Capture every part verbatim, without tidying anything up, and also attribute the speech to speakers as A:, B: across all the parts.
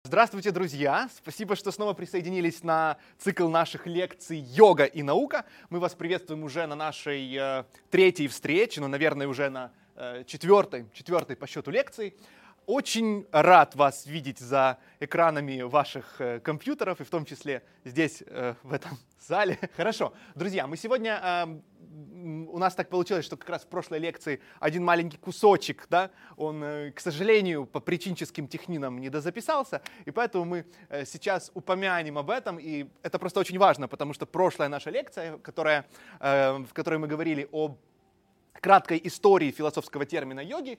A: Здравствуйте, друзья! Спасибо, что снова присоединились на цикл наших лекций «Йога и наука». Мы вас приветствуем уже на нашей э, третьей встрече, ну, наверное, уже на э, четвертой, четвертой по счету лекции. Очень рад вас видеть за экранами ваших э, компьютеров, и в том числе здесь, э, в этом зале. Хорошо, друзья, мы сегодня... Э, у нас так получилось, что как раз в прошлой лекции один маленький кусочек, да, он, к сожалению, по причинческим технинам не дозаписался, и поэтому мы сейчас упомянем об этом, и это просто очень важно, потому что прошлая наша лекция, которая, в которой мы говорили о краткой истории философского термина йоги,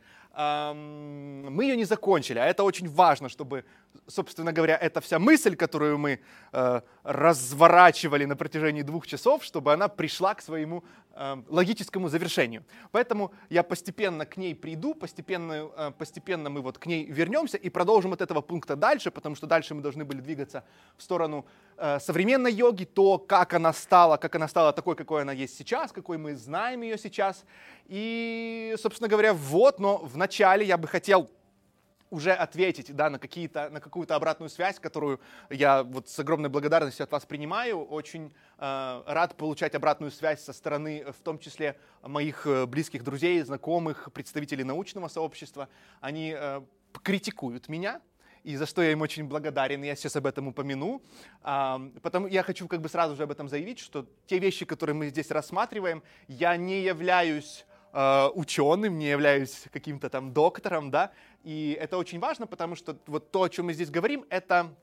A: мы ее не закончили, а это очень важно, чтобы, собственно говоря, эта вся мысль, которую мы разворачивали на протяжении двух часов, чтобы она пришла к своему логическому завершению. Поэтому я постепенно к ней приду, постепенно, постепенно мы вот к ней вернемся и продолжим от этого пункта дальше, потому что дальше мы должны были двигаться в сторону современной йоги, то, как она стала, как она стала такой, какой она есть сейчас, какой мы знаем ее сейчас. И, собственно говоря, вот, но вначале я бы хотел уже ответить, да, на, какие-то, на какую-то обратную связь, которую я вот с огромной благодарностью от вас принимаю. Очень э, рад получать обратную связь со стороны, в том числе, моих близких друзей, знакомых, представителей научного сообщества. Они э, критикуют меня, и за что я им очень благодарен, я сейчас об этом упомяну. А, потому я хочу как бы сразу же об этом заявить, что те вещи, которые мы здесь рассматриваем, я не являюсь ученым, не являюсь каким-то там доктором, да, и это очень важно, потому что вот то, о чем мы здесь говорим, это,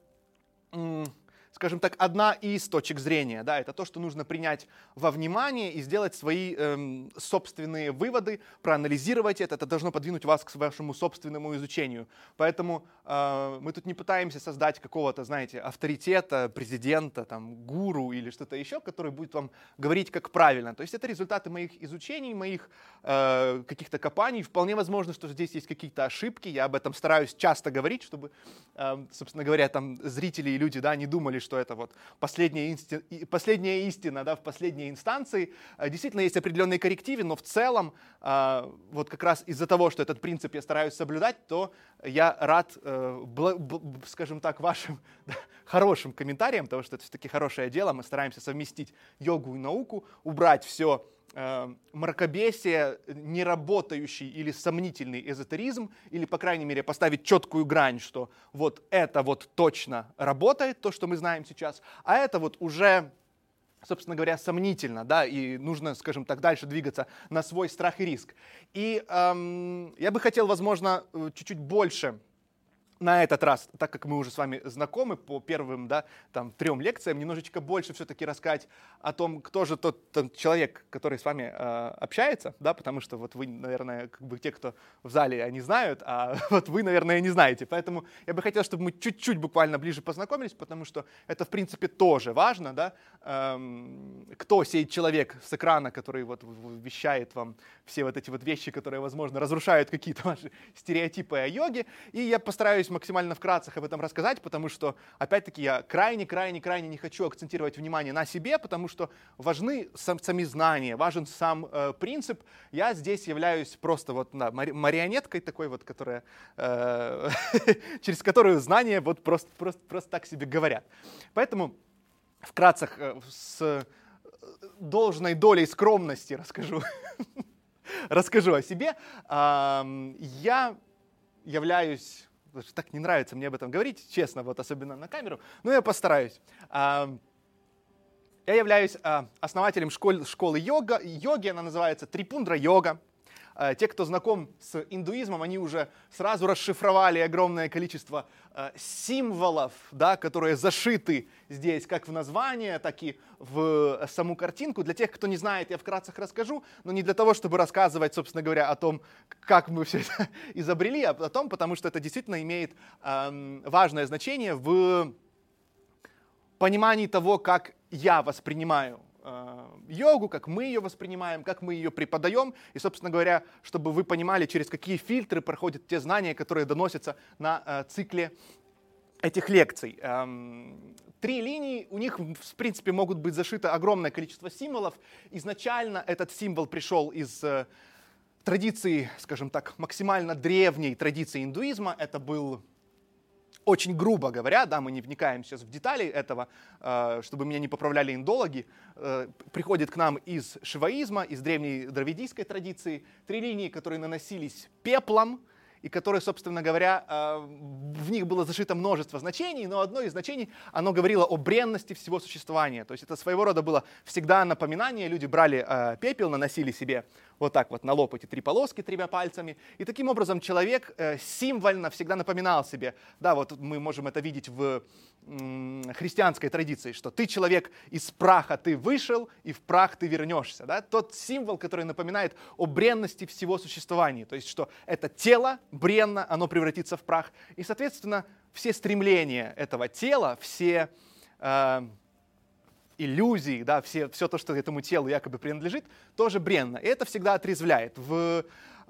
A: скажем так, одна из точек зрения, да, это то, что нужно принять во внимание и сделать свои эм, собственные выводы, проанализировать это, это должно подвинуть вас к вашему собственному изучению. Поэтому э, мы тут не пытаемся создать какого-то, знаете, авторитета, президента, там, гуру или что-то еще, который будет вам говорить, как правильно. То есть это результаты моих изучений, моих э, каких-то копаний. Вполне возможно, что здесь есть какие-то ошибки, я об этом стараюсь часто говорить, чтобы, э, собственно говоря, там зрители и люди, да, не думали, что это вот последняя, инсти... последняя истина, да, в последней инстанции. Действительно, есть определенные коррективы, но в целом, вот как раз из-за того, что этот принцип я стараюсь соблюдать, то я рад, скажем так, вашим хорошим комментариям, потому что это все-таки хорошее дело. Мы стараемся совместить йогу и науку, убрать все мракобесие, неработающий или сомнительный эзотеризм, или, по крайней мере, поставить четкую грань, что вот это вот точно работает, то, что мы знаем сейчас, а это вот уже, собственно говоря, сомнительно, да, и нужно, скажем так, дальше двигаться на свой страх и риск. И эм, я бы хотел, возможно, чуть-чуть больше на этот раз, так как мы уже с вами знакомы по первым, да, там, трем лекциям, немножечко больше все-таки рассказать о том, кто же тот, тот человек, который с вами э, общается, да, потому что вот вы, наверное, как бы те, кто в зале, они знают, а вот вы, наверное, не знаете. Поэтому я бы хотел, чтобы мы чуть-чуть буквально ближе познакомились, потому что это, в принципе, тоже важно, да, эм, кто сей человек с экрана, который вот вещает вам все вот эти вот вещи, которые, возможно, разрушают какие-то ваши стереотипы о йоге, и я постараюсь максимально вкратце об этом рассказать, потому что, опять-таки, я крайне-крайне-крайне не хочу акцентировать внимание на себе, потому что важны сам, сами знания, важен сам э, принцип. Я здесь являюсь просто вот да, марионеткой такой вот, которая, э, через которую знания вот просто, просто, просто так себе говорят. Поэтому вкратце э, с должной долей скромности расскажу, расскажу о себе. Э, я являюсь... Так не нравится мне об этом говорить, честно, вот особенно на камеру, но я постараюсь. Я являюсь основателем школы, школы йога, йоги, она называется Трипундра йога. Те, кто знаком с индуизмом, они уже сразу расшифровали огромное количество символов, да, которые зашиты здесь как в название, так и в саму картинку. Для тех, кто не знает, я вкратце расскажу, но не для того, чтобы рассказывать, собственно говоря, о том, как мы все это изобрели, а о том, потому что это действительно имеет э, важное значение в понимании того, как я воспринимаю йогу, как мы ее воспринимаем, как мы ее преподаем, и, собственно говоря, чтобы вы понимали, через какие фильтры проходят те знания, которые доносятся на э, цикле этих лекций. Эм, три линии, у них, в принципе, могут быть зашито огромное количество символов. Изначально этот символ пришел из э, традиции, скажем так, максимально древней традиции индуизма. Это был очень грубо говоря, да, мы не вникаем сейчас в детали этого, э, чтобы меня не поправляли индологи, э, приходит к нам из шиваизма, из древней дравидийской традиции, три линии, которые наносились пеплом, и которые, собственно говоря, в них было зашито множество значений, но одно из значений, оно говорило о бренности всего существования. То есть это своего рода было всегда напоминание. Люди брали пепел, наносили себе вот так вот на лоб эти три полоски тремя пальцами. И таким образом человек символьно всегда напоминал себе, да, вот мы можем это видеть в христианской традиции, что ты человек, из праха ты вышел, и в прах ты вернешься. Да? Тот символ, который напоминает о бренности всего существования. То есть, что это тело бренно, оно превратится в прах. И, соответственно, все стремления этого тела, все э, иллюзии, да, все, все то, что этому телу якобы принадлежит, тоже бренно. И это всегда отрезвляет. В,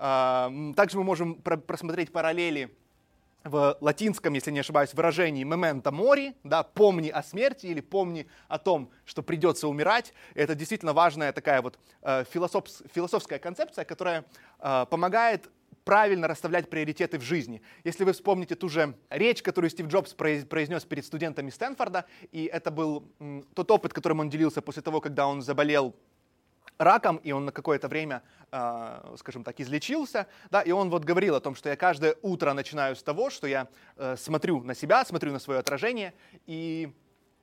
A: э, также мы можем про- просмотреть параллели в латинском, если не ошибаюсь, выражении «memento mori», да, «помни о смерти» или «помни о том, что придется умирать». Это действительно важная такая вот э, философ, философская концепция, которая э, помогает правильно расставлять приоритеты в жизни. Если вы вспомните ту же речь, которую Стив Джобс произнес перед студентами Стэнфорда, и это был м, тот опыт, которым он делился после того, когда он заболел раком, и он на какое-то время, э, скажем так, излечился, да, и он вот говорил о том, что я каждое утро начинаю с того, что я э, смотрю на себя, смотрю на свое отражение и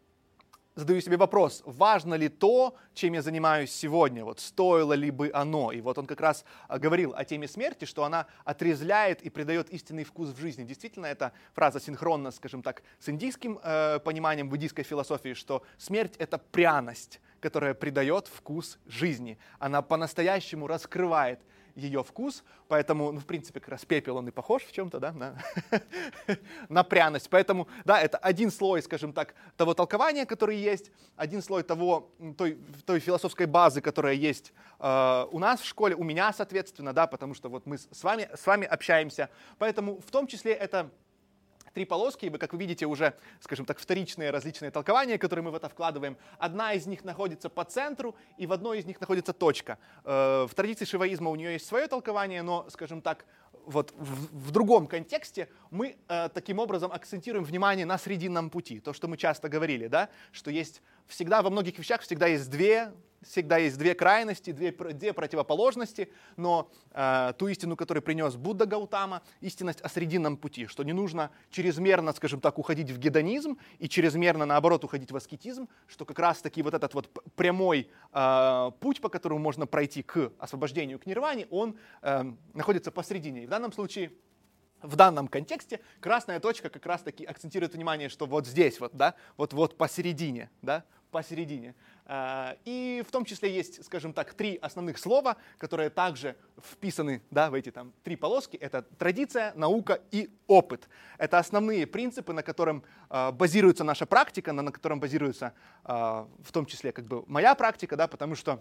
A: задаю себе вопрос, важно ли то, чем я занимаюсь сегодня, вот стоило ли бы оно. И вот он как раз говорил о теме смерти, что она отрезвляет и придает истинный вкус в жизни. Действительно, эта фраза синхронна, скажем так, с индийским э, пониманием в индийской философии, что смерть — это пряность, которая придает вкус жизни. Она по-настоящему раскрывает ее вкус, поэтому, ну, в принципе, как раз пепел, он и похож в чем-то, да, на, на пряность. Поэтому, да, это один слой, скажем так, того толкования, который есть, один слой того, той, той философской базы, которая есть э, у нас в школе, у меня, соответственно, да, потому что вот мы с вами, с вами общаемся. Поэтому в том числе это три полоски, и вы, как вы видите, уже, скажем так, вторичные различные толкования, которые мы в это вкладываем. Одна из них находится по центру, и в одной из них находится точка. В традиции шиваизма у нее есть свое толкование, но, скажем так, вот в, в другом контексте мы э, таким образом акцентируем внимание на срединном пути. То, что мы часто говорили, да, что есть всегда во многих вещах всегда есть две, всегда есть две крайности, две, две противоположности, но э, ту истину, которую принес Будда Гаутама, истинность о срединном пути, что не нужно чрезмерно, скажем так, уходить в гедонизм и чрезмерно, наоборот, уходить в аскетизм, что как раз-таки вот этот вот прямой э, путь, по которому можно пройти к освобождению, к нирване, он э, находится посредине. И в данном случае, в данном контексте красная точка как раз-таки акцентирует внимание, что вот здесь вот, да, вот-вот посередине, да, посередине. И в том числе есть, скажем так, три основных слова, которые также вписаны, да, в эти там три полоски. Это традиция, наука и опыт. Это основные принципы, на котором базируется наша практика, на котором базируется в том числе как бы моя практика, да, потому что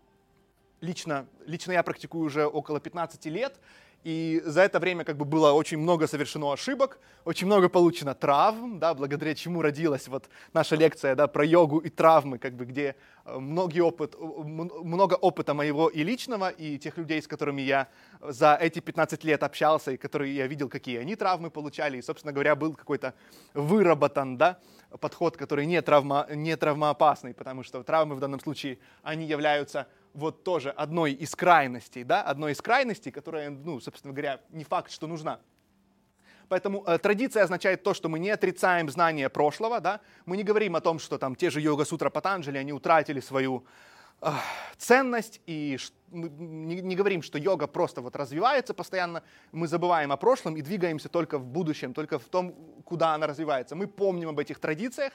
A: лично, лично я практикую уже около пятнадцати лет. И за это время как бы было очень много совершено ошибок, очень много получено травм, да, благодаря чему родилась вот наша лекция, да, про йогу и травмы, как бы, где многие опыт, много опыта моего и личного, и тех людей, с которыми я за эти пятнадцать лет общался, и которые я видел, какие они травмы получали. И, собственно говоря, был какой-то выработан, да, подход, который не, травма, не травмоопасный, потому что травмы в данном случае, они являются вот тоже одной из крайностей, да, одной из крайностей, которая, ну, собственно говоря, не факт, что нужна. Поэтому э, традиция означает то, что мы не отрицаем знания прошлого, да, мы не говорим о том, что там те же йога-сутра Патанджали, они утратили свою э, ценность, и мы не, не говорим, что йога просто вот развивается постоянно, мы забываем о прошлом и двигаемся только в будущем, только в том, куда она развивается. Мы помним об этих традициях,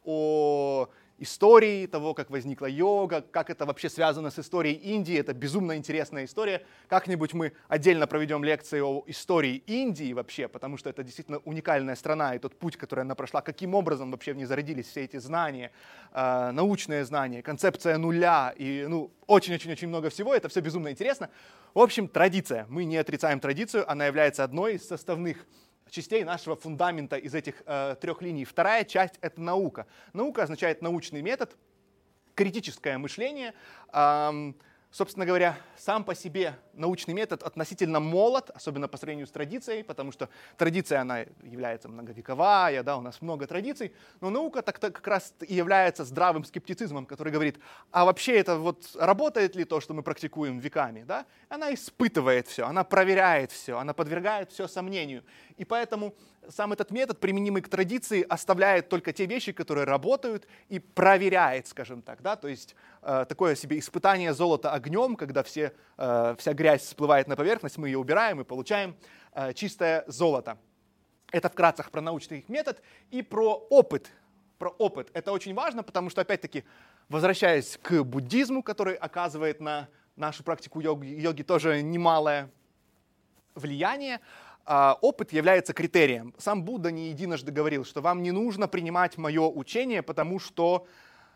A: о истории того, как возникла йога, как это вообще связано с историей Индии. Это безумно интересная история. Как-нибудь мы отдельно проведем лекции о истории Индии вообще, потому что это действительно уникальная страна, и тот путь, который она прошла, каким образом вообще в ней зародились все эти знания, э, научные знания, концепция нуля и ну, очень-очень-очень много всего. Это все безумно интересно. В общем, традиция. Мы не отрицаем традицию, она является одной из составных частей нашего фундамента из этих э, трех линий. Вторая часть — это наука. Наука означает научный метод, критическое мышление, э, Собственно говоря, сам по себе научный метод относительно молод, особенно по сравнению с традицией, потому что традиция, она является многовековая, да, у нас много традиций, но наука так, так как раз и является здравым скептицизмом, который говорит, а вообще это вот работает ли то, что мы практикуем веками, да? Она испытывает все, она проверяет все, она подвергает все сомнению. И поэтому сам этот метод, применимый к традиции, оставляет только те вещи, которые работают, и проверяет, скажем так, да, то есть э, такое себе испытание золота огнем, когда все, э, вся грязь всплывает на поверхность, мы ее убираем и получаем э, чистое золото. Это вкратце про научный метод и про опыт. Про опыт. Это очень важно, потому что, опять-таки, возвращаясь к буддизму, который оказывает на нашу практику йоги, йоги тоже немалое влияние, опыт является критерием. Сам Будда не единожды говорил, что вам не нужно принимать мое учение, потому что,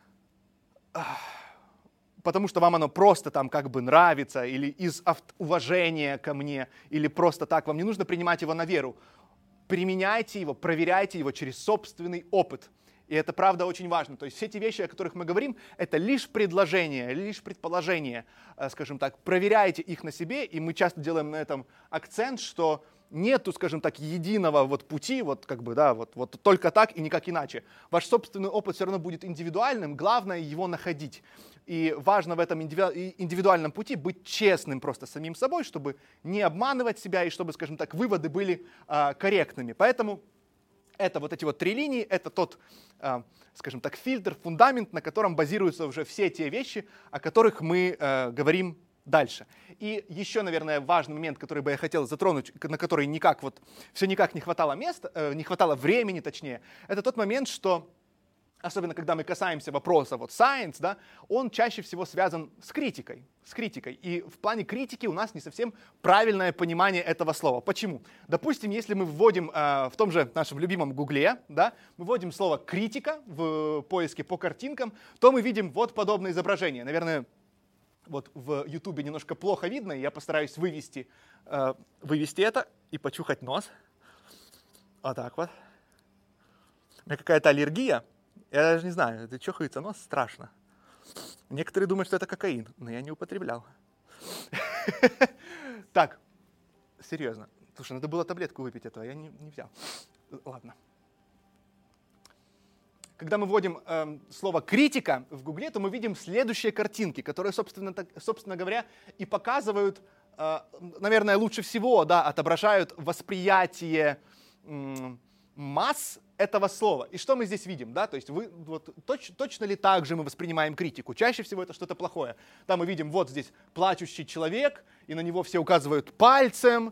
A: потому что вам оно просто там как бы нравится, или из уважения ко мне, или просто так. Вам не нужно принимать его на веру. Применяйте его, проверяйте его через собственный опыт. И это, правда, очень важно. То есть все те вещи, о которых мы говорим, это лишь предложения, лишь предположения, скажем так. Проверяйте их на себе, и мы часто делаем на этом акцент, что нету, скажем так, единого вот пути, вот как бы, да, вот, вот только так и никак иначе. Ваш собственный опыт все равно будет индивидуальным, главное его находить. И важно в этом индивидуальном пути быть честным просто с самим собой, чтобы не обманывать себя и чтобы, скажем так, выводы были а, корректными. Поэтому это вот эти вот три линии, это тот, а, скажем так, фильтр, фундамент, на котором базируются уже все те вещи, о которых мы а, говорим дальше. И еще, наверное, важный момент, который бы я хотел затронуть, на который никак вот все никак не хватало места, э, не хватало времени, точнее, это тот момент, что особенно когда мы касаемся вопроса вот science, да, он чаще всего связан с критикой, с критикой. И в плане критики у нас не совсем правильное понимание этого слова. Почему? Допустим, если мы вводим э, в том же нашем любимом Гугле, да, мы вводим слово критика в поиске по картинкам, то мы видим вот подобное изображение. Наверное, вот в Ютубе немножко плохо видно, и я постараюсь вывести, э, вывести это и почухать нос. Вот так вот. У меня какая-то аллергия. Я даже не знаю, это чухается нос, страшно. Некоторые думают, что это кокаин, но я не употреблял. Так, серьезно. Слушай, надо было таблетку выпить этого, я не, не взял. Ладно. Когда мы вводим э, слово «критика» в Гугле, то мы видим следующие картинки, которые, собственно, так, собственно говоря, и показывают, э, наверное, лучше всего, да, отображают восприятие э, масс этого слова. И что мы здесь видим? Да? То есть вы, вот, точ, точно ли так же мы воспринимаем критику? Чаще всего это что-то плохое. Там мы видим вот здесь плачущий человек, и на него все указывают пальцем,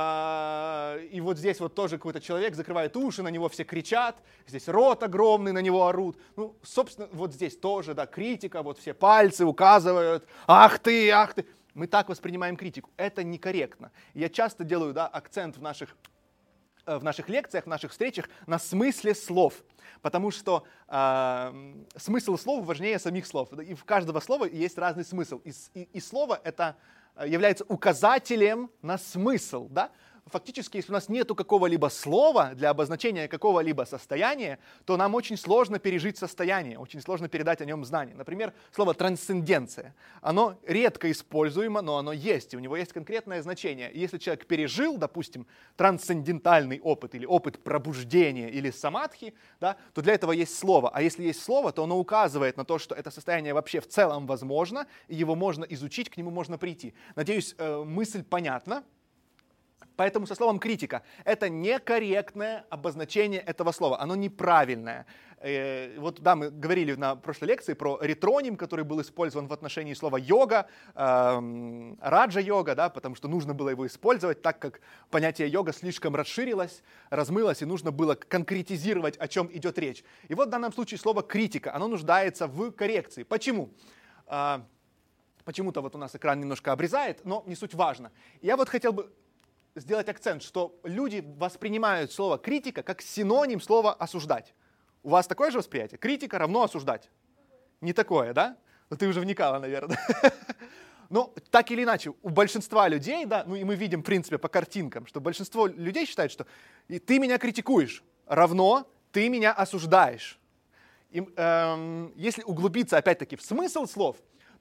A: и вот здесь вот тоже какой-то человек закрывает уши, на него все кричат, здесь рот огромный, на него орут. Ну, собственно, вот здесь тоже, да, критика, вот все пальцы указывают, ах ты, ах ты. Мы так воспринимаем критику. Это некорректно. Я часто делаю, да, акцент в наших, в наших лекциях, в наших встречах на смысле слов. Потому что э, смысл слов важнее самих слов. И в каждого слова есть разный смысл. И, и, и слово это является указателем на смысл, да? Фактически, если у нас нету какого-либо слова для обозначения какого-либо состояния, то нам очень сложно пережить состояние, очень сложно передать о нем знание. Например, слово «трансценденция». Оно редко используемо, но оно есть, и у него есть конкретное значение. И если человек пережил, допустим, трансцендентальный опыт, или опыт пробуждения, или самадхи, да, то для этого есть слово. А если есть слово, то оно указывает на то, что это состояние вообще в целом возможно, и его можно изучить, к нему можно прийти. Надеюсь, мысль понятна. Поэтому со словом «критика» это некорректное обозначение этого слова, оно неправильное. Э, вот да, мы говорили на прошлой лекции про ретроним, который был использован в отношении слова «йога», э, раджа-йога, да, потому что нужно было его использовать, так как понятие йога слишком расширилось, размылось, и нужно было конкретизировать, о чем идет речь. И вот в данном случае слово «критика», оно нуждается в коррекции. Почему? Э, почему-то вот у нас экран немножко обрезает, но не суть важно. Я вот хотел бы сделать акцент, что люди воспринимают слово «критика» как синоним слова «осуждать». У вас такое же восприятие? Критика равно осуждать. Не такое, да? Ну, ты уже вникала, наверное. Но так или иначе, у большинства людей, да, ну и мы видим, в принципе, по картинкам, что большинство людей считает, что и ты меня критикуешь, равно ты меня осуждаешь. И, эм, если углубиться, опять-таки, в смысл слов,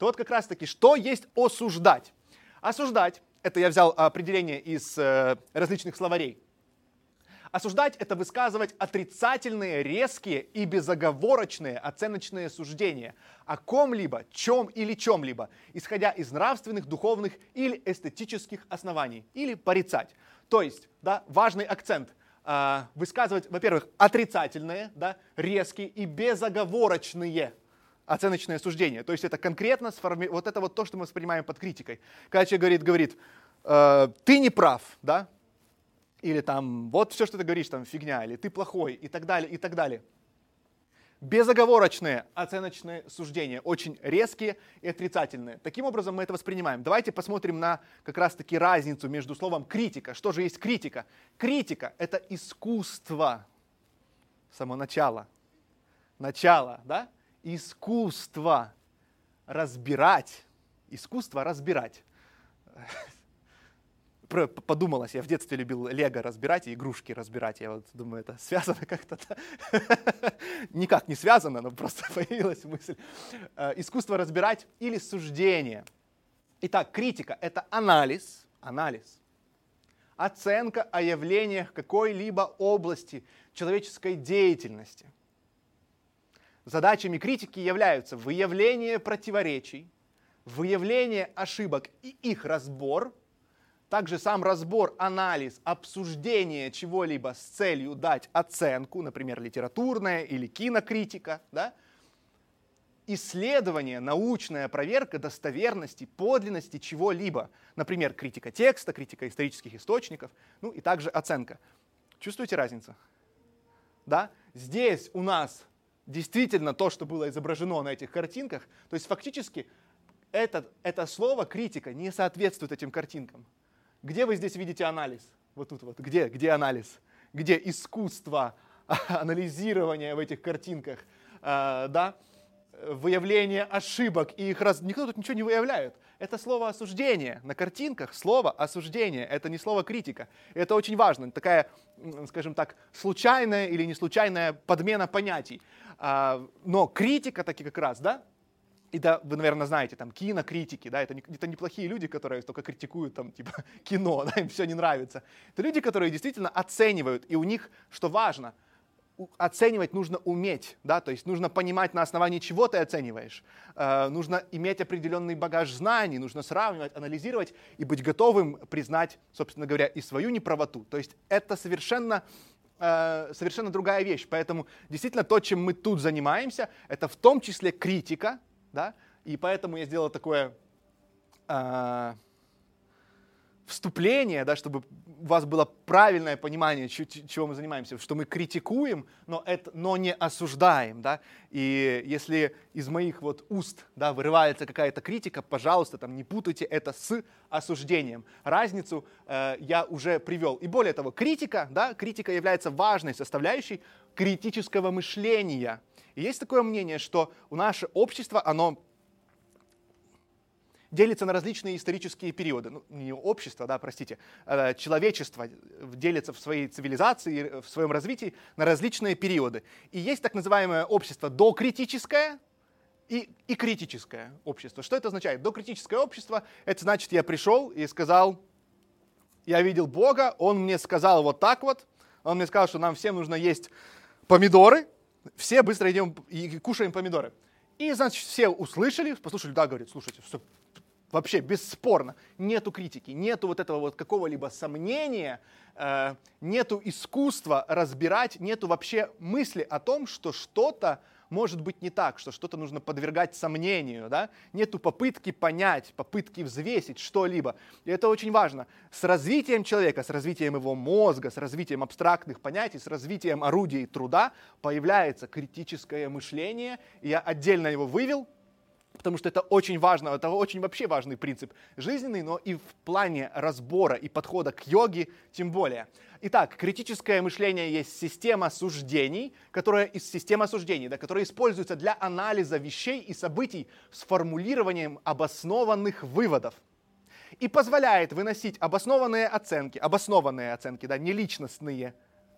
A: то вот как раз-таки, что есть осуждать? Осуждать, это я взял определение из э, различных словарей. Осуждать — это высказывать отрицательные, резкие и безоговорочные оценочные суждения о ком-либо, чем или чем-либо, исходя из нравственных, духовных или эстетических оснований, или порицать. То есть, да, важный акцент э, — высказывать, во-первых, отрицательные, да, резкие и безоговорочные оценочные суждения. То есть это конкретно сформи... вот это вот то, что мы воспринимаем под критикой. Когда человек говорит, говорит э, ты не прав, да, или там, вот все, что ты говоришь, там, фигня, или ты плохой, и так далее, и так далее. Безоговорочные оценочные суждения, очень резкие и отрицательные. Таким образом мы это воспринимаем. Давайте посмотрим на как раз-таки разницу между словом критика. Что же есть критика? Критика — это искусство, само начало, начало, да? Искусство разбирать, искусство разбирать. Подумалось, я в детстве любил лего разбирать и игрушки разбирать. Я вот думаю, это связано как-то. Никак не связано, но просто появилась мысль. Искусство разбирать или суждение. Итак, критика — это анализ, анализ, оценка о явлениях какой-либо области человеческой деятельности. Задачами критики являются выявление противоречий, выявление ошибок и их разбор, также сам разбор, анализ, обсуждение чего-либо с целью дать оценку, например, литературная или кинокритика, да? Исследование, научная проверка достоверности, подлинности чего-либо, например, критика текста, критика исторических источников, ну и также оценка. Чувствуете разницу? Да? Здесь у нас действительно то, что было изображено на этих картинках, то есть фактически это, это слово критика не соответствует этим картинкам. Где вы здесь видите анализ? Вот тут вот. Где? Где анализ? Где искусство анализирования в этих картинках? Э, да? Выявление ошибок и их раз... Никто тут ничего не выявляет. Это слово осуждение. На картинках слово осуждение. Это не слово критика. Это очень важно. Такая, скажем так, случайная или не случайная подмена понятий. А, но критика таки как раз, да? И да, вы, наверное, знаете, там, кинокритики, да, это, не, это неплохие люди, которые только критикуют, там, типа, кино, да, им все не нравится. Это люди, которые действительно оценивают, и у них, что важно, оценивать нужно уметь, да, то есть нужно понимать, на основании чего ты оцениваешь, э, нужно иметь определенный багаж знаний, нужно сравнивать, анализировать и быть готовым признать, собственно говоря, и свою неправоту. То есть это совершенно... совершенно другая вещь. Поэтому действительно то, чем мы тут занимаемся, это в том числе критика, да? И поэтому я сделал такое э, вступление, да, чтобы у вас было правильное понимание, чего мы занимаемся, что мы критикуем, но, это, но не осуждаем. Да? И если из моих вот уст, да, вырывается какая-то критика, пожалуйста, там, не путайте это с осуждением. Разницу э, я уже привел. И более того, критика, да, критика является важной составляющей критического мышления. И есть такое мнение, что у наше общество, оно делится на различные исторические периоды. Ну, не общество, да, простите, э, человечество делится в своей цивилизации, в своем развитии на различные периоды. И есть так называемое общество докритическое и, и критическое общество. Что это означает? Докритическое общество — это значит, я пришел и сказал, я видел Бога, Он мне сказал вот так вот, Он мне сказал, что нам всем нужно есть помидоры, все быстро идем и кушаем помидоры. И, значит, все услышали, послушали, да, говорит, слушайте, все, вообще бесспорно, нету критики, нету вот этого вот какого-либо сомнения, э, нету искусства разбирать, нету вообще мысли о том, что что-то может быть не так, что что-то нужно подвергать сомнению, да? Нету попытки понять, попытки взвесить что-либо. И это очень важно. С развитием человека, с развитием его мозга, с развитием абстрактных понятий, с развитием орудий труда появляется критическое мышление. И я отдельно его вывел, потому что это очень важно, это очень вообще важный принцип жизненный, но и в плане разбора и подхода к йоге тем более. Итак, критическое мышление есть система суждений, которая из системы суждений, да, которая используется для анализа вещей и событий с формулированием обоснованных выводов и позволяет выносить обоснованные оценки, обоснованные оценки, да, не личностные,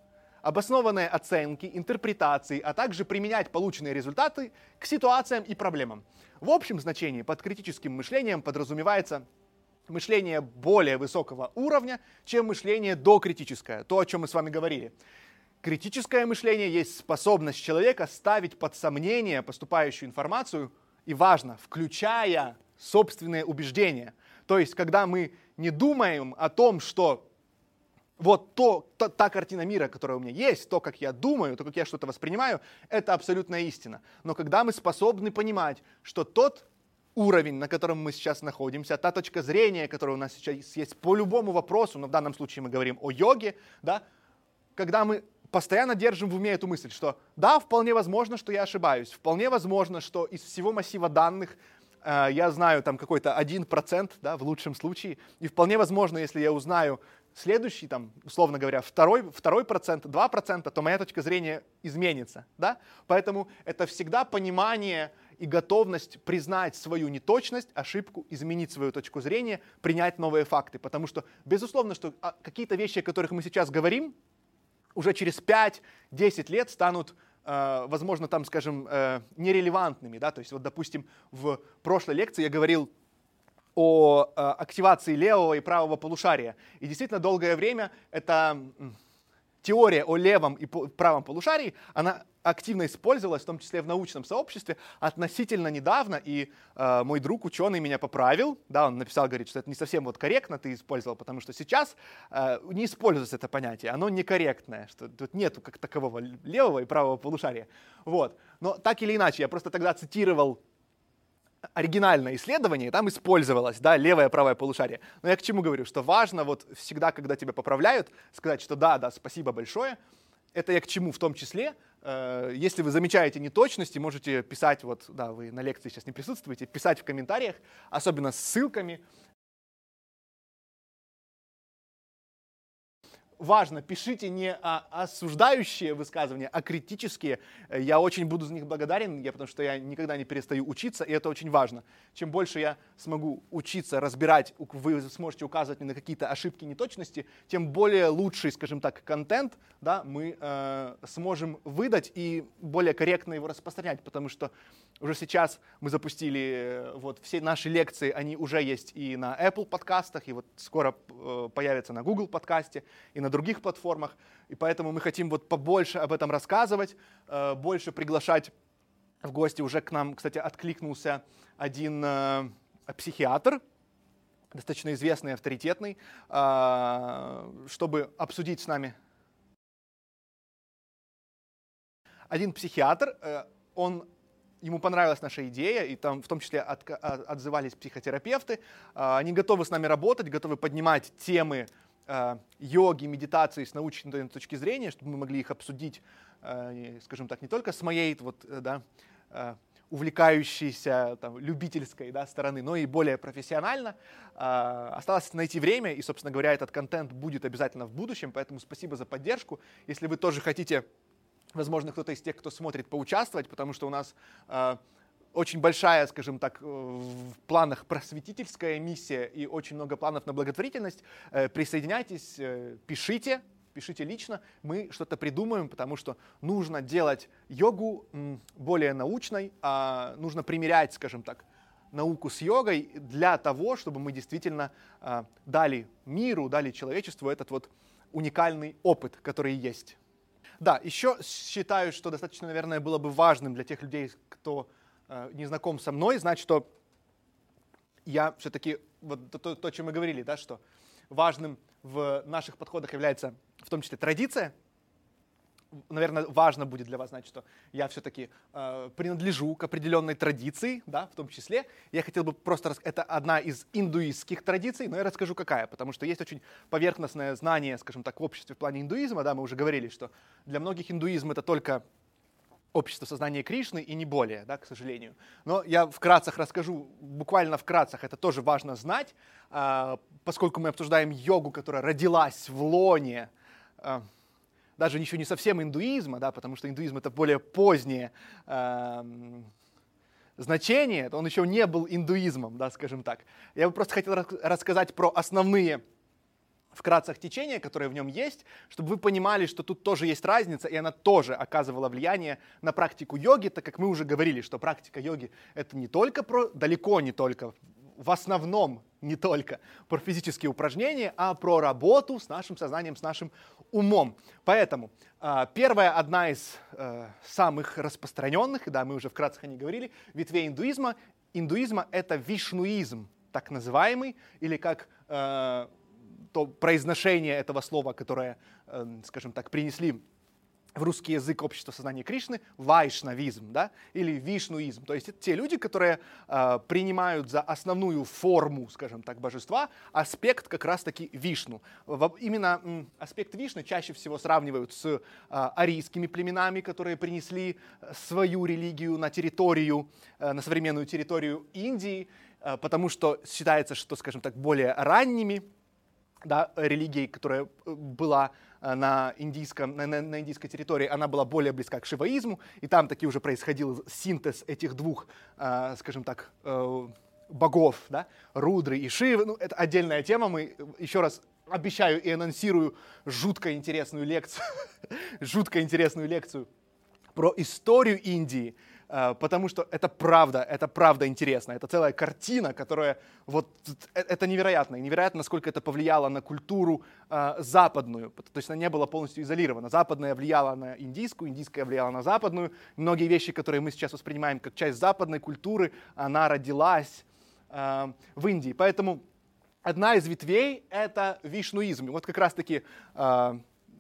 A: обоснованные оценки, интерпретации, а также применять полученные результаты к ситуациям и проблемам. В общем значении под критическим мышлением подразумевается мышление более высокого уровня, чем мышление докритическое, то, о чем мы с вами говорили. Критическое мышление есть способность человека ставить под сомнение поступающую информацию, и важно, включая собственные убеждения. То есть, когда мы не думаем о том, что вот то, то, та картина мира, которая у меня есть, то, как я думаю, то, как я что-то воспринимаю, это абсолютная истина. Но когда мы способны понимать, что тот уровень, на котором мы сейчас находимся, та точка зрения, которая у нас сейчас есть по любому вопросу, но в данном случае мы говорим о йоге, да, когда мы постоянно держим в уме эту мысль, что да, вполне возможно, что я ошибаюсь, вполне возможно, что из всего массива данных э, я знаю там какой-то один процент, да, в лучшем случае, и вполне возможно, если я узнаю следующий, там, условно говоря, второй, второй процент, два процента, то моя точка зрения изменится. Да? Поэтому это всегда понимание и готовность признать свою неточность, ошибку, изменить свою точку зрения, принять новые факты. Потому что, безусловно, что какие-то вещи, о которых мы сейчас говорим, уже через пять-десять лет станут, э, возможно, там, скажем, э, нерелевантными. Да? То есть, вот, допустим, в прошлой лекции я говорил о э, активации левого и правого полушария. И действительно, долгое время эта теория о левом и правом полушарии, она активно использовалась, в том числе в научном сообществе, относительно недавно. И э, мой друг, ученый, меня поправил. Да, он написал, говорит, что это не совсем вот корректно ты использовал, потому что сейчас э, не используется это понятие, оно некорректное, что тут нету как такового левого и правого полушария. Вот. Но так или иначе, я просто тогда цитировал оригинальное исследование, и там использовалось, да, левое, правое полушарие. Но я к чему говорю, что важно вот всегда, когда тебя поправляют, сказать, что да, да, спасибо большое. Это я к чему в том числе, э, если вы замечаете неточности, можете писать, вот, да, вы на лекции сейчас не присутствуете, писать в комментариях, особенно с ссылками. Важно, пишите не осуждающие высказывания, а критические. Я очень буду за них благодарен, я, потому что я никогда не перестаю учиться, и это очень важно. Чем больше я смогу учиться, разбирать, вы сможете указывать мне на какие-то ошибки, неточности, тем более лучший, скажем так, контент, да, мы э, сможем выдать и более корректно его распространять, потому что уже сейчас мы запустили вот все наши лекции, они уже есть и на Apple подкастах, и вот скоро э, появятся на Google подкасте, и на других платформах. И поэтому мы хотим вот побольше об этом рассказывать, э, больше приглашать в гости. Уже к нам, кстати, откликнулся один э, психиатр, достаточно известный, авторитетный, э, чтобы обсудить с нами. Один психиатр, э, он... Ему понравилась наша идея, и там в том числе от, отзывались психотерапевты. Они готовы с нами работать, готовы поднимать темы йоги, медитации с научной точки зрения, чтобы мы могли их обсудить, скажем так, не только с моей вот, да, увлекающейся, там, любительской, да, стороны, но и более профессионально. Осталось найти время, и, собственно говоря, этот контент будет обязательно в будущем, поэтому спасибо за поддержку. Если вы тоже хотите... Возможно, кто-то из тех, кто смотрит, поучаствовать, потому что у нас э, очень большая, скажем так, в планах просветительская миссия и очень много планов на благотворительность. Э, присоединяйтесь, э, пишите, пишите лично, мы что-то придумаем, потому что нужно делать йогу м, более научной, а нужно примерять, скажем так, науку с йогой для того, чтобы мы действительно э, дали миру, дали человечеству этот вот уникальный опыт, который есть. Да, еще считаю, что достаточно, наверное, было бы важным для тех людей, кто э, не знаком со мной, знать, что я все-таки, вот то, то, то, о чем мы говорили, да, что важным в наших подходах является в том числе традиция. Наверное, важно будет для вас знать, что я все-таки э, принадлежу к определенной традиции, да, в том числе. Я хотел бы просто рассказать, это одна из индуистских традиций, но я расскажу, какая, потому что есть очень поверхностное знание, скажем так, в обществе в плане индуизма, да, мы уже говорили, что для многих индуизм это только общество сознания Кришны и не более, да, к сожалению. Но я вкратце расскажу, буквально вкратце, это тоже важно знать, э, поскольку мы обсуждаем йогу, которая родилась в лоне, э, даже еще не совсем индуизма, да, потому что индуизм это более позднее э, значение, он еще не был индуизмом, да, скажем так. Я бы просто хотел рассказать про основные вкратце течение, которое в нем есть, чтобы вы понимали, что тут тоже есть разница, и она тоже оказывала влияние на практику йоги, так как мы уже говорили, что практика йоги — это не только про, далеко не только, в основном не только про физические упражнения, а про работу с нашим сознанием, с нашим умом. Поэтому э, первая, одна из э, самых распространенных, и да, мы уже вкратце о ней говорили, ветвей индуизма, индуизма — это вишнуизм, так называемый, или как э, то произношение этого слова, которое, э, скажем так, принесли в русский язык общество сознания Кришны, вайшнавизм, да, или вишнуизм. То есть это те люди, которые э, принимают за основную форму, скажем так, божества аспект как раз-таки Вишну. В, именно м, аспект Вишны чаще всего сравнивают с э, арийскими племенами, которые принесли свою религию на территорию, э, на современную территорию Индии, э, потому что считается, что, скажем так, более ранними, да, религией, которая была на, индийском, на, на индийской территории, она была более близка к шиваизму, и там таки уже происходил синтез этих двух, э, скажем так, э, богов, да, Рудры и Шивы. Ну, это отдельная тема, мы еще раз обещаю и анонсирую жутко интересную лекцию, жутко интересную лекцию про историю Индии, потому что это правда, это правда интересно. Это целая картина, которая вот это невероятно, невероятно, насколько это повлияло на культуру э, западную. То есть она не была полностью изолирована. Западная влияла на индийскую, индийская влияла на западную. Многие вещи, которые мы сейчас воспринимаем как часть западной культуры, она родилась э, в Индии. Поэтому одна из ветвей — это вишнуизм. И вот как раз-таки э,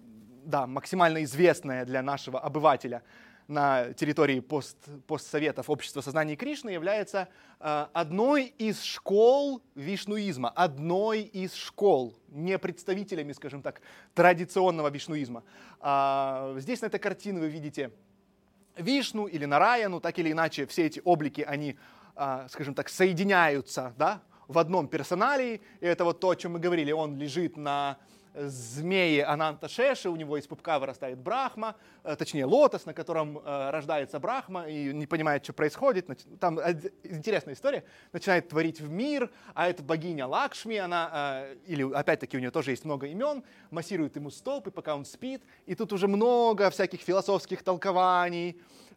A: да, максимально известная для нашего обывателя на территории пост, постсоветов общества сознания Кришны является э, одной из школ вишнуизма, одной из школ, не представителями, скажем так, традиционного вишнуизма. А, здесь на этой картине вы видите Вишну или Нараяну, так или иначе все эти облики, они, а, скажем так, соединяются, да, в одном персоналии, и это вот то, о чем мы говорили, он лежит на змее Ананта Шеши, у него из пупка вырастает Брахма, э, точнее лотос, на котором э, рождается Брахма и не понимает, что происходит. Там интересная история. Начинает творить в мир, а эта богиня Лакшми, она, э, или опять-таки у нее тоже есть много имен, массирует ему стопы, пока он спит. И тут уже много всяких философских толкований,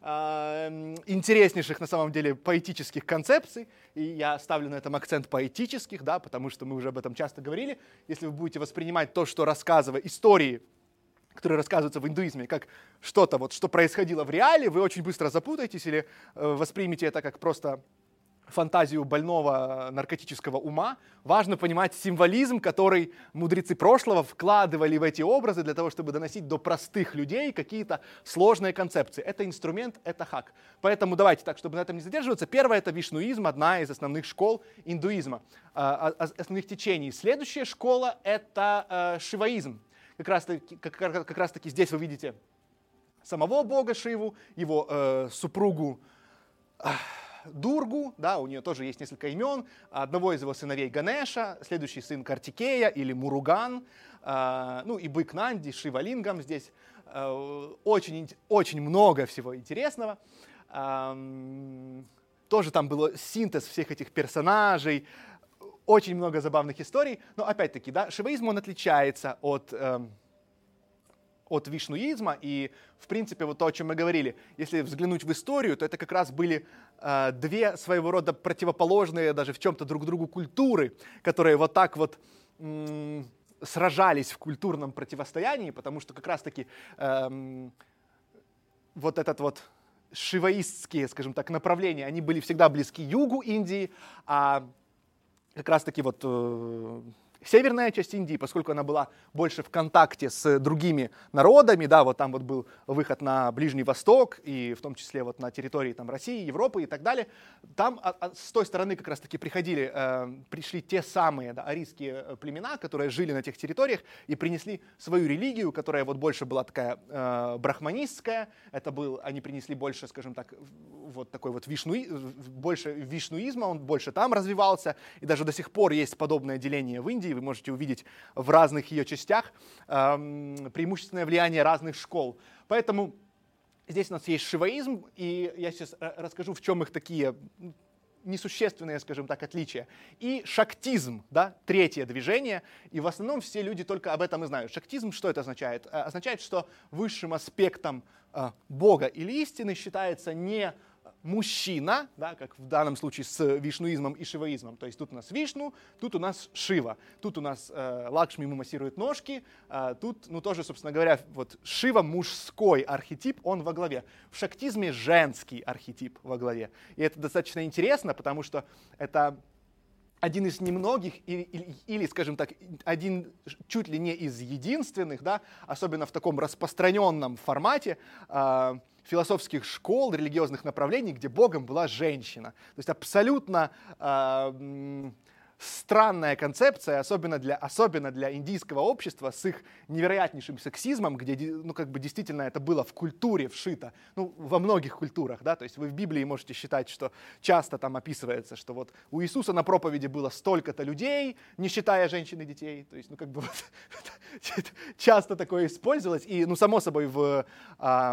A: э, интереснейших на самом деле поэтических концепций. И я ставлю на этом акцент поэтических, да, потому что мы уже об этом часто говорили. Если вы будете воспринимать то, что рассказывая истории, которые рассказываются в индуизме, как что-то, вот, что происходило в реале, вы очень быстро запутаетесь или э, воспримете это как просто фантазию больного наркотического ума. Важно понимать символизм, который мудрецы прошлого вкладывали в эти образы для того, чтобы доносить до простых людей какие-то сложные концепции. Это инструмент, это хак. Поэтому давайте так, чтобы на этом не задерживаться. Первое — это вишнуизм, одна из основных школ индуизма, основных течений. Следующая школа — это шиваизм. Как раз таки, как, как раз таки здесь вы видите самого бога Шиву, его э, супругу Дургу, да, у нее тоже есть несколько имен, одного из его сыновей Ганеша, следующий сын Картикея или Муруган, э, ну и бык Нанди, Шивалингам здесь. Э, очень, очень много всего интересного. Э, тоже там был синтез всех этих персонажей, очень много забавных историй, но опять-таки, да, шиваизм, он отличается от... Э, от вишнуизма, и, в принципе, вот то, о чем мы говорили, если взглянуть в историю, то это как раз были э, две своего рода противоположные даже в чем-то друг другу культуры, которые вот так вот м- сражались в культурном противостоянии, потому что как раз-таки э, вот этот вот шиваистские, скажем так, направления, они были всегда близки югу Индии, а как раз-таки вот... Э, Северная часть Индии, поскольку она была больше в контакте с другими народами, да, вот там вот был выход на Ближний Восток, и в том числе вот на территории там, России, Европы и так далее, там а, а, с той стороны как раз-таки приходили, э, пришли те самые да, арийские племена, которые жили на тех территориях и принесли свою религию, которая вот больше была такая э, брахманистская, это был, они принесли больше, скажем так, вот такой вот вишнуи, больше вишнуизма, он больше там развивался, и даже до сих пор есть подобное деление в Индии. Вы можете увидеть в разных ее частях эм, преимущественное влияние разных школ. Поэтому здесь у нас есть шиваизм, и я сейчас расскажу, в чем их такие несущественные, скажем так, отличия. И шактизм, да, третье движение, и в основном все люди только об этом и знают. Шактизм, что это означает? Означает, что высшим аспектом Бога или истины считается не мужчина, да, как в данном случае с вишнуизмом и шиваизмом. То есть тут у нас Вишну, тут у нас Шива, тут у нас э, Лакшми ему массирует ножки, э, тут, ну тоже, собственно говоря, вот Шива мужской архетип, он во главе. В шактизме женский архетип во главе. И это достаточно интересно, потому что это один из немногих, или, или, или, скажем так, один чуть ли не из единственных, да, особенно в таком распространенном формате, э, философских школ, религиозных направлений, где Богом была женщина. То есть абсолютно э, странная концепция, особенно для, особенно для индийского общества с их невероятнейшим сексизмом, где ну, как бы действительно это было в культуре вшито, ну, во многих культурах. Да? То есть вы в Библии можете считать, что часто там описывается, что вот у Иисуса на проповеди было столько-то людей, не считая женщин и детей. То есть, ну, как бы вот, часто такое использовалось. И, ну, само собой, в, а,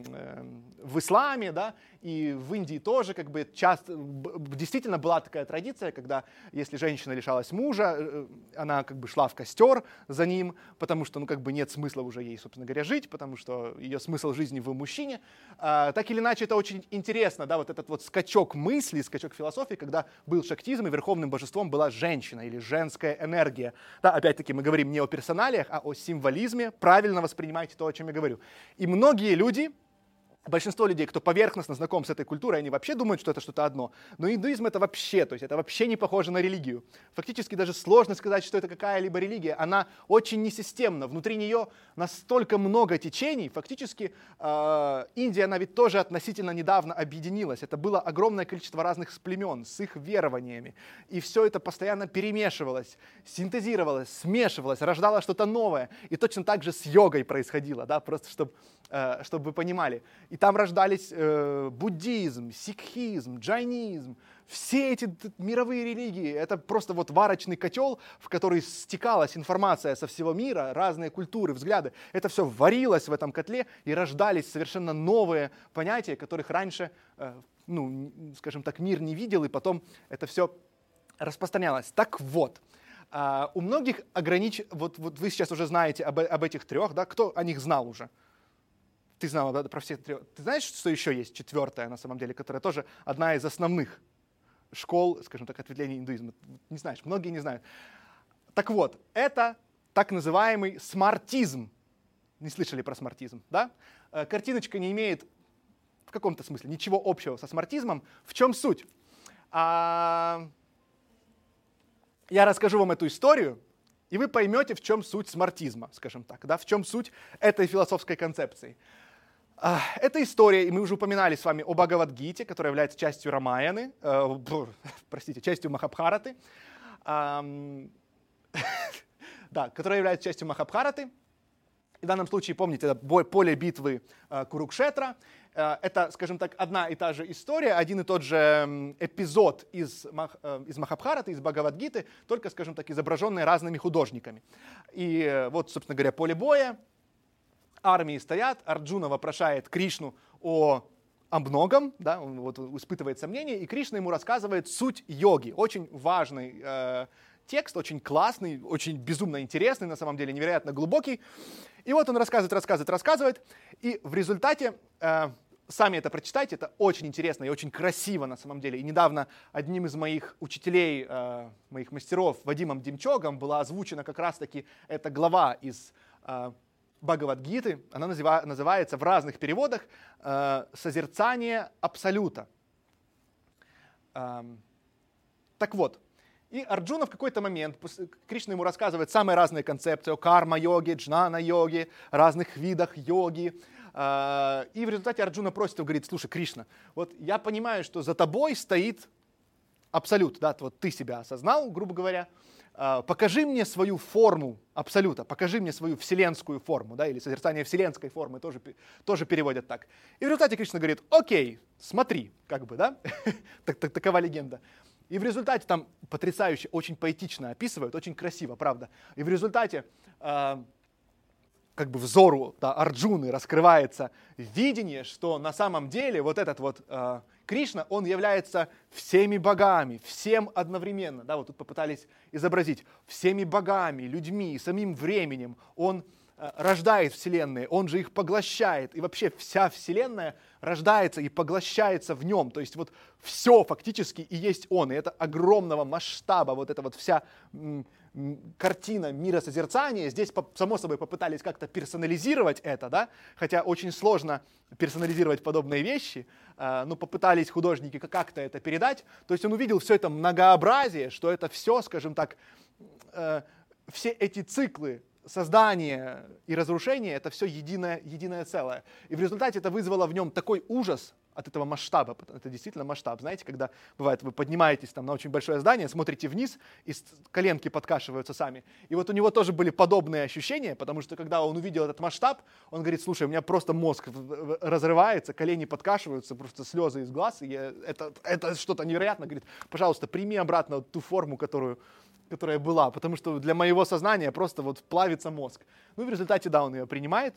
A: в исламе, да, и в Индии тоже как бы часто, действительно была такая традиция, когда если женщина лишалась мужа, она как бы шла в костер за ним, потому что ну как бы нет смысла уже ей, собственно говоря, жить, потому что ее смысл жизни в мужчине. А, так или иначе, это очень интересно, да, вот этот вот скачок мысли, скачок философии, когда был шактизм, и верховным божеством была женщина или женская энергия. Да, опять-таки мы говорим не о персоналиях, а о символизме. Правильно воспринимайте то, о чем я говорю. И многие люди, большинство людей, кто поверхностно знаком с этой культурой, они вообще думают, что это что-то одно. Но индуизм это вообще, то есть это вообще не похоже на религию. Фактически даже сложно сказать, что это какая-либо религия. Она очень несистемна. Внутри нее настолько много течений. Фактически э, Индия, она ведь тоже относительно недавно объединилась. Это было огромное количество разных племен с их верованиями. И все это постоянно перемешивалось, синтезировалось, смешивалось, рождало что-то новое. И точно так же с йогой происходило, да, просто чтобы э, чтобы вы понимали. И там рождались э, буддизм, сикхизм, джайнизм, все эти мировые религии. Это просто вот варочный котел, в который стекалась информация со всего мира, разные культуры, взгляды. Это все варилось в этом котле, и рождались совершенно новые понятия, которых раньше, э, ну, скажем так, мир не видел, и потом это все распространялось. Так вот, э, у многих огранич... Вот, вот вы сейчас уже знаете об, об этих трех, да? Кто о них знал уже? Ты знала, да, про все три. Ты знаешь, что еще есть четвертая, на самом деле, которая тоже одна из основных школ, скажем так, ответвлений индуизма? Не знаешь, многие не знают. Так вот, это так называемый смартизм. Не слышали про смартизм, да? Картиночка не имеет в каком-то смысле ничего общего со смартизмом. В чем суть? А... Я расскажу вам эту историю, и вы поймете, в чем суть смартизма, скажем так, да? В чем суть этой философской концепции. Это история, и мы уже упоминали с вами о Бхагавад-гите, которая является частью Рамаяны, э, простите, частью Махабхараты, э, да, которая является частью Махабхараты. В данном случае, помните, это бой, поле битвы э, Курукшетра. Э, это, скажем так, одна и та же история, один и тот же эпизод из, Мах, э, из Махабхараты, из Бхагавад-гиты, только, скажем так, изображенный разными художниками. И э, вот, собственно говоря, поле боя. Армии стоят, Арджуна вопрошает Кришну о, о многом, да, он вот испытывает сомнения, и Кришна ему рассказывает суть йоги. Очень важный э, текст, очень классный, очень безумно интересный, на самом деле невероятно глубокий. И вот он рассказывает, рассказывает, рассказывает, и в результате, э, сами это прочитайте, это очень интересно и очень красиво на самом деле. И недавно одним из моих учителей, э, моих мастеров, Вадимом Демчогом, была озвучена как раз-таки эта глава из э, Бхагавад-гиты, она называ, называется в разных переводах э, «Созерцание Абсолюта». Эм, так вот, и Арджуна в какой-то момент, Кришна ему рассказывает самые разные концепции о карма-йоге, джнана-йоге, разных видах йоги. Э, и в результате Арджуна просит его, говорит: слушай, Кришна, вот я понимаю, что за тобой стоит Абсолют, да, вот ты себя осознал, грубо говоря. Покажи мне свою форму абсолюта, покажи мне свою вселенскую форму, да, или созерцание вселенской формы тоже, тоже переводят так. И в результате Кришна говорит: окей, смотри, как бы, да, так, так, такова легенда. И в результате там потрясающе, очень поэтично описывают, очень красиво, правда. И в результате э, как бы взору, да, Арджуны раскрывается видение, что на самом деле вот этот вот э, Кришна, он является всеми богами, всем одновременно. Да, вот тут попытались изобразить всеми богами, людьми, самим временем. Он э, рождает вселенные, он же их поглощает. И вообще вся вселенная рождается и поглощается в нем. То есть вот все фактически и есть он. И это огромного масштаба, вот эта вот вся м, картина миросозерцания. Здесь, само собой, попытались как-то персонализировать это, да? Хотя очень сложно персонализировать подобные вещи. Э, ну, попытались художники как-то это передать. То есть он увидел все это многообразие, что это все, скажем так, э, все эти циклы создания и разрушения, это все единое, единое целое. И в результате это вызвало в нем такой ужас от этого масштаба. Это действительно масштаб. Знаете, когда бывает, вы поднимаетесь там на очень большое здание, смотрите вниз, и коленки подкашиваются сами. И вот у него тоже были подобные ощущения, потому что когда он увидел этот масштаб, он говорит: слушай, у меня просто мозг разрывается, колени подкашиваются, просто слезы из глаз, и я, это, это что-то невероятно. Говорит: пожалуйста, прими обратно ту форму, которую которая была, потому что для моего сознания просто вот плавится мозг. Ну и в результате, да, он ее принимает.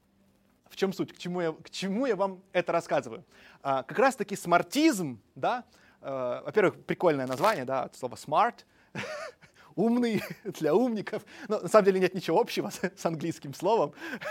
A: В чем суть? К чему я, к чему я вам это рассказываю? А, как раз-таки смартизм, да, а, во-первых, прикольное название, да, от слова smart, умный, для умников. Но на самом деле нет ничего общего с, с английским словом.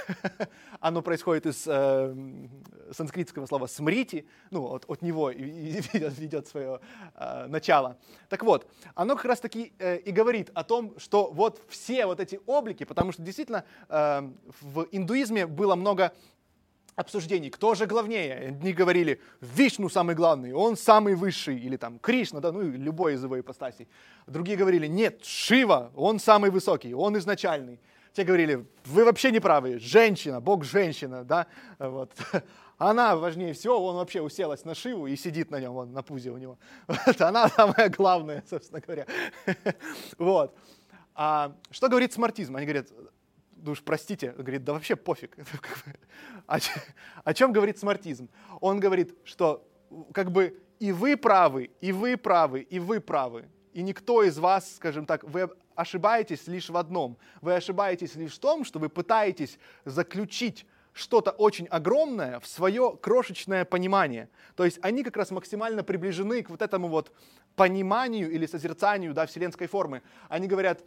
A: Оно происходит из э, санскритского слова смрити, ну, от, от него и, и ведет, ведет свое э, начало. Так вот, оно как раз-таки э, и говорит о том, что вот все вот эти облики, потому что действительно э, в индуизме было много обсуждений, кто же главнее. Одни говорили: Вишну самый главный, он самый высший, или там Кришна, да, ну любой из его ипостасей. Другие говорили: нет, Шива, он самый высокий, он изначальный. Те говорили: вы вообще не правы, женщина, бог женщина, да, вот. Она важнее всего, он вообще уселась на Шиву и сидит на нем, вон, на пузе у него. Вот, она самая главная, собственно говоря. Вот. А что говорит смартизм? Они говорят: ну уж простите, он говорит: да вообще пофиг. О, о чем говорит смартизм? Он говорит, что как бы и вы правы, и вы правы, и вы правы. И никто из вас, скажем так, вы ошибаетесь лишь в одном. Вы ошибаетесь лишь в том, что вы пытаетесь заключить что-то очень огромное в свое крошечное понимание. То есть они как раз максимально приближены к вот этому вот пониманию или созерцанию, да, вселенской формы. Они говорят: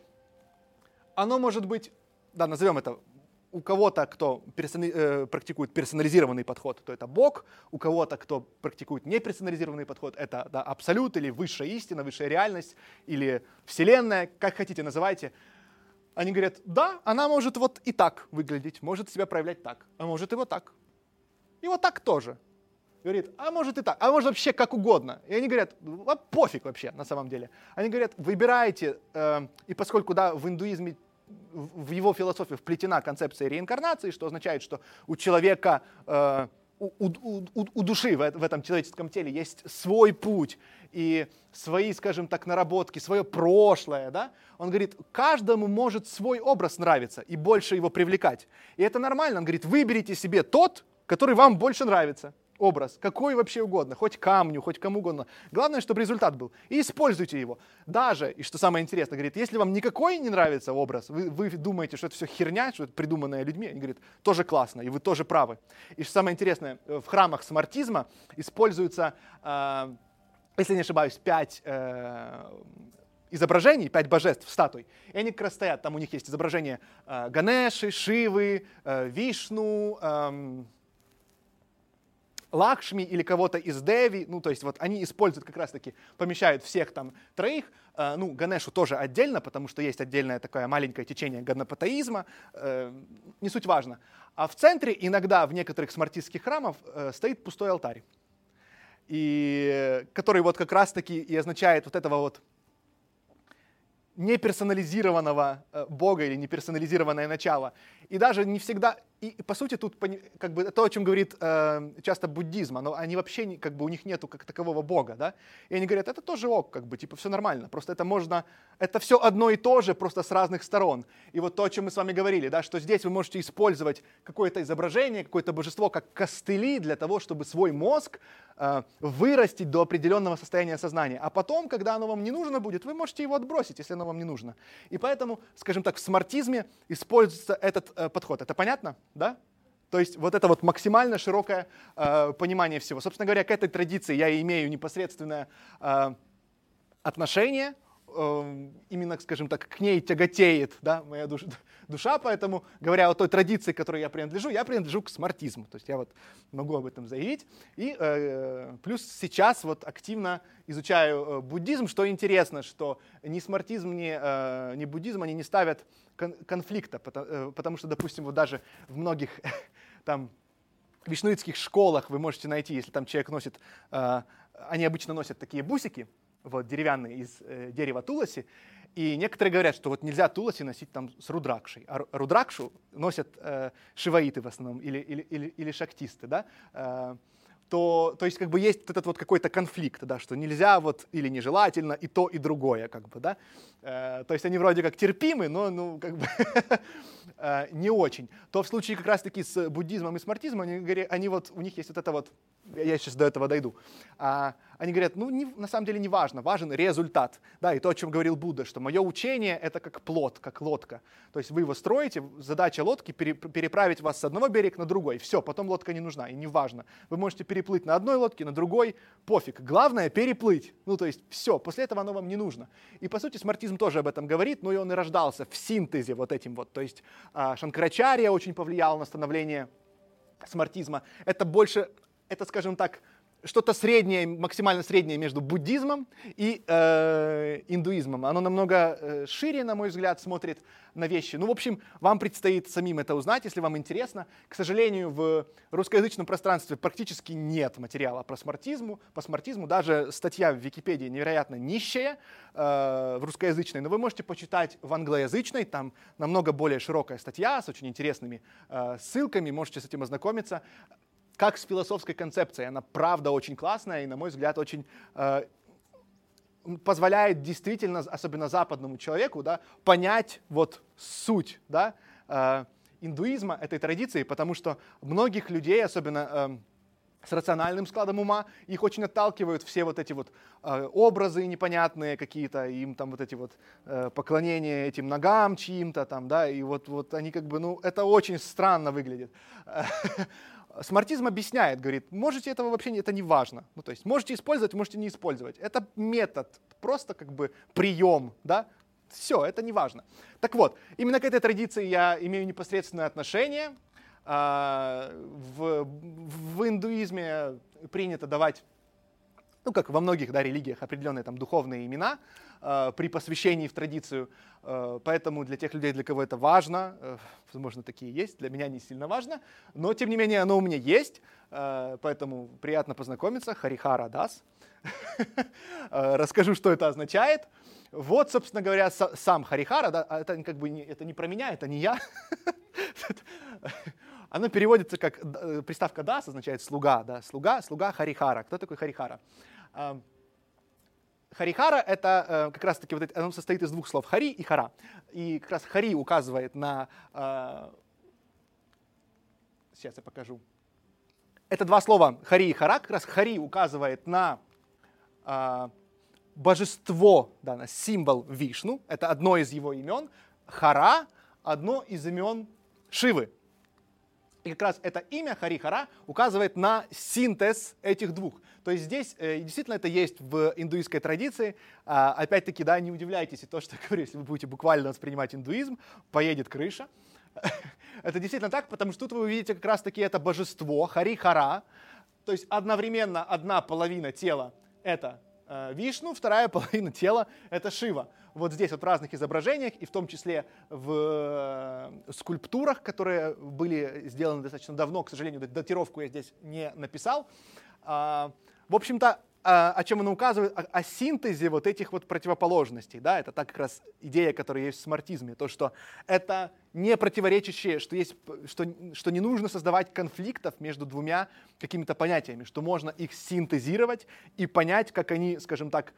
A: оно может быть, да, назовем это, у кого-то, кто персони, э, практикует персонализированный подход, то это Бог, у кого-то, кто практикует неперсонализированный подход, это, да, абсолют или высшая истина, высшая реальность, или вселенная, как хотите называйте. Они говорят: да, она может вот и так выглядеть, может себя проявлять так, а может и вот так. И вот так тоже. Говорит: а может и так, а может вообще как угодно. И они говорят: а пофиг вообще на самом деле. Они говорят: выбирайте, э, и поскольку, да, в индуизме, в его философии вплетена концепция реинкарнации, что означает, что у человека, э, у, у, у, у души в, в этом человеческом теле есть свой путь и свои, скажем так, наработки, свое прошлое, да? Он говорит: каждому может свой образ нравиться и больше его привлекать. И это нормально. Он говорит: выберите себе тот, который вам больше нравится. Образ, какой вообще угодно, хоть камню, хоть кому угодно. Главное, чтобы результат был. И используйте его. Даже, и что самое интересное, говорит, если вам никакой не нравится образ, вы, вы думаете, что это все херня, что это придуманное людьми, они говорят: тоже классно, и вы тоже правы. И что самое интересное, в храмах смартизма используются, э, если не ошибаюсь, пять э, изображений, пять божеств, статуй. И они как раз стоят, там у них есть изображения э, Ганеши, Шивы, э, Вишну, э, Лакшми или кого-то из Деви, ну, то есть вот они используют как раз-таки, помещают всех там троих, э, ну, Ганешу тоже отдельно, потому что есть отдельное такое маленькое течение ганапатеизма, э, не суть важно. А в центре иногда в некоторых смартистских храмах э, стоит пустой алтарь, и, который вот как раз-таки и означает вот этого вот неперсонализированного э, Бога или неперсонализированное начало. И даже не всегда, И, и по сути тут как бы то, о чем говорит э, часто буддизм, оно, они вообще не, как бы у них нету как такового бога, да? И они говорят, это тоже ок, как бы типа все нормально, просто это можно, это все одно и то же, просто с разных сторон. И вот то, о чем мы с вами говорили, да, что здесь вы можете использовать какое-то изображение, какое-то божество как костыли для того, чтобы свой мозг э, вырастить до определенного состояния сознания, а потом, когда оно вам не нужно будет, вы можете его отбросить, если оно вам не нужно. И поэтому, скажем так, в смартизме используется этот э, подход. Это понятно? Да? То есть вот это вот максимально широкое э, понимание всего. Собственно говоря, к этой традиции я имею непосредственное э, отношение, э, именно, скажем так, к ней тяготеет, да, моя душа, душа, поэтому, говоря о той традиции, к которой я принадлежу, я принадлежу к смартизму. То есть я вот могу об этом заявить. И э, плюс сейчас вот активно изучаю э, буддизм, что интересно, что ни смартизм, ни, э, ни буддизм, они не ставят конфликта, потому, потому что, допустим, вот даже в многих там вишнуитских школах вы можете найти, если там человек носит, э, они обычно носят такие бусики, вот, деревянные из э, дерева туласи, и некоторые говорят, что вот нельзя туласи носить там с рудракшей, а рудракшу носят э, шиваиты в основном или, или, или, или шактисты, да, э, то, то есть как бы есть этот вот какой-то конфликт, да, что нельзя вот или нежелательно и то, и другое, как бы, да. Э, то есть они вроде как терпимы, но ну, как бы э, не очень. То в случае как раз-таки с буддизмом и смартизмом, они, они вот, у них есть вот это вот, я сейчас до этого дойду, а, они говорят, ну не, на самом деле не важно, важен результат. Да, и то, о чем говорил Будда, что мое учение — это как плот, как лодка. То есть вы его строите, задача лодки — переправить вас с одного берега на другой. Все, потом лодка не нужна, и не важно. Вы можете переплыть на одной лодке, на другой, пофиг. Главное — переплыть. Ну, то есть все, после этого оно вам не нужно. И, по сути, смартизм тоже об этом говорит, но и он и рождался в синтезе вот этим вот. То есть Шанкарачарья очень повлиял на становление смартизма. Это больше, это, скажем так, что-то среднее, максимально среднее между буддизмом и э, индуизмом. Оно намного э, шире, на мой взгляд, смотрит на вещи. Ну, в общем, вам предстоит самим это узнать, если вам интересно. К сожалению, в русскоязычном пространстве практически нет материала про смартизму, по смартизму. Даже статья в Википедии невероятно нищая э, в русскоязычной, но вы можете почитать в англоязычной, там намного более широкая статья с очень интересными э, ссылками, можете с этим ознакомиться. Как с философской концепцией. Она правда очень классная и, на мой взгляд, очень э, позволяет действительно, особенно западному человеку, да, понять вот суть, да, э, индуизма, этой традиции, потому что многих людей, особенно э, с рациональным складом ума, их очень отталкивают все вот эти вот э, образы непонятные какие-то, им там вот эти вот э, поклонения этим ногам чьим-то там, да, и вот, вот они как бы, ну, это очень странно выглядит. Смартизм объясняет, говорит, можете этого вообще, это не важно. Ну, то есть можете использовать, можете не использовать. Это метод, просто как бы прием, да. Все, это не важно. Так вот, именно к этой традиции я имею непосредственное отношение. В, в индуизме принято давать, ну, как во многих, да, религиях, определенные там духовные имена э, при посвящении в традицию. Э, поэтому для тех людей, для кого это важно, э, возможно, такие есть, для меня не сильно важно, но, тем не менее, оно у меня есть, э, поэтому приятно познакомиться. Харихара Дас. Расскажу, что это означает. Вот, собственно говоря, сам Харихара, да, это как бы не, это не про меня, это не я. Оно переводится как, приставка «дас» означает «слуга», да, слуга, слуга Харихара. Кто такой Харихара? Харихара — это как раз-таки, вот это, оно состоит из двух слов «хари» и «хара». И как раз «хари» указывает на... Сейчас я покажу. Это два слова «хари» и «хара». Как раз «хари» указывает на божество, да, на символ Вишну. Это одно из его имен. «Хара» — одно из имен Шивы. И как раз это имя Хари-Хара указывает на синтез этих двух. То есть здесь э, действительно это есть в индуистской традиции. А, опять-таки, да, не удивляйтесь, и то, что я говорю, если вы будете буквально воспринимать индуизм, поедет крыша. Это действительно так, потому что тут вы увидите как раз-таки это божество Хари-Хара. То есть одновременно одна половина тела — это э, Вишну, вторая половина тела — это Шива. Вот здесь вот в разных изображениях, и в том числе в скульптурах, которые были сделаны достаточно давно, к сожалению, датировку я здесь не написал. В общем-то, о чем она указывает, о, о синтезе вот этих вот противоположностей. Да? Это так как раз идея, которая есть в смартизме. То, что это не противоречащее, что, есть, что, что не нужно создавать конфликтов между двумя какими-то понятиями, что можно их синтезировать и понять, как они, скажем так,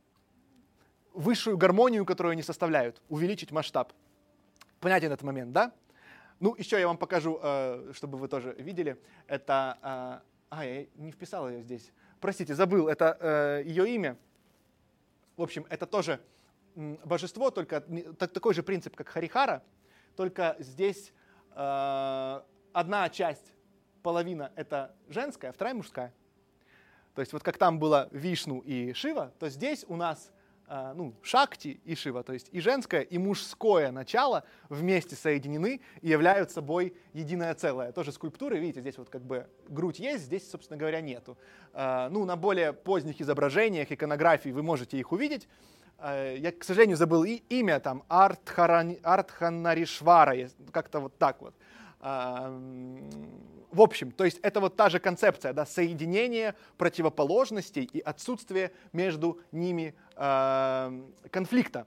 A: высшую гармонию, которую они составляют, увеличить масштаб. Понятен этот момент, да? Ну, еще я вам покажу, чтобы вы тоже видели. Это... А, я не вписал ее здесь. Простите, забыл, это э, ее имя. В общем, это тоже м, божество, только так, такой же принцип, как Харихара, только здесь э, одна часть, половина — это женская, вторая — мужская. То есть вот как там было Вишну и Шива, то здесь у нас э, ну, Шакти и Шива, то есть и женское, и мужское начало вместе соединены и являют собой единое целое. Тоже скульптуры, видите, здесь вот как бы грудь есть, здесь, собственно говоря, нету. Э, ну, на более поздних изображениях, иконографии вы можете их увидеть. Э, я, к сожалению, забыл и имя, там, Артхарани, Артханаришвара, как-то вот так вот. Э, В общем, то есть это вот та же концепция, да, соединение противоположностей и отсутствие между ними э, конфликта.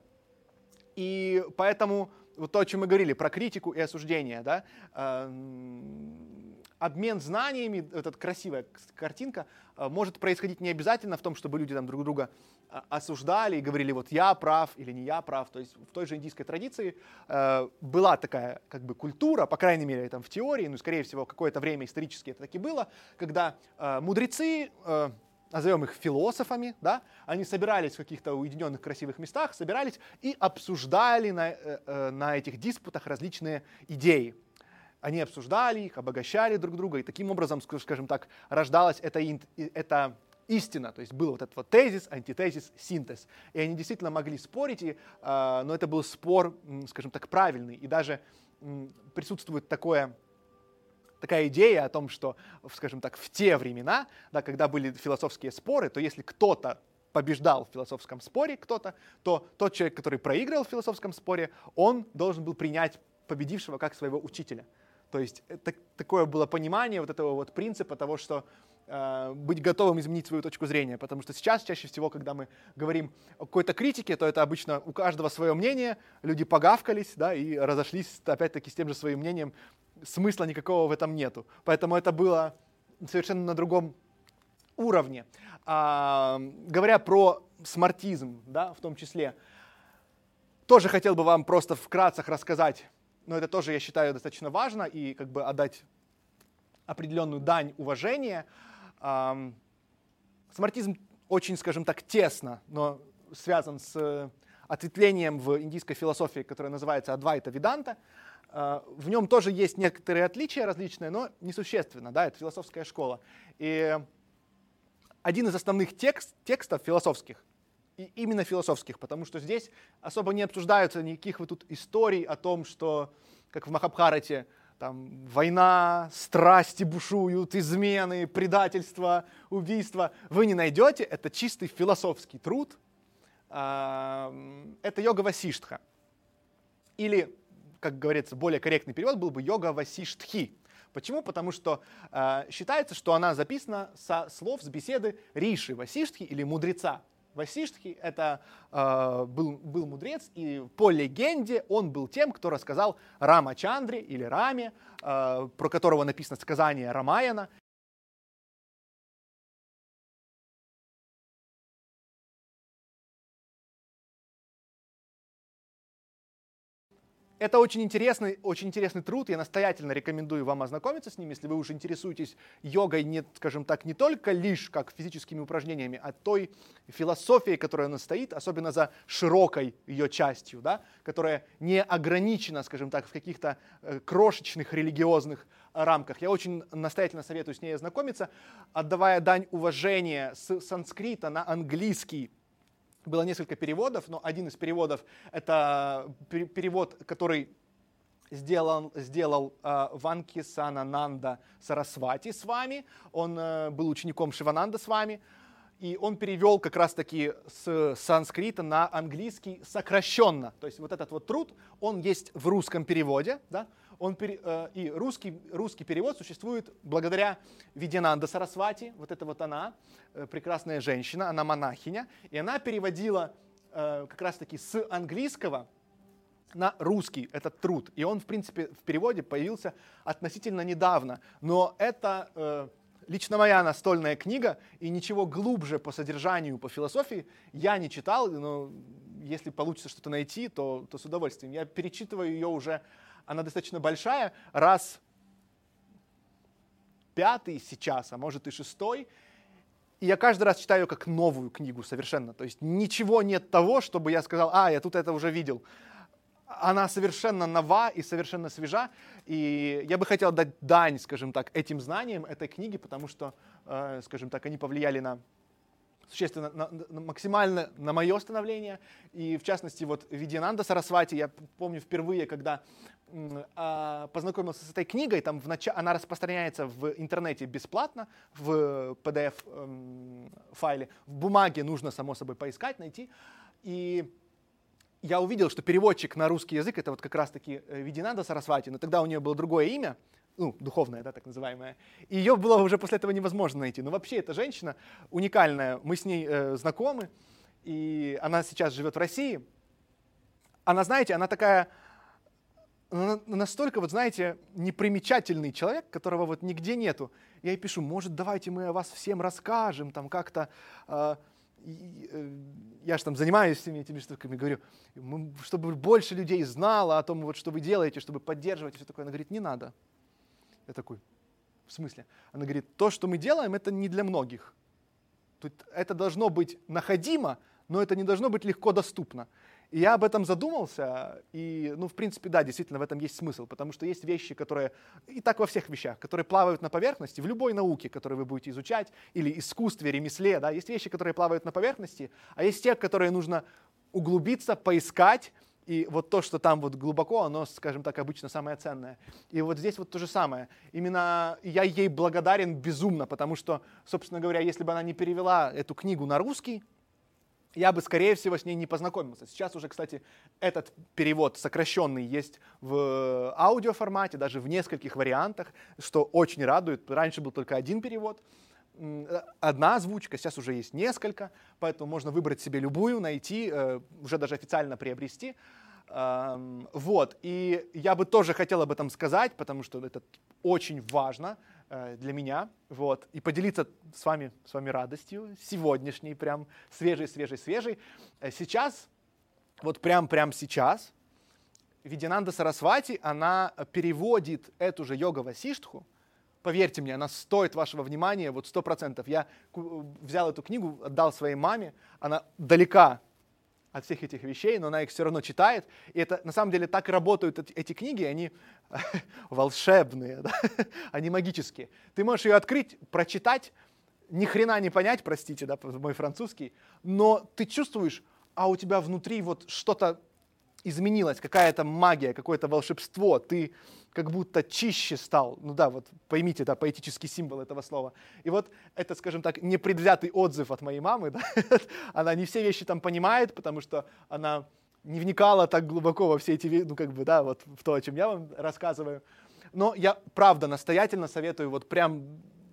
A: И поэтому вот то, о чем мы говорили, про критику и осуждение, да, э, обмен знаниями, эта красивая картинка, э, может происходить не обязательно в том, чтобы люди там друг друга осуждали и говорили, вот я прав или не я прав. То есть в той же индийской традиции э, была такая как бы культура, по крайней мере там в теории, ну скорее всего какое-то время исторически это таки было, когда э, мудрецы, э, назовем их философами, да, они собирались в каких-то уединенных красивых местах, собирались и обсуждали на, э, на этих диспутах различные идеи. Они обсуждали их, обогащали друг друга, и таким образом, скажем так, рождалась эта, эта истина, то есть был вот этот вот тезис, антитезис, синтез. И они действительно могли спорить, и, э, но это был спор, скажем так, правильный. И даже м, присутствует такое, такая идея о том, что, скажем так, в те времена, да, когда были философские споры, то если кто-то побеждал в философском споре, кто-то, то тот человек, который проиграл в философском споре, он должен был принять победившего как своего учителя. То есть это, такое было понимание вот этого вот принципа того, что э, быть готовым изменить свою точку зрения. Потому что сейчас чаще всего, когда мы говорим о какой-то критике, то это обычно у каждого свое мнение, люди погавкались, да, и разошлись опять-таки с тем же своим мнением, смысла никакого в этом нету. Поэтому это было совершенно на другом уровне. А, говоря про смартизм, да, в том числе, тоже хотел бы вам просто вкратце рассказать. Но это тоже, я считаю, достаточно важно, и как бы отдать определенную дань уважения. Смартизм очень, скажем так, тесно, но связан с ответвлением в индийской философии, которое называется Адвайта Веданта. В нем тоже есть некоторые отличия различные, но несущественно, да, это философская школа. И один из основных текст, текстов философских, и именно философских, потому что здесь особо не обсуждаются никаких вот тут историй о том, что, как в Махабхарате, там война, страсти бушуют, измены, предательство, убийство. Вы не найдете, это чистый философский труд. Это йога Васиштха. Или, как говорится, более корректный перевод был бы йога Васиштхи. Почему? Потому что э, считается, что она записана со слов с беседы Риши Васиштхи или мудреца. Васиштхи — это э, был, был мудрец, и по легенде он был тем, кто рассказал Рамачандре или Раме, э, про которого написано сказание Рамаяна. Это очень интересный, очень интересный труд, я настоятельно рекомендую вам ознакомиться с ним, если вы уже интересуетесь йогой, не, скажем так, не только лишь как физическими упражнениями, а той философией, которая у нас стоит, особенно за широкой ее частью, да, которая не ограничена, скажем так, в каких-то э, крошечных религиозных рамках. Я очень настоятельно советую с ней ознакомиться, отдавая дань уважения с санскрита на английский. Было несколько переводов, но один из переводов — это перевод, который сделал, сделал э, Ванкисанананда Сарасвати с вами. Он э, был учеником Шивананда с вами. И он перевел как раз-таки с санскрита на английский сокращенно. То есть вот этот вот труд, он есть в русском переводе. Да? Он пере, э, и русский, русский перевод существует благодаря Видьянанда Сарасвати, вот это вот она, э, прекрасная женщина, она монахиня, и она переводила э, как раз-таки с английского на русский этот труд. И он, в принципе, в переводе появился относительно недавно. Но это э, лично моя настольная книга, и ничего глубже по содержанию, по философии я не читал. Но если получится что-то найти, то, то с удовольствием. Я перечитываю ее уже, она достаточно большая, раз пятый сейчас, а может и шестой. И я каждый раз читаю ее как новую книгу совершенно. То есть ничего нет того, чтобы я сказал, а, я тут это уже видел. Она совершенно нова и совершенно свежа, и я бы хотел дать дань, скажем так, этим знаниям этой книги, потому что, э, скажем так, они повлияли на существенно, на, на, максимально на мое становление, и в частности, вот Видьянанда Сарасвати, я помню впервые, когда э, познакомился с этой книгой, там в нач... она распространяется в интернете бесплатно, в пи ди эф э, файле, в бумаге нужно, само собой, поискать, найти, и я увидел, что переводчик на русский язык — это вот как раз-таки Видьянанда Сарасвати, но тогда у нее было другое имя, ну, духовное, да, так называемое, и ее было уже после этого невозможно найти. Но вообще эта женщина уникальная, мы с ней э, знакомы, и она сейчас живет в России. Она, знаете, она такая, она настолько, вот знаете, непримечательный человек, которого вот нигде нету. Я ей пишу, может, давайте мы о вас всем расскажем, там как-то... Э, И, э, я же там занимаюсь всеми этими штуками, говорю, мы, чтобы больше людей знало о том, вот, что вы делаете, чтобы поддерживать и все такое. Она говорит, не надо. Я такой, в смысле? Она говорит, то, что мы делаем, это не для многих. Тут это должно быть находимо, но это не должно быть легко доступно. И я об этом задумался, и, ну, в принципе, да, действительно, в этом есть смысл, потому что есть вещи, которые, и так во всех вещах, которые плавают на поверхности, в любой науке, которую вы будете изучать, или искусстве, ремесле, да, есть вещи, которые плавают на поверхности, а есть те, которые нужно углубиться, поискать, и вот то, что там вот глубоко, оно, скажем так, обычно самое ценное. И вот здесь вот то же самое. Именно я ей благодарен безумно, потому что, собственно говоря, если бы она не перевела эту книгу на русский, я бы, скорее всего, с ней не познакомился. Сейчас уже, кстати, этот перевод сокращенный есть в аудиоформате, даже в нескольких вариантах, что очень радует. Раньше был только один перевод, одна озвучка, сейчас уже есть несколько, поэтому можно выбрать себе любую, найти, уже даже официально приобрести. Вот, и я бы тоже хотел об этом сказать, потому что это очень важно для меня, вот, и поделиться с вами, с вами радостью сегодняшней, прям свежей, свежей, свежей. Сейчас, вот прям, прям сейчас, Видьянанда Сарасвати, она переводит эту же йога-васиштху. Поверьте мне, она стоит вашего внимания, вот сто процентов. Я взял эту книгу, отдал своей маме, она далека от всех этих вещей, но она их все равно читает. И это на самом деле так работают эти, эти книги, они волшебные, да? Они магические. Ты можешь ее открыть, прочитать, ни хрена не понять, простите, да, мой французский, но ты чувствуешь, а у тебя внутри вот что-то изменилось, какая-то магия, какое-то волшебство, ты как будто чище стал. Ну да, вот поймите, да, поэтический символ этого слова. И вот это, скажем так, непредвзятый отзыв от моей мамы, да? Она не все вещи там понимает, потому что она не вникала так глубоко во все эти, ну как бы, да, вот в то, о чем я вам рассказываю. Но я, правда, настоятельно советую, вот прям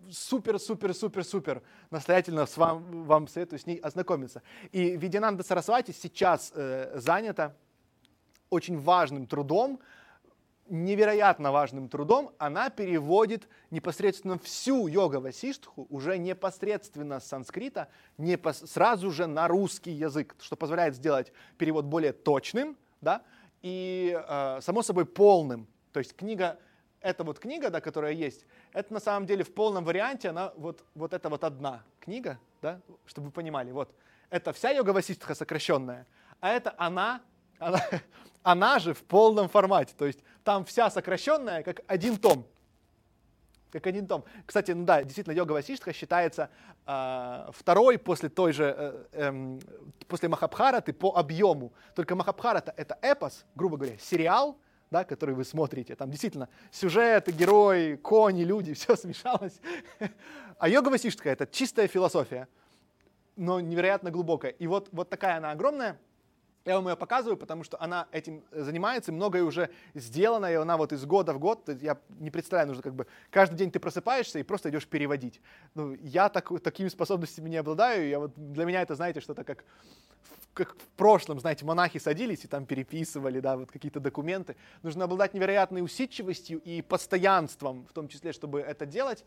A: супер-супер-супер-супер настоятельно с вам, вам советую с ней ознакомиться. И Видьянанда Сарасвати сейчас э, занята очень важным трудом, невероятно важным трудом. Она переводит непосредственно всю йога-васиштху уже непосредственно с санскрита, непос- сразу же на русский язык, что позволяет сделать перевод более точным, да, и, э, само собой, полным. То есть книга, эта вот книга, да, которая есть, это на самом деле в полном варианте, она вот, вот это вот одна книга, да, чтобы вы понимали, вот, это вся йога-васиштха сокращенная, а это она, она, она же в полном формате, то есть там вся сокращенная, как один том. Как один том. Кстати, ну да, действительно, йога-васиштха считается э, второй после той же, э, э, после Махабхараты по объему. Только Махабхарата — это эпос, грубо говоря, сериал, да, который вы смотрите. Там действительно сюжеты, герои, кони, люди, все смешалось. А йога-васиштха — это чистая философия, но невероятно глубокая. И вот, вот такая она огромная. Я вам ее показываю, потому что она этим занимается, и многое уже сделано, и она вот из года в год, я не представляю, нужно как бы, каждый день ты просыпаешься и просто идешь переводить. Ну, я так, такими способностями не обладаю, я вот, для меня это, знаете, что-то как, как в прошлом, знаете, монахи садились и там переписывали, да, вот какие-то документы. Нужно обладать невероятной усидчивостью и постоянством, в том числе, чтобы это делать.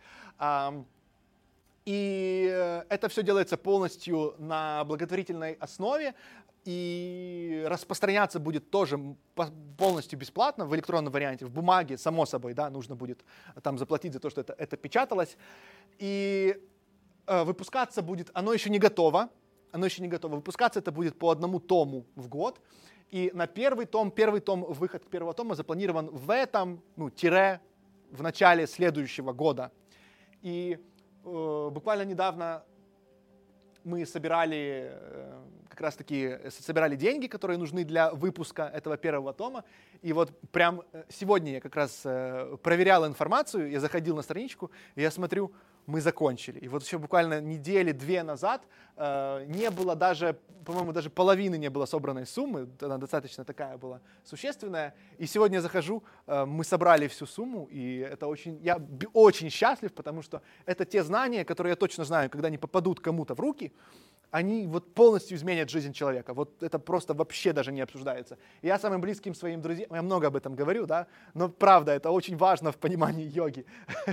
A: И это все делается полностью на благотворительной основе. И распространяться будет тоже полностью бесплатно в электронном варианте, в бумаге, само собой, да, нужно будет там заплатить за то, что это, это печаталось. И э, выпускаться будет, оно еще не готово, оно еще не готово. Выпускаться это будет по одному тому в год. И на первый том, первый том, выход первого тома запланирован в этом, ну, тире, в начале следующего года. И э, буквально недавно мы собирали, как раз таки, собирали деньги, которые нужны для выпуска этого первого тома. И вот прям сегодня я как раз проверял информацию, я заходил на страничку, и я смотрю, мы закончили. И вот еще буквально недели-две назад э, не было даже, по-моему, даже половины не было собранной суммы, она достаточно такая была существенная. И сегодня я захожу, э, мы собрали всю сумму, и это очень, я очень счастлив, потому что это те знания, которые я точно знаю, когда они попадут кому-то в руки, они вот полностью изменят жизнь человека. Вот это просто вообще даже не обсуждается. Я самым близким своим друзьям, я много об этом говорю, да, но правда, это очень важно в понимании йоги.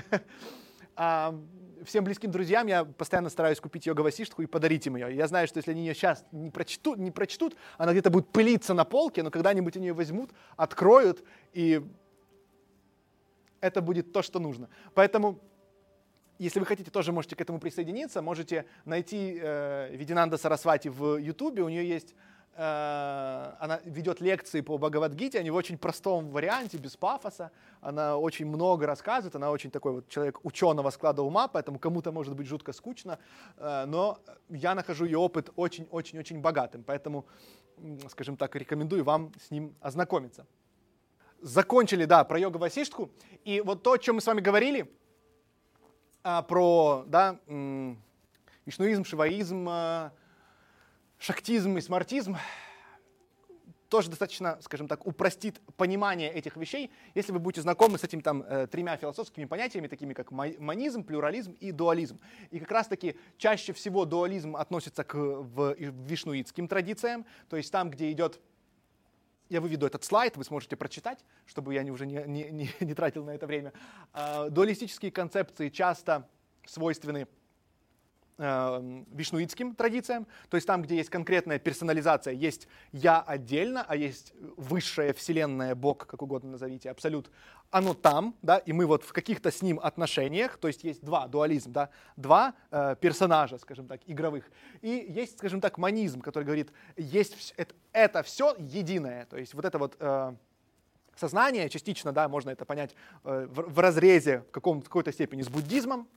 A: Всем близким друзьям я постоянно стараюсь купить йога-васиштху и подарить им ее. Я знаю, что если они ее сейчас не прочтут, не прочтут, она где-то будет пылиться на полке, но когда-нибудь они ее возьмут, откроют, и это будет то, что нужно. Поэтому, если вы хотите, тоже можете к этому присоединиться. Можете найти э, Видинанда Сарасвати в Ютубе. У нее есть, э, она ведет лекции по Бхагавад-гите, они в очень простом варианте, без пафоса. Она очень много рассказывает, она очень такой вот человек ученого склада ума, поэтому кому-то может быть жутко скучно. Э, но я нахожу ее опыт очень-очень-очень богатым, поэтому, скажем так, рекомендую вам с ним ознакомиться. Закончили, да, про йога-васиштху. И вот то, о чем мы с вами говорили, про, да, вишнуизм, шиваизм, шактизм и смартизм, тоже достаточно, скажем так, упростит понимание этих вещей, если вы будете знакомы с этими там тремя философскими понятиями, такими как монизм, плюрализм и дуализм. И как раз-таки чаще всего дуализм относится к в, вишнуитским традициям, то есть там, где идет... Я выведу этот слайд, вы сможете прочитать, чтобы я уже не, не, не, не тратил на это время. Uh, дуалистические концепции часто свойственны uh, вишнуитским традициям, то есть там, где есть конкретная персонализация, есть я отдельно, а есть высшая вселенная, Бог, как угодно назовите, абсолют, оно там, да, и мы вот в каких-то с ним отношениях, то есть есть два, дуализм, да, два э, персонажа, скажем так, игровых, и есть, скажем так, монизм, который говорит, есть это, это все единое, то есть вот это вот э, сознание, частично, да, можно это понять э, в, в разрезе в, каком, в какой-то степени с буддизмом,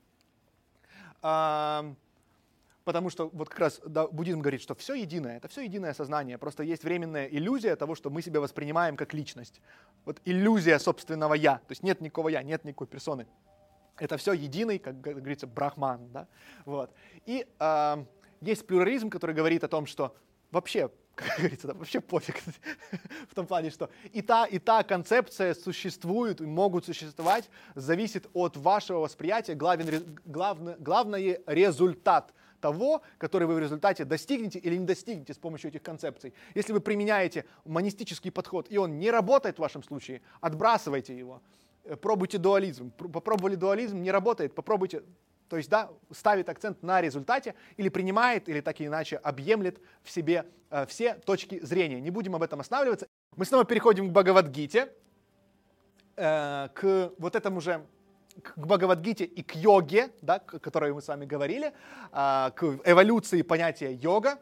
A: э, потому что вот как раз да, буддизм говорит, что все единое, это все единое сознание, просто есть временная иллюзия того, что мы себя воспринимаем как личность. Вот иллюзия собственного «я», то есть нет никакого «я», нет никакой персоны. Это все единый, как говорится, брахман. Да? Вот. И э, есть плюрализм, который говорит о том, что вообще, как говорится, да, вообще пофиг. В том плане, что и та, и та концепция существует, и могут существовать, зависит от вашего восприятия, главен, главное, главное результат того, который вы в результате достигнете или не достигнете с помощью этих концепций. Если вы применяете монистический подход, и он не работает в вашем случае, отбрасывайте его. Пробуйте дуализм. Попробовали дуализм, не работает, попробуйте. То есть, да, ставит акцент на результате или принимает, или так или иначе объемлет в себе э, все точки зрения. Не будем об этом останавливаться. Мы снова переходим к Бхагавад-гите, э, к вот этому же к Бхагавад-гите и к йоге, да, о которой мы с вами говорили, к эволюции понятия йога.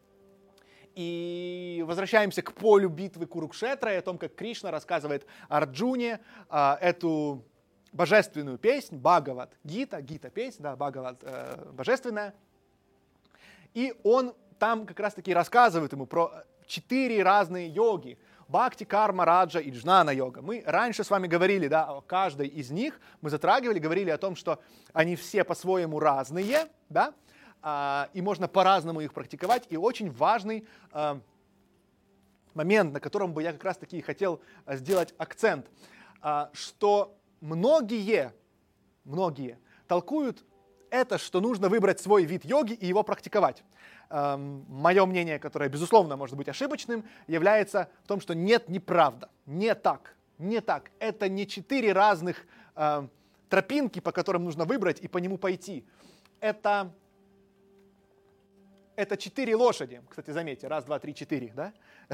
A: И возвращаемся к полю битвы Курукшетра и о том, как Кришна рассказывает Арджуне эту божественную песнь, Бхагавад-гита, гита-песнь, да, Бхагавад э, божественная. И он там как раз-таки рассказывает ему про четыре разные йоги. Бхакти, карма, раджа и джнана йога. Мы раньше с вами говорили, да, о каждой из них, мы затрагивали, говорили о том, что они все по-своему разные, да, а, и можно по-разному их практиковать. И очень важный а, момент, на котором бы я как раз-таки хотел сделать акцент, что многие, многие толкуют это, что нужно выбрать свой вид йоги и его практиковать. Мое мнение, которое, безусловно, может быть ошибочным, является в том, что нет, неправда, не так, не так. Это не четыре разных э, тропинки, по которым нужно выбрать и по нему пойти. Это, это четыре лошади. Кстати, заметьте, раз, два, три, четыре, да?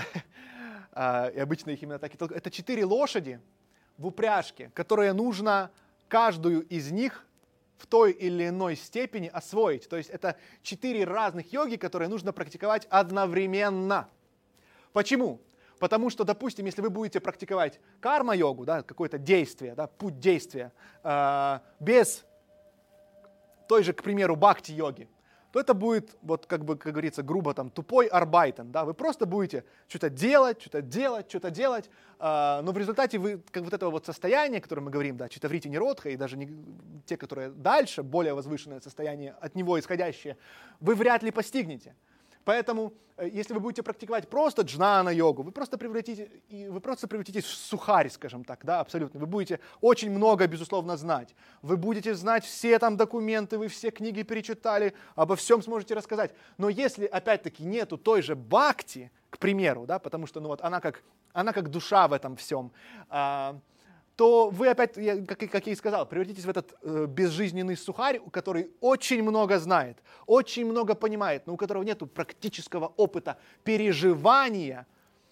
A: И обычно их именно так и толкуют. Это четыре лошади в упряжке, которые нужно каждую из них в той или иной степени освоить. То есть это четыре разных йоги, которые нужно практиковать одновременно. Почему? Потому что, допустим, если вы будете практиковать карма-йогу, да, какое-то действие, да, путь действия, э, без той же, к примеру, бхакти-йоги, то это будет, вот как бы, как говорится, грубо там, тупой арбайтен. Да? Вы просто будете что-то делать, что-то делать, что-то делать, э, но в результате вы, как вот этого вот состояния, о котором мы говорим, да, читаврити ниродха, и даже не, те, которые дальше, более возвышенное состояние, от него исходящее, вы вряд ли постигнете. Поэтому, если вы будете практиковать просто джнана-йогу, вы просто превратите, вы просто превратитесь в сухарь, скажем так, да, абсолютно. Вы будете очень много, безусловно, знать. Вы будете знать все там документы, вы все книги перечитали, обо всем сможете рассказать. Но если, опять-таки, нету той же бхакти, к примеру, да, потому что ну, вот, она, как, она как душа в этом всем, а, то вы опять, как, как я и сказал, превратитесь в этот э, безжизненный сухарь, который очень много знает, очень много понимает, но у которого нет практического опыта переживания,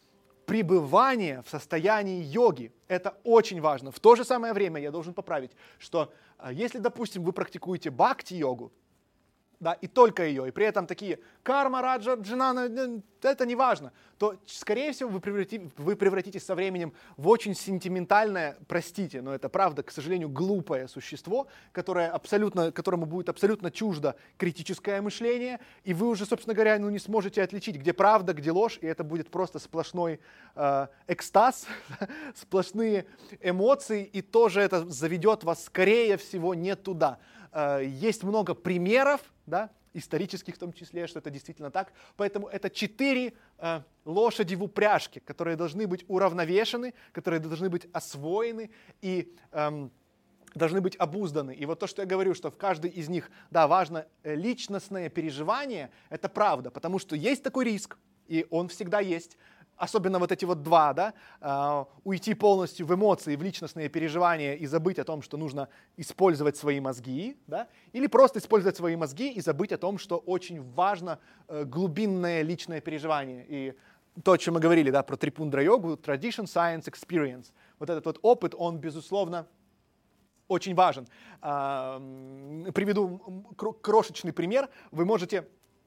A: пребывания в состоянии йоги. Это очень важно. В то же самое время я должен поправить, что э, если, допустим, вы практикуете бхакти-йогу, да, и только ее, и при этом такие карма, раджа, джнана, это не важно, то, скорее всего, вы, преврати, вы превратитесь со временем в очень сентиментальное, простите, но это правда, к сожалению, глупое существо, которое абсолютно, которому будет абсолютно чуждо критическое мышление, и вы уже, собственно говоря, ну, не сможете отличить, где правда, где ложь, и это будет просто сплошной э, экстаз, сплошные эмоции, и тоже это заведет вас, скорее всего, не туда. Есть много примеров, да, исторических в том числе, что это действительно так. Поэтому это четыре э, лошади в упряжке, которые должны быть уравновешены, которые должны быть освоены и эм, должны быть обузданы. И вот то, что я говорю, что в каждой из них, да, важно личностное переживание, это правда, потому что есть такой риск, и он всегда есть. Особенно вот эти вот два, да, э, уйти полностью в эмоции, в личностные переживания и забыть о том, что нужно использовать свои мозги, да, или просто использовать свои мозги и забыть о том, что очень важно э, глубинное личное переживание. И то, о чем мы говорили, да, про трипундра-йогу, tradition, science, experience. Вот этот вот опыт, он, безусловно, очень важен. Э, приведу крошечный пример. Вы можете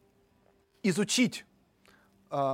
A: изучить... Э,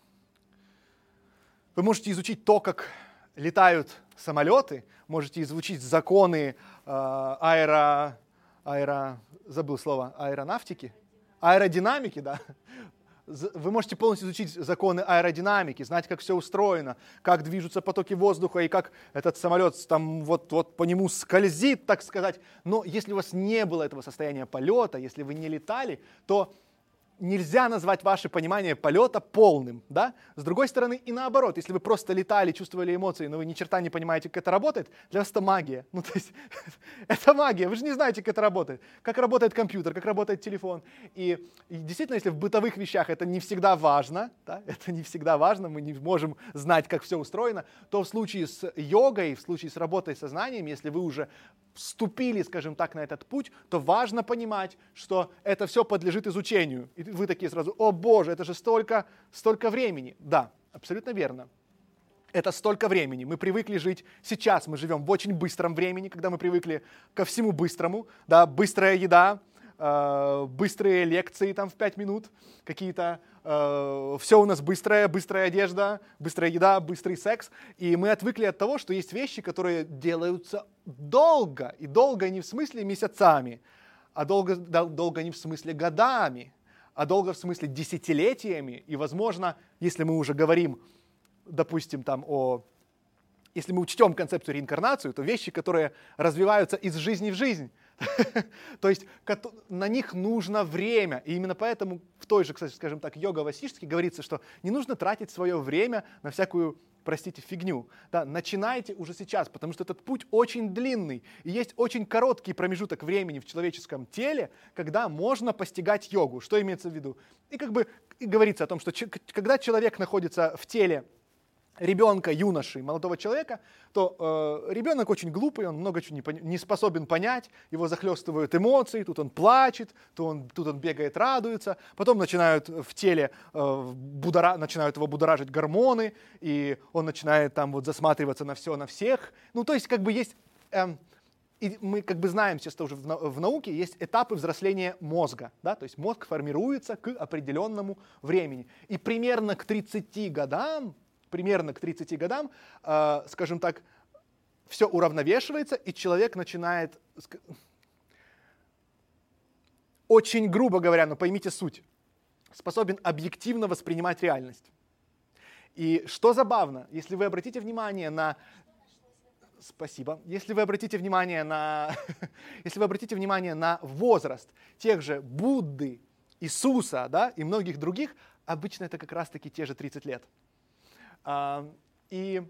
A: Вы можете изучить то, как летают самолеты, можете изучить законы э, аэро, аэро, забыл слово, аэронавтики, аэродинамики, да. Вы можете полностью изучить законы аэродинамики, знать, как все устроено, как движутся потоки воздуха и как этот самолет там вот, вот по нему скользит, так сказать. Но если у вас не было этого состояния полета, если вы не летали, то нельзя назвать ваше понимание полета полным, да? С другой стороны, и наоборот, если вы просто летали, чувствовали эмоции, но вы ни черта не понимаете, как это работает, для вас это магия. Ну, то есть, это магия, вы же не знаете, как это работает. Как работает компьютер, как работает телефон. И, и действительно, если в бытовых вещах это не всегда важно, да? Это не всегда важно, мы не можем знать, как все устроено, то в случае с йогой, в случае с работой с сознанием, если вы уже вступили, скажем так, на этот путь, то важно понимать, что это все подлежит изучению. И вы такие сразу: о боже, это же столько, столько времени. Да, абсолютно верно. Это столько времени. Мы привыкли жить, сейчас мы живем в очень быстром времени, когда мы привыкли ко всему быстрому. Да, быстрая еда, э, быстрые лекции там в пять минут, какие-то, э, все у нас быстрое, быстрая одежда, быстрая еда, быстрый секс. И мы отвыкли от того, что есть вещи, которые делаются долго. И долго не в смысле месяцами, а долго, долго не в смысле годами, а долго в смысле десятилетиями. И, возможно, если мы уже говорим, допустим, там о... Если мы учтем концепцию реинкарнации, то вещи, которые развиваются из жизни в жизнь, То есть на них нужно время. И именно поэтому в той же, кстати, скажем так, йога Васиштхи говорится, что не нужно тратить свое время на всякую, простите, фигню. Да, начинайте уже сейчас, потому что этот путь очень длинный. И есть очень короткий промежуток времени в человеческом теле, когда можно постигать йогу. Что имеется в виду? И как бы и говорится о том, что ч- когда человек находится в теле ребенка, юноши, молодого человека, то э, ребенок очень глупый, он много чего не, пон- не способен понять, его захлестывают эмоции, тут он плачет, то он, тут он бегает, радуется, потом начинают в теле, э, будора, начинают его будоражить гормоны, и он начинает там вот засматриваться на все, на всех. Ну, то есть как бы есть... Э, И мы как бы знаем сейчас уже в, на, в науке, есть этапы взросления мозга. Да? То есть мозг формируется к определенному времени. И примерно к тридцати годам, примерно к тридцати годам, э, скажем так, все уравновешивается, и человек начинает, очень грубо говоря, но поймите суть, способен объективно воспринимать реальность. И что забавно, если вы обратите внимание на... Спасибо. Если вы обратите внимание на, если вы обратите внимание на возраст тех же Будды, Иисуса, да, и многих других, обычно это как раз-таки те же тридцать лет. А, и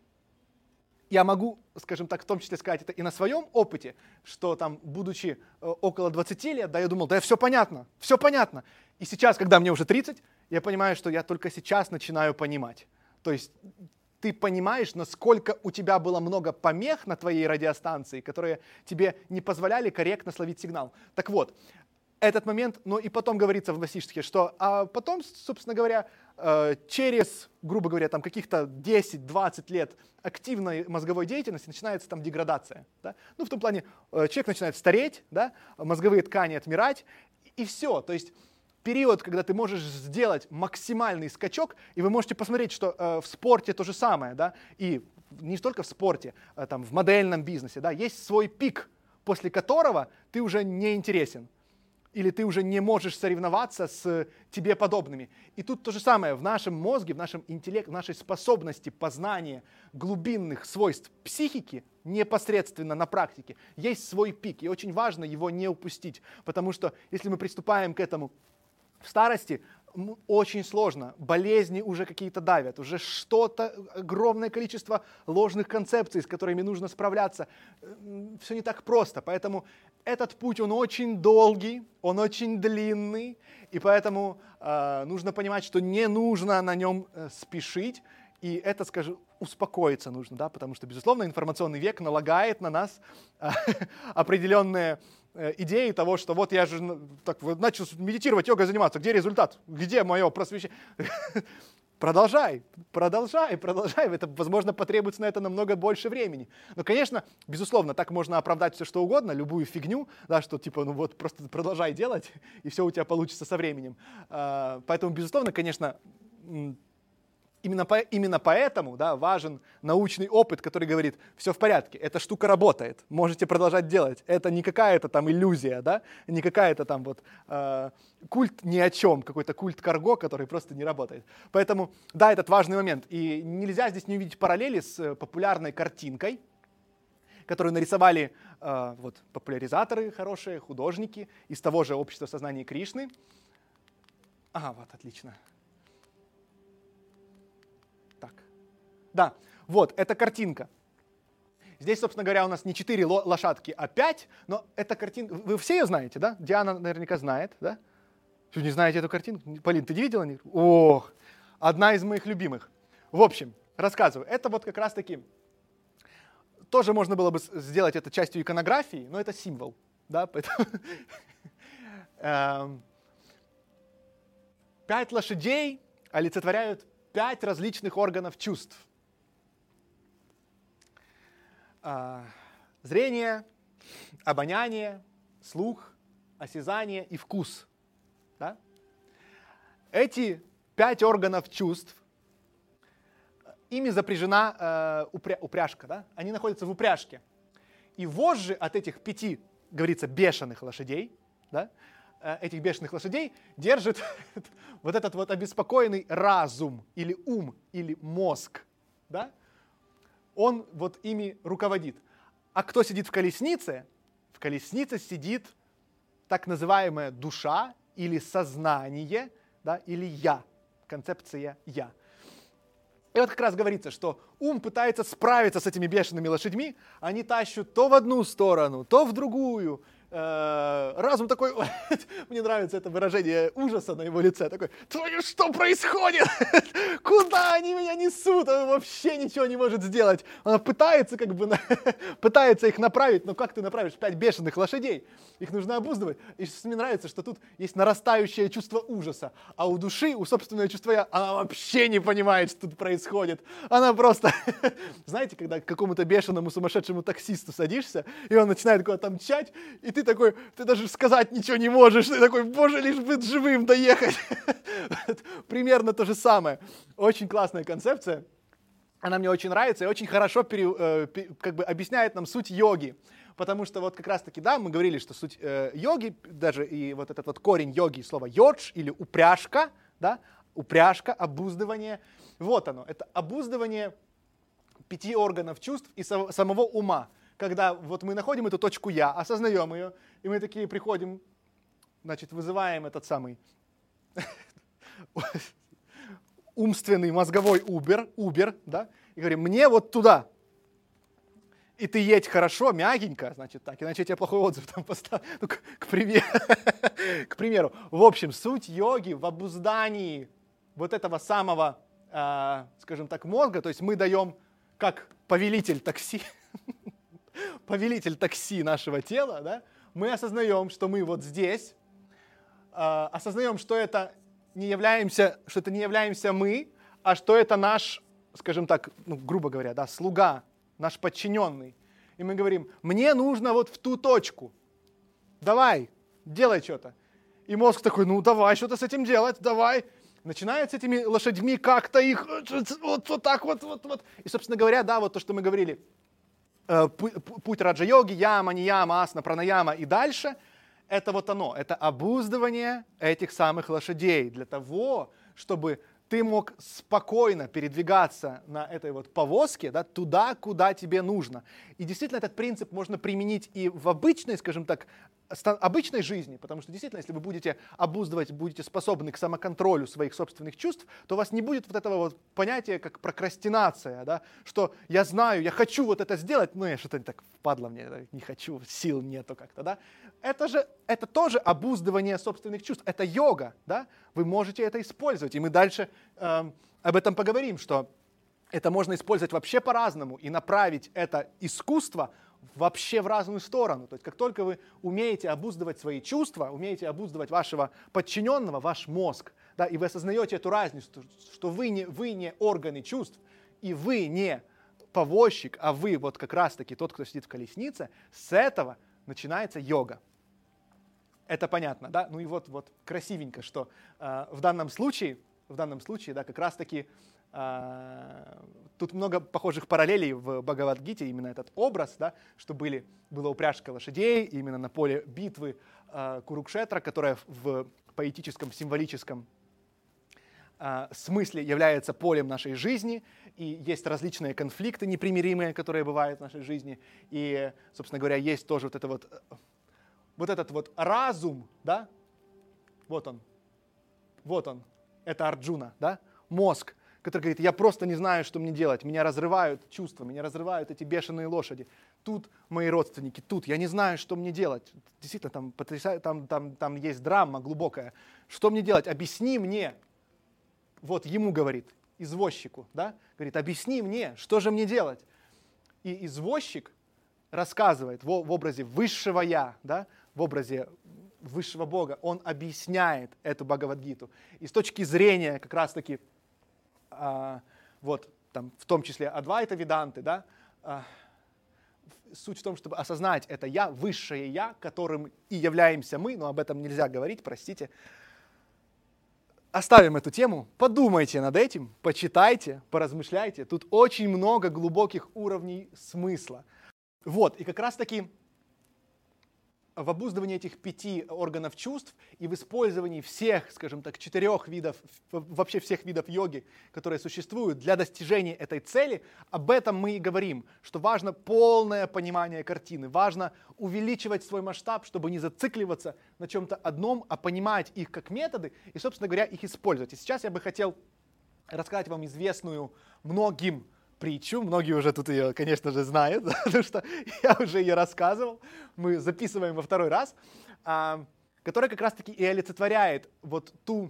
A: я могу, скажем так, в том числе сказать это и на своем опыте, что там, будучи около двадцати лет, да, я думал, да, все понятно, все понятно. И сейчас, когда мне уже тридцать, я понимаю, что я только сейчас начинаю понимать. То есть ты понимаешь, насколько у тебя было много помех на твоей радиостанции, которые тебе не позволяли корректно словить сигнал. Так вот, этот момент, ну и потом говорится в Васиштхе, что а потом, собственно говоря, через, грубо говоря, там каких-то десять-двадцать лет активной мозговой деятельности начинается там деградация. Да? Ну, в том плане, человек начинает стареть, да? Мозговые ткани отмирать, и все. То есть период, когда ты можешь сделать максимальный скачок, и вы можете посмотреть, что э, в спорте то же самое, да, и не только в спорте, а там, в модельном бизнесе, да, есть свой пик, после которого ты уже не интересен, или ты уже не можешь соревноваться с тебе подобными. И тут то же самое в нашем мозге, в нашем интеллекте, в нашей способности познания глубинных свойств психики, непосредственно на практике, есть свой пик, и очень важно его не упустить, потому что если мы приступаем к этому в старости, очень сложно, болезни уже какие-то давят, уже что-то, огромное количество ложных концепций, с которыми нужно справляться. Все не так просто, поэтому этот путь, он очень долгий, он очень длинный, и поэтому э, нужно понимать, что не нужно на нем э, спешить, и это, скажу, успокоиться нужно, да, потому что, безусловно, информационный век налагает на нас э, определенные идеи того, что вот я же так, начал медитировать, йогой заниматься, где результат, где мое просвещение? Продолжай, продолжай, продолжай, это, возможно, потребуется на это намного больше времени. Но, конечно, безусловно, так можно оправдать все, что угодно, любую фигню, да, что типа, ну вот просто продолжай делать, и все у тебя получится со временем. Поэтому, безусловно, конечно, Именно, по, именно поэтому, да, важен научный опыт, который говорит, все в порядке, эта штука работает, можете продолжать делать. Это не какая-то там иллюзия, да, не какая-то там вот э, культ ни о чем, какой-то культ карго, который просто не работает. Поэтому, да, этот важный момент. И нельзя здесь не увидеть параллели с популярной картинкой, которую нарисовали э, вот, популяризаторы хорошие, художники из того же общества сознания Кришны. Ага, вот, отлично. Да, вот, это картинка. Здесь, собственно говоря, у нас не четыре лошадки, а пять, но эта картинка... Вы все ее знаете, да? Диана наверняка знает, да? Что, не знаете эту картинку? Полин, ты не видела? Ох, одна из моих любимых. В общем, рассказываю. Это вот как раз-таки... Тоже можно было бы сделать это частью иконографии, но это символ, да? Поэтому... Пять лошадей олицетворяют пять различных органов чувств. Зрение, обоняние, слух, осязание и вкус. Да? Эти пять органов чувств, ими запряжена э, упря- упряжка. Да? Они находятся в упряжке. И вожжи от этих пяти, говорится, бешеных лошадей, да, э, этих бешеных лошадей держит вот этот вот обеспокоенный разум или ум или мозг. Да? Он вот ими руководит. А кто сидит в колеснице, В колеснице сидит так называемая душа или сознание, да, или я, концепция «я». И вот как раз говорится, что ум пытается справиться с этими бешеными лошадьми, они тащат то в одну сторону, то в другую. Разум такой, мне нравится это выражение ужаса на его лице, такой: твою, что происходит? Куда они меня несут? Он вообще ничего не может сделать. Она пытается как бы, пытается их направить, но как ты направишь пять бешеных лошадей? Их нужно обуздывать. И мне нравится, что тут есть нарастающее чувство ужаса, а у души, у собственного чувства я, она вообще не понимает, что тут происходит. Она просто, знаете, когда к какому-то бешеному сумасшедшему таксисту садишься, и он начинает куда-то мчать, и ты такой, ты даже сказать ничего не можешь, ты такой: боже, лишь бы живым доехать. Примерно то же самое. Очень классная концепция, она мне очень нравится и очень хорошо пере, э, как бы объясняет нам суть йоги. Потому что вот как раз-таки, да, мы говорили, что суть э, йоги, даже и вот этот вот корень йоги, слово йодж или упряжка, да, упряжка, обуздывание, вот оно, это обуздывание пяти органов чувств и со, самого ума. Когда вот мы находим эту точку «я», осознаем ее, и мы такие приходим, значит, вызываем этот самый умственный мозговой Uber, Uber, да, и говорим: мне вот туда. И ты едь хорошо, мягенько, значит так, иначе я тебе плохой отзыв там поставлю. Ну, к, к, примеру, к примеру. В общем, суть йоги в обуздании вот этого самого, э, скажем так, мозга, то есть мы даем как повелитель такси, повелитель такси нашего тела, да, мы осознаем, что мы вот здесь, э, осознаем, что это не являемся, что это не являемся мы, а что это наш, скажем так, ну, грубо говоря, да, слуга, наш подчиненный. И мы говорим: мне нужно вот в ту точку. Давай, делай что-то. И мозг такой: ну давай что-то с этим делать, давай. Начинает с этими лошадьми как-то их вот, вот так вот, вот, вот. И, собственно говоря, да, вот то, что мы говорили, путь раджа-йоги, яма, нияма, асана, пранаяма и дальше, это вот оно, это обуздывание этих самых лошадей для того, чтобы ты мог спокойно передвигаться на этой вот повозке, да, туда, куда тебе нужно. И действительно этот принцип можно применить и в обычной, скажем так, обычной жизни, потому что действительно, если вы будете обуздывать, будете способны к самоконтролю своих собственных чувств, то у вас не будет вот этого вот понятия, как прокрастинация, да, что я знаю, я хочу вот это сделать, но я что-то так впадло мне, не хочу, сил нету как-то, да. Это же, это тоже обуздывание собственных чувств, это йога, да, вы можете это использовать, и мы дальше э, об этом поговорим, что это можно использовать вообще по-разному и направить это искусство вообще в разную сторону. То есть как только вы умеете обуздывать свои чувства, умеете обуздывать вашего подчиненного, ваш мозг, да, и вы осознаете эту разницу, что вы не, вы не органы чувств, и вы не повозчик, а вы вот как раз-таки тот, кто сидит в колеснице, с этого начинается йога. Это понятно, да? Ну и вот, вот красивенько, что э, в данном случае, в данном случае, да, как раз-таки э, тут много похожих параллелей в Бхагавад-гите, именно этот образ, да, что были, была упряжка лошадей именно на поле битвы э, Курукшетра, которая в поэтическом, символическом э, смысле является полем нашей жизни, и есть различные конфликты непримиримые, которые бывают в нашей жизни, и, собственно говоря, есть тоже вот это вот Вот этот вот разум, да, вот он, вот он, это Арджуна, да, мозг, который говорит: я просто не знаю, что мне делать, меня разрывают чувства, меня разрывают эти бешеные лошади, тут мои родственники, тут, я не знаю, что мне делать, действительно, там, потрясаю, там, там, там есть драма глубокая, что мне делать, объясни мне, вот ему говорит, извозчику, да, говорит: объясни мне, что же мне делать, и извозчик рассказывает в, в образе высшего я, да, в образе высшего Бога, он объясняет эту Бхагавад-гиту. И с точки зрения как раз-таки, а, вот, там, в том числе Адвайта Веданты, да, а, суть в том, чтобы осознать это я, высшее я, которым и являемся мы, но об этом нельзя говорить, простите. Оставим эту тему, подумайте над этим, почитайте, поразмышляйте. Тут очень много глубоких уровней смысла. Вот, и как раз-таки в обуздывании этих пяти органов чувств и в использовании всех, скажем так, четырех видов, вообще всех видов йоги, которые существуют для достижения этой цели, об этом мы и говорим, что важно полное понимание картины, важно увеличивать свой масштаб, чтобы не зацикливаться на чем-то одном, а понимать их как методы и, собственно говоря, их использовать. И сейчас я бы хотел рассказать вам известную многим притчу. Многие уже тут ее, конечно же, знают, потому что я уже ее рассказывал. Мы записываем во второй раз, а, которая как раз-таки и олицетворяет вот ту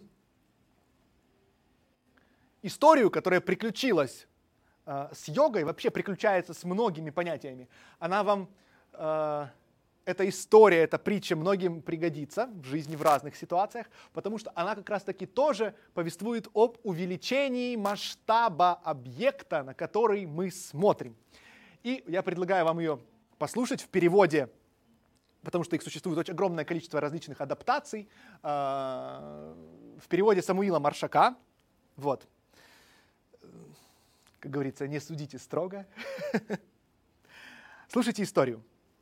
A: историю, которая приключилась а, с йогой, вообще приключается с многими понятиями. Она вам, а, эта история, эта притча многим пригодится в жизни в разных ситуациях, потому что она как раз-таки тоже повествует об увеличении масштаба объекта, на который мы смотрим. И я предлагаю вам ее послушать в переводе, потому что их существует очень огромное количество различных адаптаций, в переводе Самуила Маршака. Вот. Как говорится, не судите строго. Слушайте историю.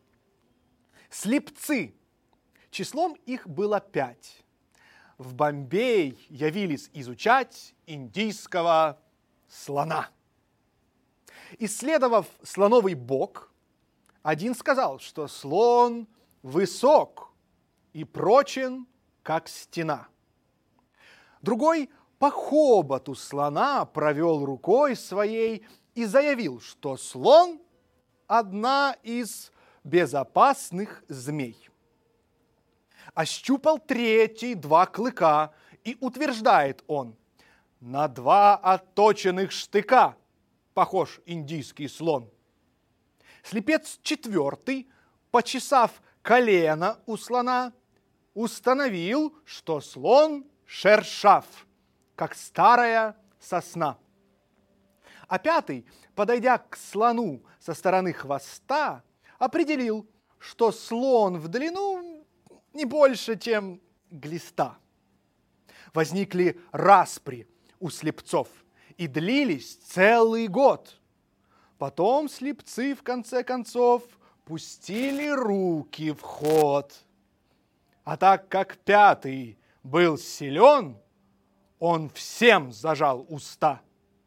A: Слепцы. Числом их было пять. В Бомбей явились изучать индийского слона. Исследовав слоновый бок, один сказал, что слон высок и прочен, как стена. Другой по хоботу слона провел рукой своей и заявил, что слон – одна из безопасных змей. Ощупал третий два клыка, и утверждает он: на два отточенных штыка похож индийский слон. Слепец четвертый, почесав колено у слона, установил, что слон шершав, как старая сосна. А пятый, подойдя к слону со стороны хвоста, определил, что слон в длину не больше, чем глиста. Возникли распри у слепцов и длились целый год. Потом слепцы, в конце концов, пустили руки в ход. А так как пятый был силен, он всем зажал уста.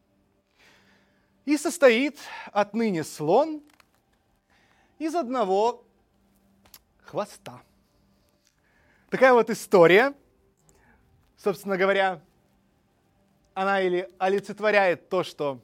A: И состоит отныне слон из одного хвоста. Такая вот история. Собственно говоря, она или олицетворяет то, что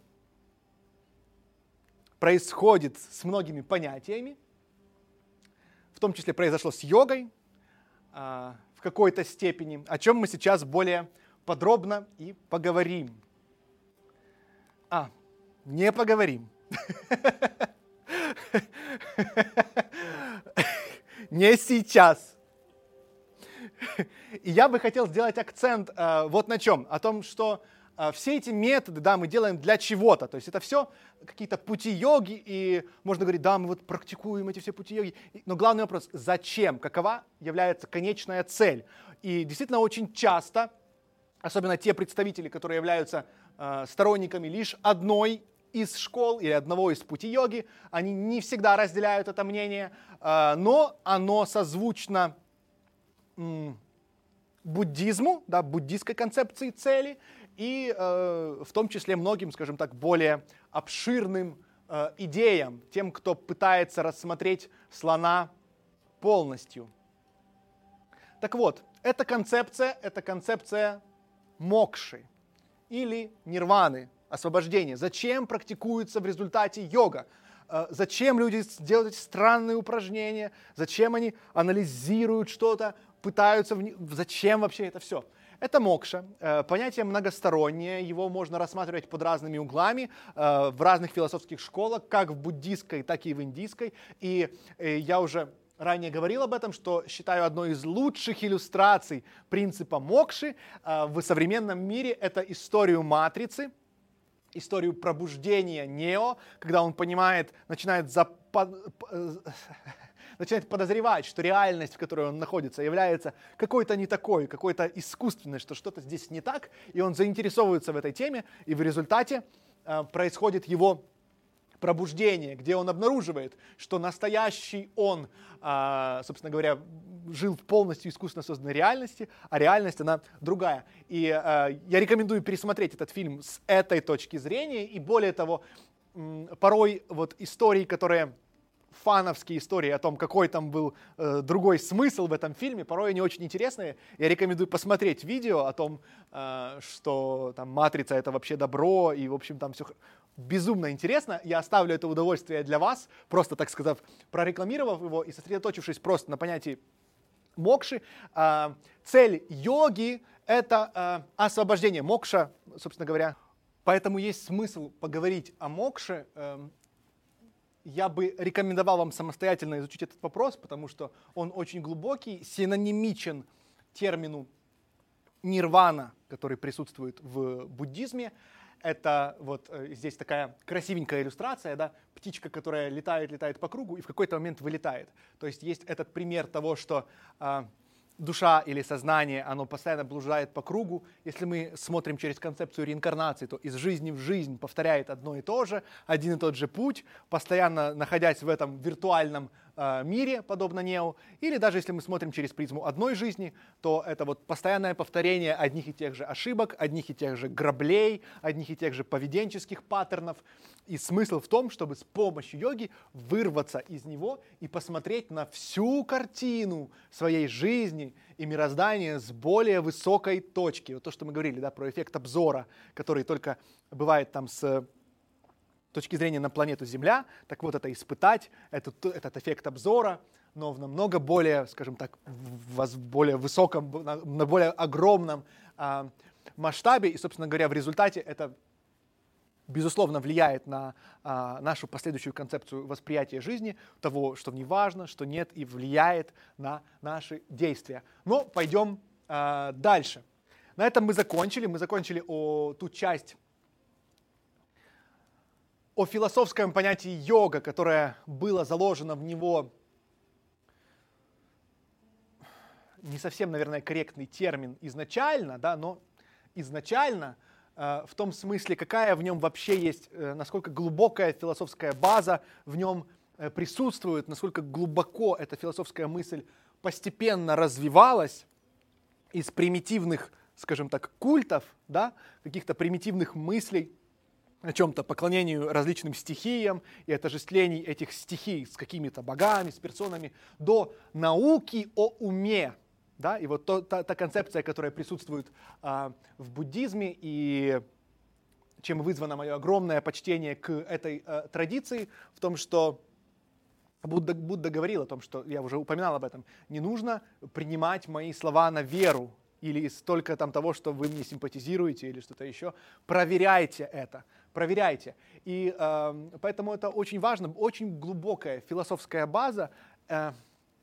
A: происходит с многими понятиями, в том числе произошло с йогой а, в какой-то степени, о чем мы сейчас более подробно и поговорим. А, не поговорим. Не сейчас. И я бы хотел сделать акцент э, вот на чем. О том, что э, все эти методы, да, мы делаем для чего-то. То есть это все какие-то пути йоги, и можно говорить, да, мы вот практикуем эти все пути йоги. Но главный вопрос, зачем? Какова является конечная цель? И действительно очень часто, особенно те представители, которые являются э, сторонниками лишь одной из школ или одного из путей йоги, они не всегда разделяют это мнение, э, но оно созвучно буддизму, да, буддистской концепции цели, и э, в том числе многим, скажем так, более обширным э, идеям, тем, кто пытается рассмотреть слона полностью. Так вот, эта концепция, это концепция мокши или нирваны, освобождения. Зачем практикуется в результате йога? Зачем люди делают эти странные упражнения? Зачем они анализируют что-то? Пытаются, в... зачем вообще это все? Это мокша, понятие многостороннее, его можно рассматривать под разными углами в разных философских школах, как в буддистской, так и в индийской. И я уже ранее говорил об этом, что считаю одной из лучших иллюстраций принципа мокши в современном мире это историю матрицы, историю пробуждения Нео, когда он понимает, начинает запад... начинает подозревать, что реальность, в которой он находится, является какой-то не такой, какой-то искусственной, что что-то здесь не так, и он заинтересовывается в этой теме, и в результате э, происходит его пробуждение, где он обнаруживает, что настоящий он, собственно говоря, жил в полностью искусственно созданной реальности, а реальность, она другая. И я рекомендую пересмотреть этот фильм с этой точки зрения, и более того, порой вот истории, которые... фановские истории о том, какой там был э, другой смысл в этом фильме, порой они очень интересные. Я рекомендую посмотреть видео о том, э, что там «Матрица» — это вообще добро, и, в общем, там все безумно интересно. Я оставлю это удовольствие для вас, просто, так сказав, прорекламировав его и сосредоточившись просто на понятии мокши. Э, цель йоги — это э, освобождение. Мокша, собственно говоря. Поэтому есть смысл поговорить о мокше. Э, Я бы рекомендовал вам самостоятельно изучить этот вопрос, потому что он очень глубокий, синонимичен термину нирвана, который присутствует в буддизме. Это вот здесь такая красивенькая иллюстрация, да, птичка, которая летает, летает по кругу и в какой-то момент вылетает. То есть есть этот пример того, что э, душа или сознание, оно постоянно блуждает по кругу. Если мы смотрим через концепцию реинкарнации, то из жизни в жизнь повторяет одно и то же, один и тот же путь, постоянно находясь в этом виртуальном э, мире, подобно Нео. Или даже если мы смотрим через призму одной жизни, то это вот постоянное повторение одних и тех же ошибок, одних и тех же граблей, одних и тех же поведенческих паттернов. И смысл в том, чтобы с помощью йоги вырваться из него и посмотреть на всю картину своей жизни и мироздания с более высокой точки. Вот то, что мы говорили, да, про эффект обзора, который только бывает там с точки зрения на планету Земля. Так вот, это испытать, этот, этот эффект обзора, но в намного более, скажем так, в более высоком, на, на более огромном а, масштабе. И, собственно говоря, в результате это безусловно, влияет на а, нашу последующую концепцию восприятия жизни, того, что не важно, что нет, и влияет на наши действия. Но пойдем а, дальше. На этом мы закончили. Мы закончили о, ту часть, о философском понятии йога, которое было заложено в него, не совсем, наверное, корректный термин изначально, да, но изначально в том смысле, какая в нем вообще есть, насколько глубокая философская база в нем присутствует, насколько глубоко эта философская мысль постепенно развивалась из примитивных, скажем так, культов, да, каких-то примитивных мыслей о чем-то, поклонению различным стихиям и отождествлений этих стихий с какими-то богами, с персонами, до науки о уме. Да, и вот то, та, та концепция, которая присутствует а, в буддизме, и чем вызвано мое огромное почтение к этой а, традиции, в том, что Будда, Будда говорил о том, что, я уже упоминал об этом, не нужно принимать мои слова на веру, или столько там того, что вы мне симпатизируете, или что-то еще. Проверяйте это, проверяйте. И а, поэтому это очень важно, очень глубокая философская база, а,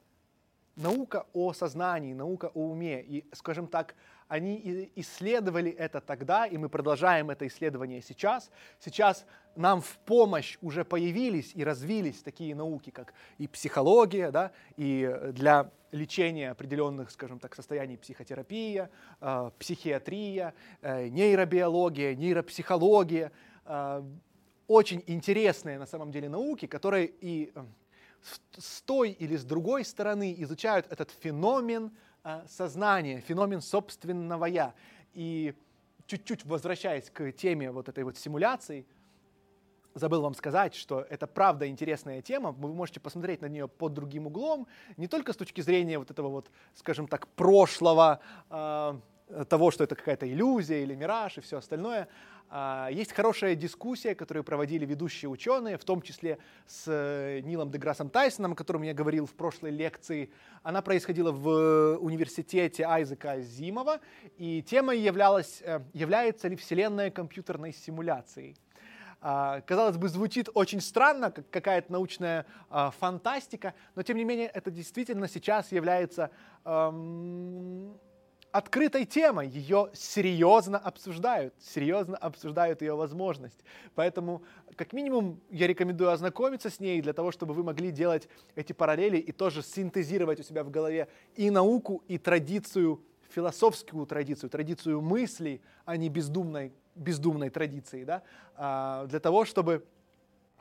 A: наука о сознании, наука о уме. И, скажем так, они исследовали это тогда, и мы продолжаем это исследование сейчас. Сейчас нам в помощь уже появились и развились такие науки, как и психология, да, и для лечения определенных, скажем так, состояний психотерапия, э, психиатрия, э, нейробиология, нейропсихология. Э, очень интересные на самом деле науки, которые и с той или с другой стороны изучают этот феномен а, сознания, феномен собственного «я». И чуть-чуть возвращаясь к теме вот этой вот симуляции, забыл вам сказать, что это правда интересная тема, вы можете посмотреть на нее под другим углом, не только с точки зрения вот этого вот, скажем так, прошлого, а, того, что это какая-то иллюзия или мираж и все остальное. Есть хорошая дискуссия, которую проводили ведущие ученые, в том числе с Нилом Деграссом Тайсоном, о котором я говорил в прошлой лекции. Она происходила в университете Айзека Азимова, и темой являлась, является ли Вселенная компьютерной симуляцией. Казалось бы, звучит очень странно, как какая-то научная фантастика, но тем не менее это действительно сейчас является эм, открытой темой, ее серьезно обсуждают, серьезно обсуждают ее возможность. Поэтому, как минимум, я рекомендую ознакомиться с ней для того, чтобы вы могли делать эти параллели и тоже синтезировать у себя в голове и науку, и традицию, философскую традицию, традицию мысли, а не бездумной, бездумной традиции, да? Для того, чтобы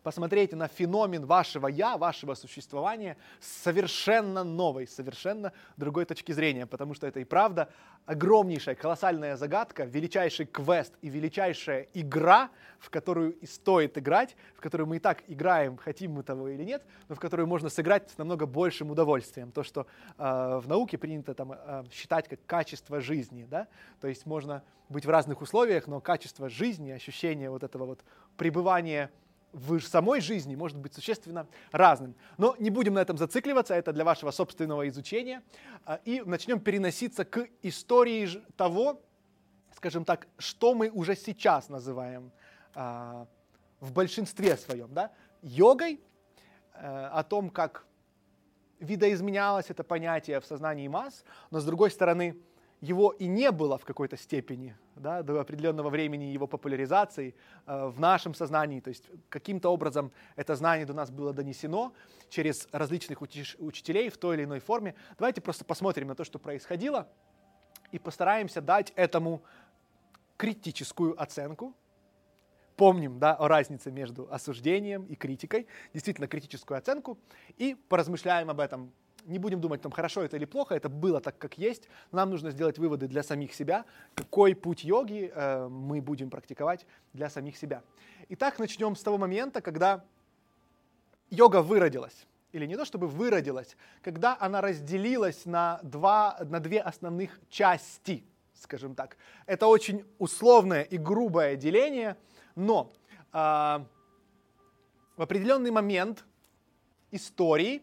A: посмотреть на феномен вашего «я», вашего существования с совершенно новой, совершенно другой точки зрения, потому что это и правда огромнейшая, колоссальная загадка, величайший квест и величайшая игра, в которую и стоит играть, в которую мы и так играем, хотим мы того или нет, но в которую можно сыграть с намного большим удовольствием. То, что э, в науке принято там, э, считать как качество жизни, да? То есть можно быть в разных условиях, но качество жизни, ощущение вот этого вот пребывания в самой жизни может быть существенно разным. Но не будем на этом зацикливаться, это для вашего собственного изучения. И начнем переноситься к истории того, скажем так, что мы уже сейчас называем а, в большинстве своем, да, йогой, а, о том, как видоизменялось это понятие в сознании масс, но с другой стороны, его и не было в какой-то степени, да, до определенного времени его популяризации э, в нашем сознании. То есть каким-то образом это знание до нас было донесено через различных учи- учителей в той или иной форме. Давайте просто посмотрим на то, что происходило, и постараемся дать этому критическую оценку. Помним, да, о разнице между осуждением и критикой, действительно критическую оценку, и поразмышляем об этом. Не будем думать, там, хорошо это или плохо, это было так, как есть. Нам нужно сделать выводы для самих себя, какой путь йоги э, мы будем практиковать для самих себя. Итак, начнем с того момента, когда йога выродилась. Или не то, чтобы выродилась, когда она разделилась на, два, на две основных части, скажем так. Это очень условное и грубое деление, но э, в определенный момент истории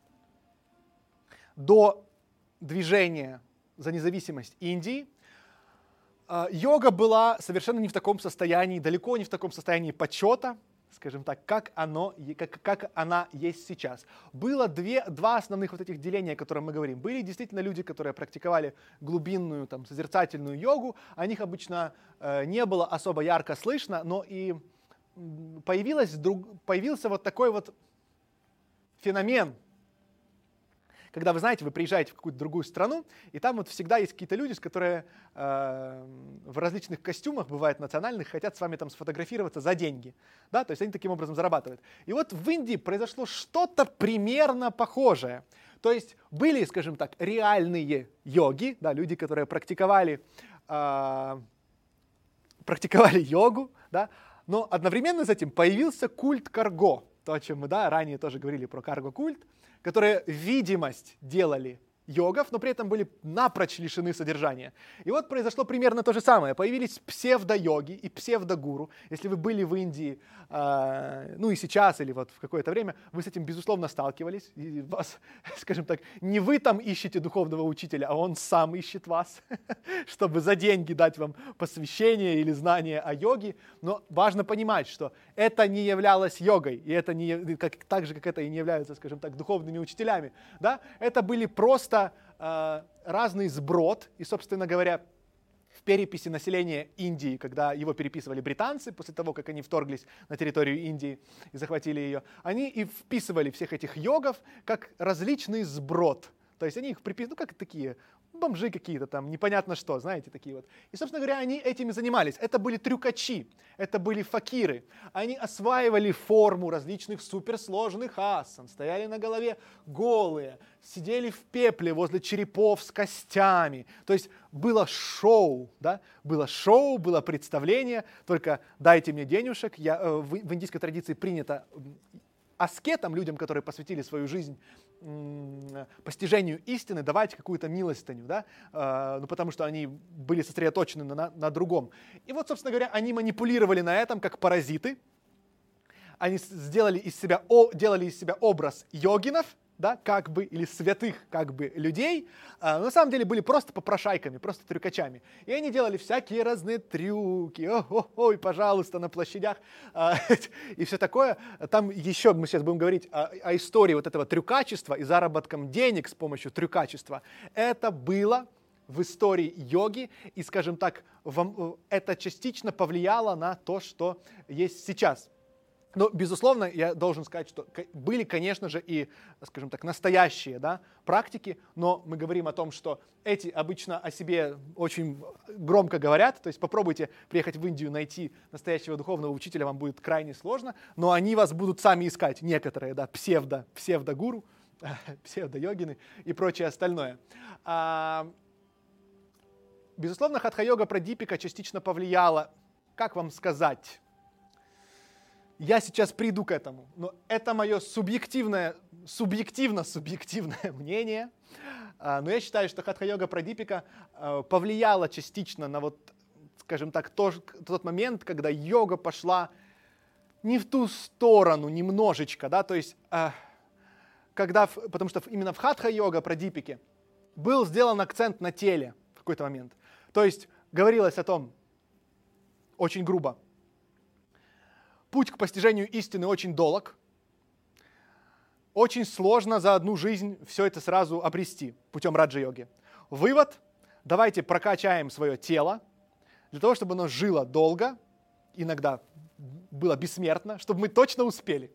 A: до движения за независимость Индии йога была совершенно не в таком состоянии, далеко не в таком состоянии почета, скажем так, как, оно, как, как она есть сейчас. Было две, два основных вот этих деления, о которых мы говорим. Были действительно люди, которые практиковали глубинную, там, созерцательную йогу. О них обычно э, не было особо ярко слышно, но и появилось, появился вот такой вот феномен, когда, вы знаете, вы приезжаете в какую-то другую страну, и там вот всегда есть какие-то люди, которые э, в различных костюмах, бывает национальных, хотят с вами там сфотографироваться за деньги. Да? То есть они таким образом зарабатывают. И вот в Индии произошло что-то примерно похожее. То есть были, скажем так, реальные йоги, да, люди, которые практиковали, э, практиковали йогу, да, но одновременно с этим появился культ карго. То, о чем мы да, ранее тоже говорили про карго-культ, которые видимость делали йогов, но при этом были напрочь лишены содержания. И вот произошло примерно то же самое. Появились псевдо-йоги и псевдо-гуру. Если вы были в Индии, э, ну и сейчас, или вот в какое-то время, вы с этим, безусловно, сталкивались. И вас, скажем так, не вы там ищете духовного учителя, а он сам ищет вас, чтобы за деньги дать вам посвящение или знание о йоге. Но важно понимать, что это не являлось йогой, и это не, как, так же, как это и не являются, скажем так, духовными учителями. Да? Это были просто э, разный сброд, и, собственно говоря, в переписи населения Индии, когда его переписывали британцы, после того, как они вторглись на территорию Индии и захватили ее, они и вписывали всех этих йогов как различный сброд. То есть они их приписывали, ну как такие бомжи какие-то там, непонятно что, знаете, такие вот. И, собственно говоря, они этими занимались. Это были трюкачи, это были факиры. Они осваивали форму различных суперсложных асан, стояли на голове голые, сидели в пепле возле черепов с костями. То есть было шоу, да? Было шоу, было представление, только дайте мне денежек. Я, э, в, в индийской традиции принято аскетам, людям, которые посвятили свою жизнь постижению истины, давать какую-то милостыню, да? э, ну, потому что они были сосредоточены на, на другом. И вот, собственно говоря, они манипулировали на этом как паразиты. Они сделали из себя, о, делали из себя образ йогинов, да, как бы, или святых, как бы, людей, а, на самом деле были просто попрошайками, просто трюкачами. И они делали всякие разные трюки, ой, пожалуйста, на площадях, а, и все такое. Там еще, мы сейчас будем говорить о, о истории вот этого трюкачества и заработком денег с помощью трюкачества. Это было в истории йоги, и, скажем так, вам, это частично повлияло на то, что есть сейчас. Но, безусловно, я должен сказать, что были, конечно же, и, скажем так, настоящие, да, практики, но мы говорим о том, что эти обычно о себе очень громко говорят, то есть попробуйте приехать в Индию, найти настоящего духовного учителя, вам будет крайне сложно, но они вас будут сами искать, некоторые, да, псевдо, псевдогуру, псевдо-йогины и прочее остальное. А, безусловно, хатха-йога Прадипика частично повлияла, как вам сказать. Я сейчас приду к этому, но это мое субъективное, субъективно-субъективное мнение. Но я считаю, что хатха-йога Прадипика повлияла частично на вот, скажем так, тот момент, когда йога пошла не в ту сторону немножечко, да, то есть, когда, потому что именно в хатха-йога Прадипике был сделан акцент на теле в какой-то момент. То есть говорилось о том, очень грубо, путь к постижению истины очень долг. Очень сложно за одну жизнь все это сразу обрести путем раджа-йоги. Вывод: давайте прокачаем свое тело для того, чтобы оно жило долго, иногда было бессмертно, чтобы мы точно успели.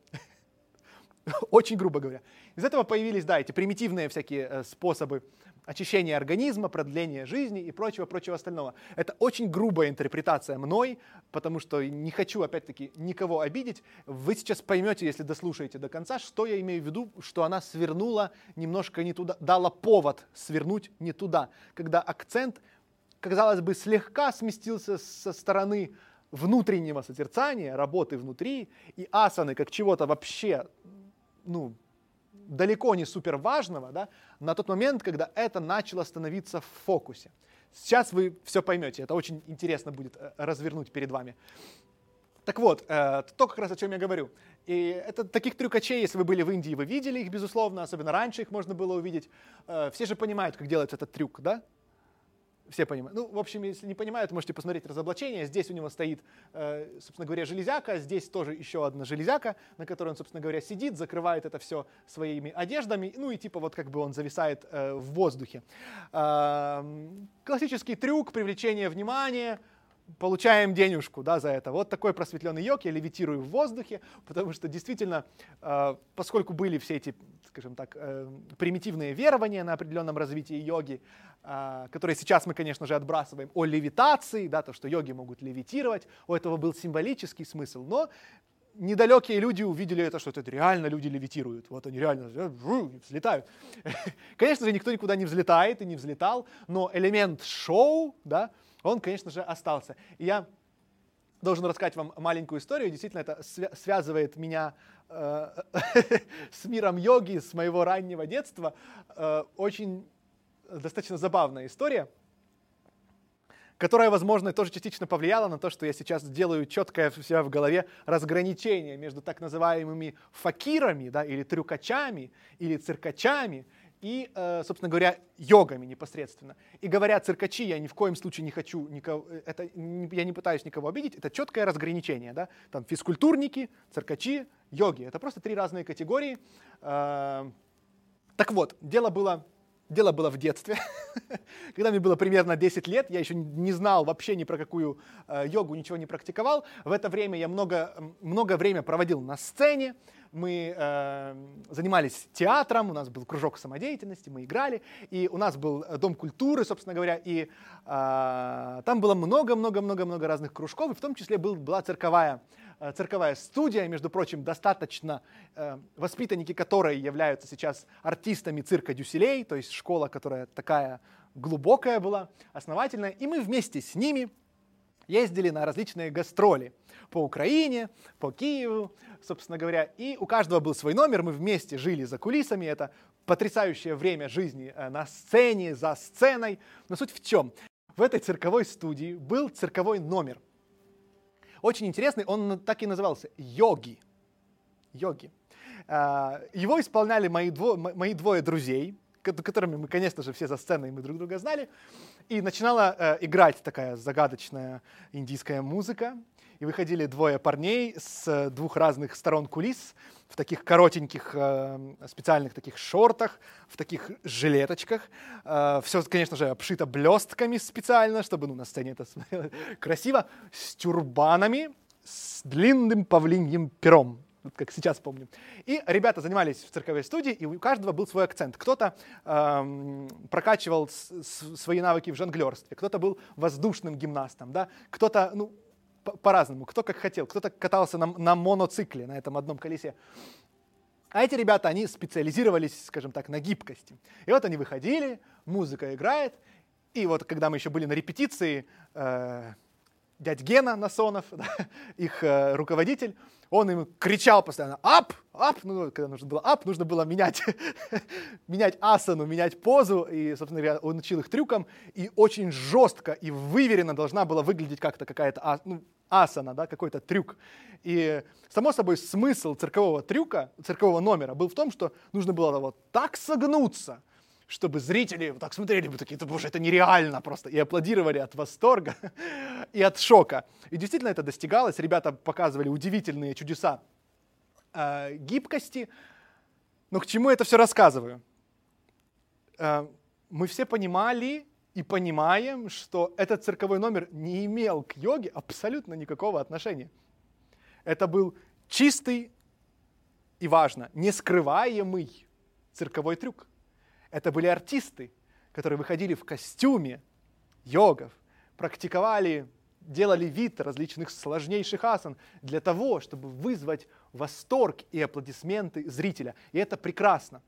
A: Очень грубо говоря. Из этого появились, да, эти примитивные всякие способы очищения организма, продления жизни и прочего-прочего остального. Это очень грубая интерпретация мной, потому что не хочу, опять-таки, никого обидеть. Вы сейчас поймете, если дослушаете до конца, что я имею в виду, что она свернула немножко не туда, дала повод свернуть не туда, когда акцент, казалось бы, слегка сместился со стороны внутреннего созерцания, работы внутри, и асаны как чего-то вообще, ну, далеко не супер важного, да, на тот момент, когда это начало становиться в фокусе. Сейчас вы все поймете, это очень интересно будет развернуть перед вами. Так вот, э, то как раз о чем я говорю. И это таких трюкачей, если вы были в Индии, вы видели их, безусловно, особенно раньше их можно было увидеть. Э, все же понимают, как делается этот трюк, да? Все понимают. Ну, в общем, если не понимают, можете посмотреть разоблачение. Здесь у него стоит, э, собственно говоря, железяка. Здесь тоже еще одна железяка, на которой он, собственно говоря, сидит, закрывает это все своими одеждами. Ну и типа вот как бы он зависает э, в воздухе. Э, классический трюк привлечения внимания. Получаем денежку, да, за это. Вот такой просветленный йог, я левитирую в воздухе, потому что действительно, э, поскольку были все эти, скажем так, э, примитивные верования на определенном развитии йоги, э, которые сейчас мы, конечно же, отбрасываем, о левитации, да, то, что йоги могут левитировать, у этого был символический смысл, но недалекие люди увидели это, что это реально люди левитируют. Вот они реально взлетают. Конечно же, никто никуда не взлетает и не взлетал, но элемент шоу, да, он, конечно же, остался. И я должен рассказать вам маленькую историю. Действительно, это свя- связывает меня э, с миром йоги, с моего раннего детства. Э, очень достаточно забавная история, которая, возможно, тоже частично повлияла на то, что я сейчас делаю четкое у себя в голове разграничение между так называемыми факирами, да, или трюкачами, или циркачами, и, собственно говоря, йогами непосредственно. И говоря циркачи, я ни в коем случае не хочу никого, это, я не пытаюсь никого обидеть, это четкое разграничение, да? Там физкультурники, циркачи, йоги. Это просто три разные категории. Так вот, дело было, дело было в детстве. Когда мне было примерно десять лет, я еще не знал вообще ни про какую йогу, ничего не практиковал. В это время я много, много времени проводил на сцене. Мы э, занимались театром, у нас был кружок самодеятельности, мы играли, и у нас был дом культуры, собственно говоря, и э, там было много-много-много-много разных кружков, и в том числе был, была цирковая, э, цирковая студия, между прочим, достаточно э, воспитанники которой являются сейчас артистами цирка Дюсселей, то есть школа, которая такая глубокая была, основательная, и мы вместе с ними ездили на различные гастроли по Украине, по Киеву, собственно говоря, и у каждого был свой номер, мы вместе жили за кулисами, это потрясающее время жизни на сцене, за сценой. Но суть в чем? В этой цирковой студии был цирковой номер. Очень интересный, он так и назывался «Йоги». Йоги. Его исполняли мои, дво, мои двое друзей, которыми мы, конечно же, все за сценой, мы друг друга знали. И начинала э, играть такая загадочная индийская музыка. И выходили двое парней с двух разных сторон кулис в таких коротеньких э, специальных таких шортах, в таких жилеточках. Э, все, конечно же, обшито блестками специально, чтобы ну, на сцене это смотрелось красиво. С тюрбанами, с длинным павлиньим пером, вот как сейчас помню. И ребята занимались в цирковой студии, и у каждого был свой акцент. Кто-то эм, прокачивал с, с, свои навыки в жонглерстве, кто-то был воздушным гимнастом, да? Кто-то, ну, по- по-разному, кто как хотел, кто-то катался на, на моноцикле, на этом одном колесе. А эти ребята, они специализировались, скажем так, на гибкости. И вот они выходили, музыка играет, и вот когда мы еще были на репетиции, э, дядь Гена Насонов, да, их э, руководитель, он им кричал постоянно «ап! Ап!», ну, когда нужно было «ап», нужно было менять, менять асану, менять позу, и, собственно говоря, он учил их трюкам, и очень жестко и выверенно должна была выглядеть как-то какая-то ас, ну, асана, да, какой-то трюк. И, само собой, смысл циркового трюка, циркового номера был в том, что нужно было вот так согнуться, чтобы зрители вот так смотрели бы такие, боже, это нереально просто, и аплодировали от восторга и от шока. И действительно это достигалось, ребята показывали удивительные чудеса э, гибкости. Но к чему я это все рассказываю? Э, мы все понимали и понимаем, что этот цирковой номер не имел к йоге абсолютно никакого отношения. Это был чистый и, важно, нескрываемый цирковой трюк. Это были артисты, которые выходили в костюме йогов, практиковали, делали вид различных сложнейших асан для того, чтобы вызвать восторг и аплодисменты зрителя. И это прекрасно.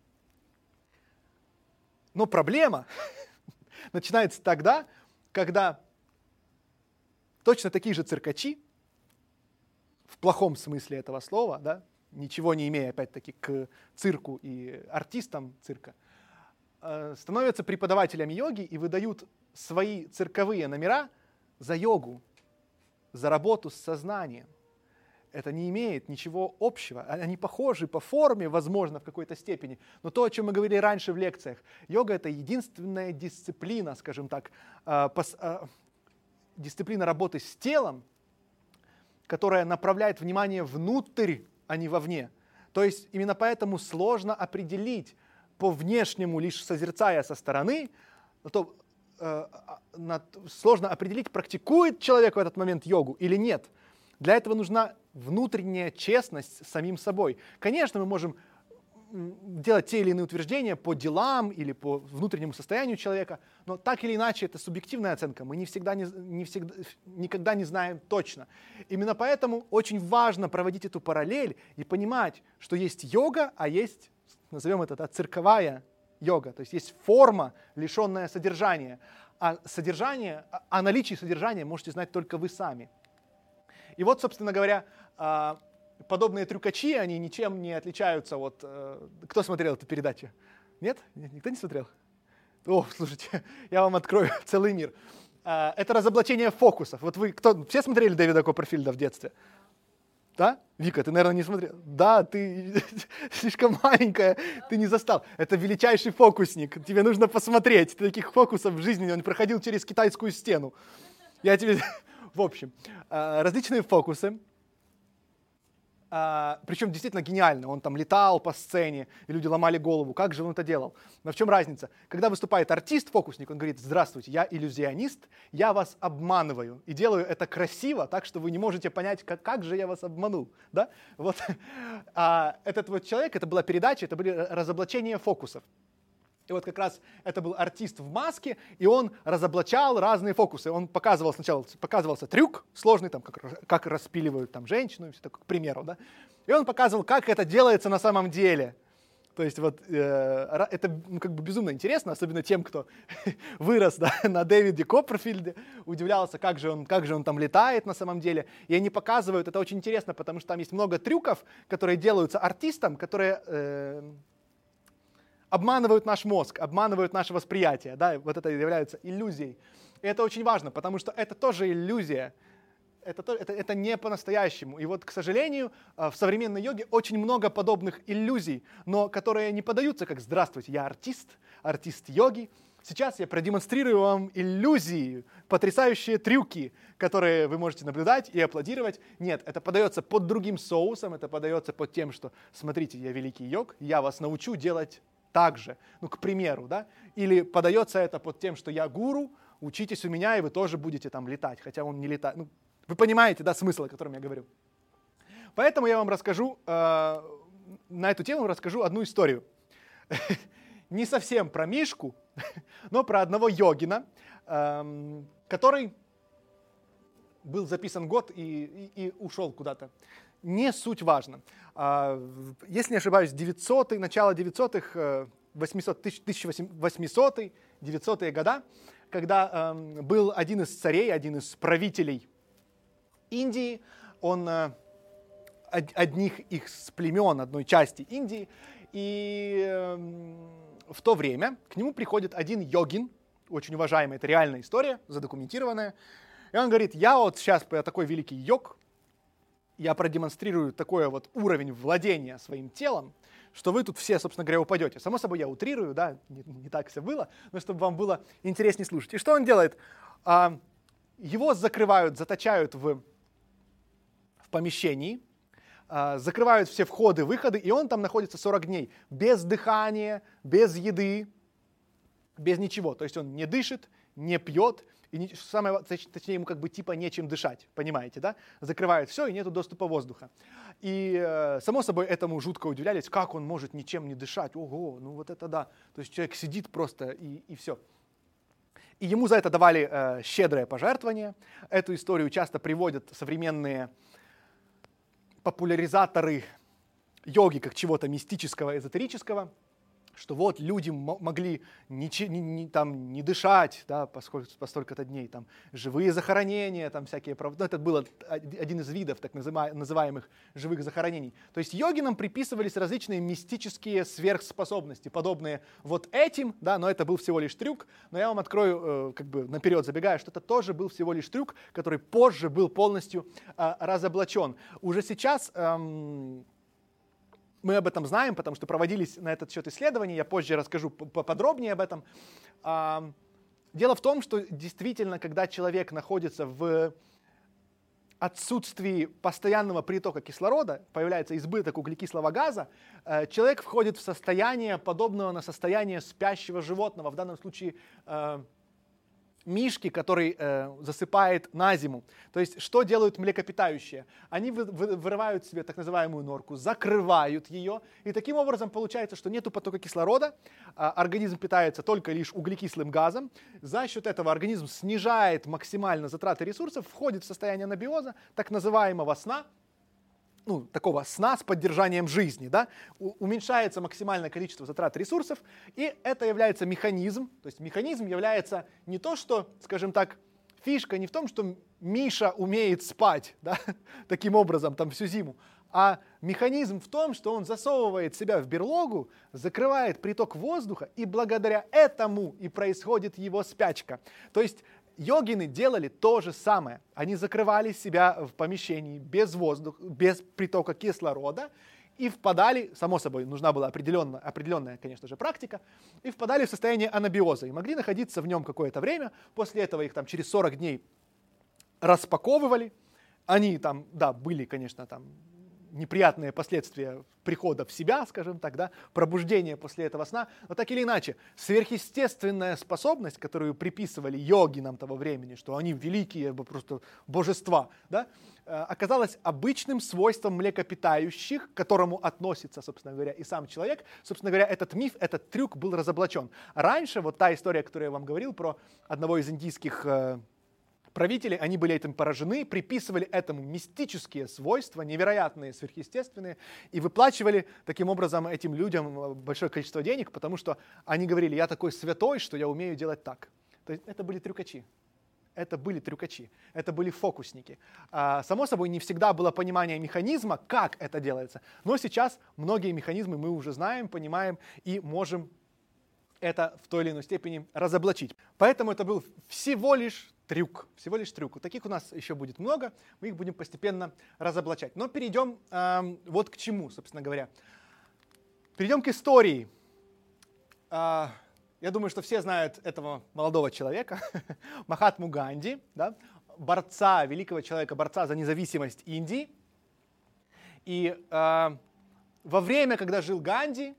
A: Но проблема начинается тогда, когда точно такие же циркачи, в плохом смысле этого слова, да, ничего не имея опять-таки к цирку и артистам цирка, становятся преподавателями йоги и выдают свои цирковые номера за йогу, за работу с сознанием. Это не имеет ничего общего. Они похожи по форме, возможно, в какой-то степени. Но то, о чем мы говорили раньше в лекциях, йога — это единственная дисциплина, скажем так, дисциплина работы с телом, которая направляет внимание внутрь, а не вовне. То есть именно поэтому сложно определить, по внешнему, лишь созерцая со стороны, то э, на, сложно определить, практикует человек в этот момент йогу или нет. Для этого нужна внутренняя честность с самим собой. Конечно, мы можем делать те или иные утверждения по делам или по внутреннему состоянию человека, но так или иначе это субъективная оценка. Мы не всегда, не, не всегда, никогда не знаем точно. Именно поэтому очень важно проводить эту параллель и понимать, что есть йога, а есть, назовем это, да, цирковая йога. То есть есть форма, лишенная содержания. А содержание, о наличии содержания можете знать только вы сами. И вот, собственно говоря, подобные трюкачи, они ничем не отличаются от... Кто смотрел эту передачу? Нет? Никто не смотрел? О, слушайте, я вам открою целый мир. Это разоблачение фокусов. Вот вы кто, все смотрели Дэвида Копперфильда в детстве? Да? Вика, ты, наверное, не смотрел. Да, ты слишком маленькая, ты не застал. Это величайший фокусник. Тебе нужно посмотреть. Таких фокусов в жизни он проходил через китайскую стену. Я тебе... В общем, различные фокусы. Причем действительно гениально. Он там летал по сцене, и люди ломали голову. Как же он это делал? Но в чем разница? Когда выступает артист-фокусник, он говорит: здравствуйте, я иллюзионист, я вас обманываю. И делаю это красиво, так что вы не можете понять, как, как же я вас обманул. Да? Вот. А этот вот человек, это была передача, это были разоблачения фокусов. И вот как раз это был артист в маске, и он разоблачал разные фокусы. Он показывал сначала, показывался трюк сложный, там, как, как распиливают там, женщину, и все такое, к примеру. Да? И он показывал, как это делается на самом деле. То есть вот, э, это ну, как бы безумно интересно, особенно тем, кто вырос, да, на Дэвиде Копперфильде, удивлялся, как же, он, как же он там летает на самом деле. И они показывают, это очень интересно, потому что там есть много трюков, которые делаются артистом, которые... Э, обманывают наш мозг, обманывают наше восприятие. Да? Вот это является иллюзией. И это очень важно, потому что это тоже иллюзия. Это, то, это, это не по-настоящему. И вот, к сожалению, в современной йоге очень много подобных иллюзий, но которые не подаются как «здравствуйте, я артист, артист йоги». Сейчас я продемонстрирую вам иллюзии, потрясающие трюки, которые вы можете наблюдать и аплодировать. Нет, это подается под другим соусом, это подается под тем, что «смотрите, я великий йог, я вас научу делать так же», ну, к примеру, да, или подается это под тем, что я гуру, учитесь у меня, и вы тоже будете там летать, хотя он не летает, ну, Вы понимаете, да, смысл, о котором я говорю. Поэтому я вам расскажу, э, на эту тему расскажу одну историю. Не совсем про Мишку, но про одного йогина, э, который был записан год и, и, и ушел куда-то. Не суть важно. Э, если не ошибаюсь, девятисотые, начало девятисотых, э, восьмисотые, тысяча восьмисотые, девятисотые года, когда э, был один из царей, один из правителей Индии, он э, одних их с племен, одной части Индии, и э, в то время к нему приходит один йогин, очень уважаемый, это реальная история, задокументированная, и он говорит: я вот сейчас, я такой великий йог, я продемонстрирую такой вот уровень владения своим телом, что вы тут все, собственно говоря, упадете. Само собой, я утрирую, да, не, не так все было, но чтобы вам было интереснее слушать. И что он делает? А, его закрывают, заточают в, в помещении, а, закрывают все входы, выходы, и он там находится сорок дней без дыхания, без еды, без ничего. То есть он не дышит, не пьет, и не, самое, точнее, ему как бы типа нечем дышать, понимаете, да? Закрывают все, и нету доступа воздуха. И, э, само собой, этому жутко удивлялись, как он может ничем не дышать. Ого, ну вот это да. То есть человек сидит просто, и, и все. И ему за это давали э, щедрое пожертвование. Эту историю часто приводят современные популяризаторы йоги как чего-то мистического, эзотерического, что вот люди могли не, не, не, там, не дышать, да, поскольку, по столько-то дней, там, живые захоронения, там всякие, ну, это был один из видов так называемых живых захоронений. То есть йогинам приписывались различные мистические сверхспособности, подобные вот этим, да, но это был всего лишь трюк, но я вам открою, как бы наперед забегая, что это тоже был всего лишь трюк, который позже был полностью э, разоблачен. Уже сейчас... Эм, Мы об этом знаем, потому что проводились на этот счет исследования, я позже расскажу поподробнее об этом. Дело в том, что действительно, когда человек находится в отсутствии постоянного притока кислорода, появляется избыток углекислого газа, человек входит в состояние, подобное на состояние спящего животного, в данном случае мишки, который э, засыпает на зиму. То есть что делают млекопитающие? Они вы, вы, вырывают себе так называемую норку, закрывают ее, и таким образом получается, что нет потока кислорода, а организм питается только лишь углекислым газом, за счет этого организм снижает максимально затраты ресурсов, входит в состояние анабиоза, так называемого сна, ну, такого сна с поддержанием жизни, да, у, уменьшается максимальное количество затрат ресурсов, и это является механизм, то есть механизм является не то, что, скажем так, фишка не в том, что Миша умеет спать, да, таким образом там всю зиму, а механизм в том, что он засовывает себя в берлогу, закрывает приток воздуха, и благодаря этому и происходит его спячка. То есть йогины делали то же самое. Они закрывали себя в помещении без воздуха, без притока кислорода и впадали, само собой, нужна была определенная, определенная, конечно же, практика, и впадали в состояние анабиоза и могли находиться в нем какое-то время. После этого их там через сорок дней распаковывали. Они там, да, были, конечно, там неприятные последствия прихода в себя, скажем так, да, пробуждения после этого сна, но так или иначе, сверхъестественная способность, которую приписывали йогинам того времени, что они великие просто божества, да, оказалась обычным свойством млекопитающих, к которому относится, собственно говоря, и сам человек. Собственно говоря, этот миф, этот трюк был разоблачен. Раньше, вот та история, которую я вам говорил про одного из индийских правители, они были этим поражены, приписывали этому мистические свойства, невероятные, сверхъестественные, и выплачивали таким образом этим людям большое количество денег, потому что они говорили: я такой святой, что я умею делать так. То есть это были трюкачи. Это были трюкачи, это были фокусники. А, само собой, не всегда было понимание механизма, как это делается, но сейчас многие механизмы мы уже знаем, понимаем и можем это в той или иной степени разоблачить. Поэтому это был всего лишь трюк, всего лишь трюк. Таких у нас еще будет много, мы их будем постепенно разоблачать. Но перейдем э, вот к чему, собственно говоря. Перейдем к истории. Э, я думаю, что все знают этого молодого человека, Махатму Ганди, да, борца, великого человека, борца за независимость Индии. И э, во время, когда жил Ганди,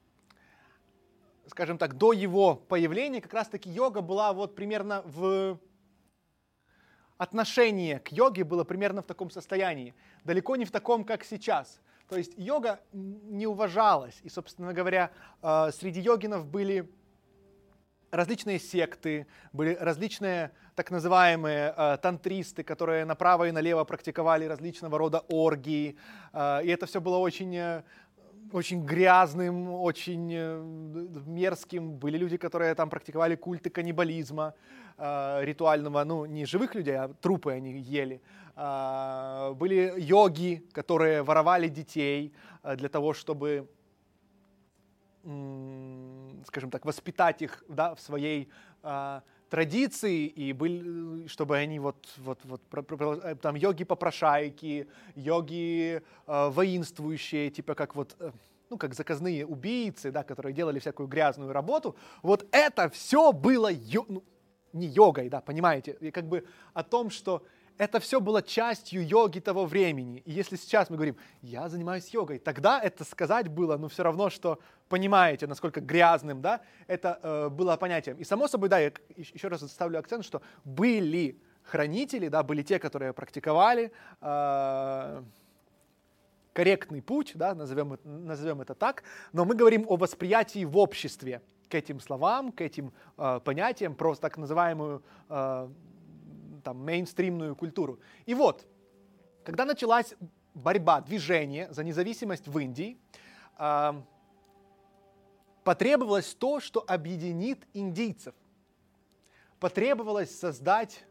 A: скажем так, до его появления, как раз-таки йога была вот примерно в отношение к йоге было примерно в таком состоянии, далеко не в таком, как сейчас. То есть йога не уважалась, и, собственно говоря, среди йогинов были различные секты, были различные так называемые э, тантристы, которые направо и налево практиковали различного рода оргии. Э, и это все было очень, э, очень грязным, очень э, мерзким. Были люди, которые там практиковали культы каннибализма э, ритуального, ну, не живых людей, а трупы они ели. Э, были йоги, которые воровали детей э, для того, чтобы, скажем так, воспитать их, да, в своей э, традиции, и были, чтобы они вот, вот, вот там йоги-попрошайки, йоги э, воинствующие, типа как вот, э, ну, как заказные убийцы, да, которые делали всякую грязную работу. Вот это все было йо, ну, не йогой, да, понимаете, и как бы о том, что это все было частью йоги того времени. И если сейчас мы говорим, я занимаюсь йогой, тогда это сказать было, ну, все равно, что понимаете, насколько грязным, да, это э, было понятием. И само собой, да, я еще раз ставлю акцент, что были хранители, да, были те, которые практиковали э, корректный путь, да, назовем, назовем это так, но мы говорим о восприятии в обществе к этим словам, к этим э, понятиям, просто так называемую э, там, мейнстримную культуру. И вот, когда началась борьба, движение за независимость в Индии, э, потребовалось то, что объединит индийцев. Потребовалось создать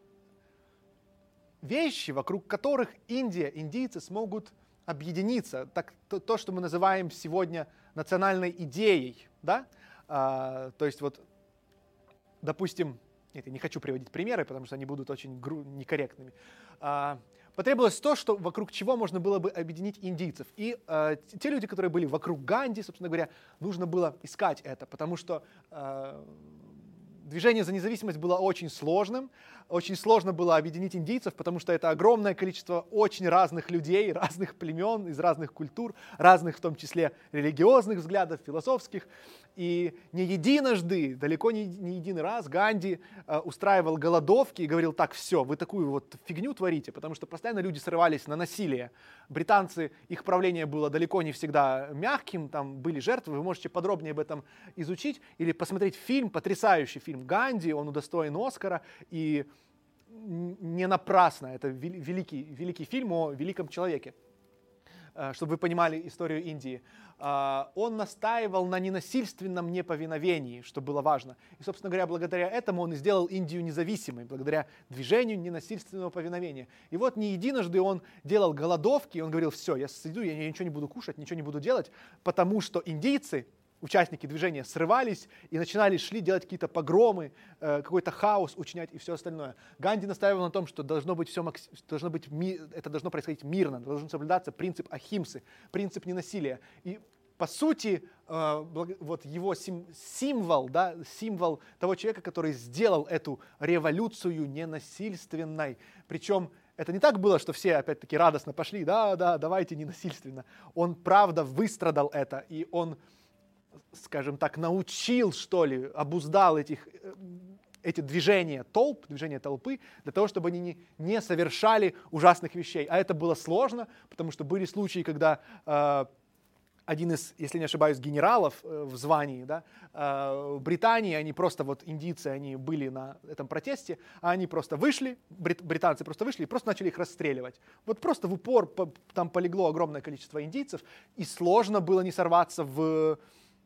A: вещи, вокруг которых Индия, индийцы смогут объединиться. Так, то, то, что мы называем сегодня национальной идеей. Да? А, то есть вот, допустим, нет, я не хочу приводить примеры, потому что они будут очень гру- некорректными. А, потребовалось то, что, вокруг чего можно было бы объединить индийцев. И а, те люди, которые были вокруг Ганди, собственно говоря, нужно было искать это, потому что а, движение за независимость было очень сложным. Очень сложно было объединить индийцев, потому что это огромное количество очень разных людей, разных племен, из разных культур, разных в том числе религиозных взглядов, философских. И не единожды, далеко не, не един раз Ганди э, устраивал голодовки и говорил, так, все, вы такую вот фигню творите, потому что постоянно люди срывались на насилие. Британцы, их правление было далеко не всегда мягким, там были жертвы, вы можете подробнее об этом изучить или посмотреть фильм, потрясающий фильм «Ганди», он удостоен Оскара, и не напрасно, это великий, великий фильм о великом человеке, чтобы вы понимали историю Индии. Он настаивал на ненасильственном неповиновении, что было важно. И, собственно говоря, благодаря этому он и сделал Индию независимой, благодаря движению ненасильственного повиновения. И вот не единожды он делал голодовки, и он говорил, все, я сойду, я ничего не буду кушать, ничего не буду делать, потому что индийцы, участники движения, срывались и начинали шли делать какие-то погромы, э, какой-то хаос учинять и все остальное. Ганди настаивал на том, что должно быть все, должно быть, это должно происходить мирно, должен соблюдаться принцип ахимсы, принцип ненасилия. И по сути, э, вот его сим, символ, да, символ того человека, который сделал эту революцию ненасильственной. Причем это не так было, что все опять-таки радостно пошли, да, да, давайте ненасильственно. Он правда выстрадал это, и он, скажем так, научил, что ли, обуздал этих, эти движения толп, движения толпы, для того, чтобы они не, не совершали ужасных вещей. А это было сложно, потому что были случаи, когда э, один из, если не ошибаюсь, генералов э, в звании, да, э, в Британии, они просто, вот индийцы, они были на этом протесте, а они просто вышли, брит, британцы просто вышли и просто начали их расстреливать. Вот просто в упор по, там полегло огромное количество индийцев, и сложно было не сорваться в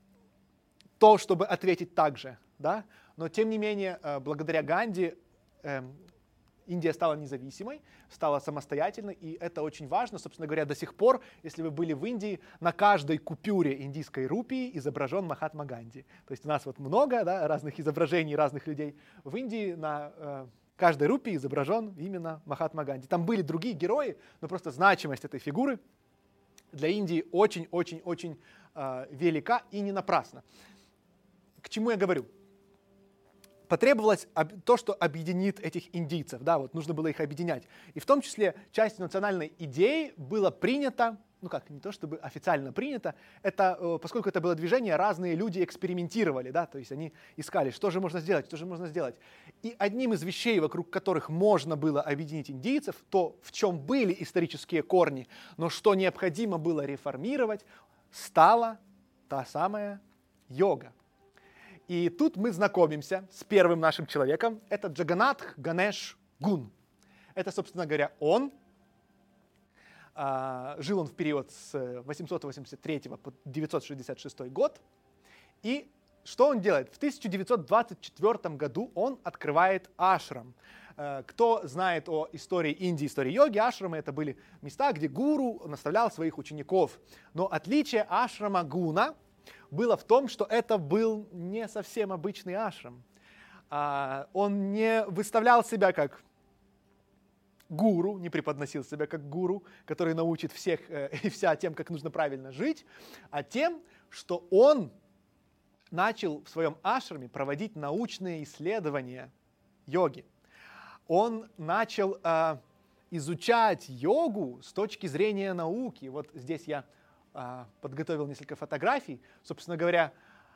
A: то, чтобы ответить так же, да? Но тем не менее, благодаря Ганди э, Индия стала независимой, стала самостоятельной, и это очень важно. Собственно говоря, до сих пор, если вы были в Индии, на каждой купюре индийской рупии изображен Махатма Ганди. То есть у нас вот много, да, разных изображений разных людей. В Индии на э, каждой рупии изображен именно Махатма Ганди. Там были другие герои, но просто значимость этой фигуры для Индии очень-очень-очень э, велика и не напрасна. К чему я говорю? Потребовалось то, что объединит этих индийцев. Да, вот нужно было их объединять. И в том числе частью национальной идеи было принято ну как, не то чтобы официально принято, это, поскольку это было движение, разные люди экспериментировали, да, то есть они искали, что же можно сделать, что же можно сделать. И одним из вещей, вокруг которых можно было объединить индийцев, то, в чем были исторические корни, но что необходимо было реформировать, стала та самая йога. И тут мы знакомимся с первым нашим человеком, это Джаганатх Ганеш Гун. Это, собственно говоря, он. Жил он в период с восемьсот восемьдесят третьего по девятьсот шестьдесят шестой год. И что он делает? В тысяча девятьсот двадцать четвёртом году он открывает ашрам. Кто знает о истории Индии, истории йоги, ашрамы это были места, где гуру наставлял своих учеников. Но отличие ашрама Гуна было в том, что это был не совсем обычный ашрам. Он не выставлял себя как гуру, не преподносил себя как гуру, который научит всех э, и вся тем, как нужно правильно жить, а тем, что он начал в своем ашраме проводить научные исследования йоги. Он начал э, изучать йогу с точки зрения науки. Вот здесь я э, подготовил несколько фотографий. Собственно говоря,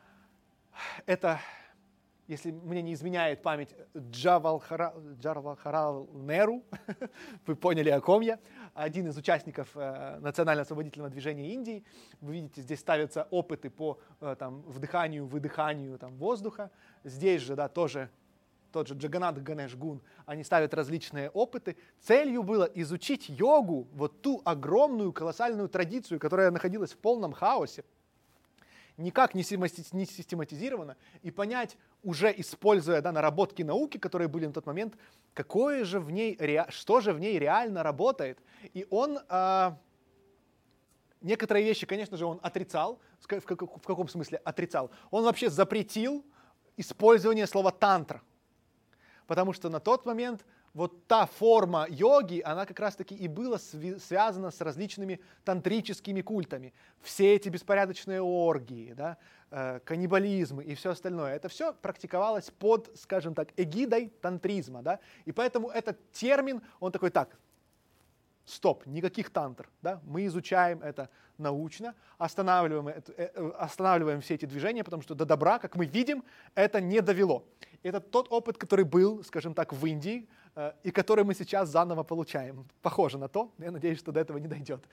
A: это, если мне не изменяет память, Джавахарлал Неру, вы поняли, о ком я, один из участников э, национально-освободительного движения Индии. Вы видите, здесь ставятся опыты по э, там, вдыханию, выдыханию там, воздуха. Здесь же, да, тоже тот же Джаганатх Ганеш Гун, они ставят различные опыты. Целью было изучить йогу, вот ту огромную, колоссальную традицию, которая находилась в полном хаосе, никак не систематизировано, и понять, уже используя да, наработки науки, которые были на тот момент, какое же в ней, что же в ней реально работает. И он а, некоторые вещи, конечно же, он отрицал. В каком смысле отрицал? Он вообще запретил использование слова тантра. Потому что на тот момент вот та форма йоги, она как раз-таки и была связана с различными тантрическими культами. Все эти беспорядочные оргии, да, э, каннибализмы и все остальное, это все практиковалось под, скажем так, эгидой тантризма. Да? И поэтому этот термин, он такой, так, стоп, никаких тантр. Да? Мы изучаем это научно, останавливаем, это, э, останавливаем все эти движения, потому что до добра, как мы видим, это не довело. Это тот опыт, который был, скажем так, в Индии, э, и который мы сейчас заново получаем. Похоже на то, я надеюсь, что до этого не дойдет.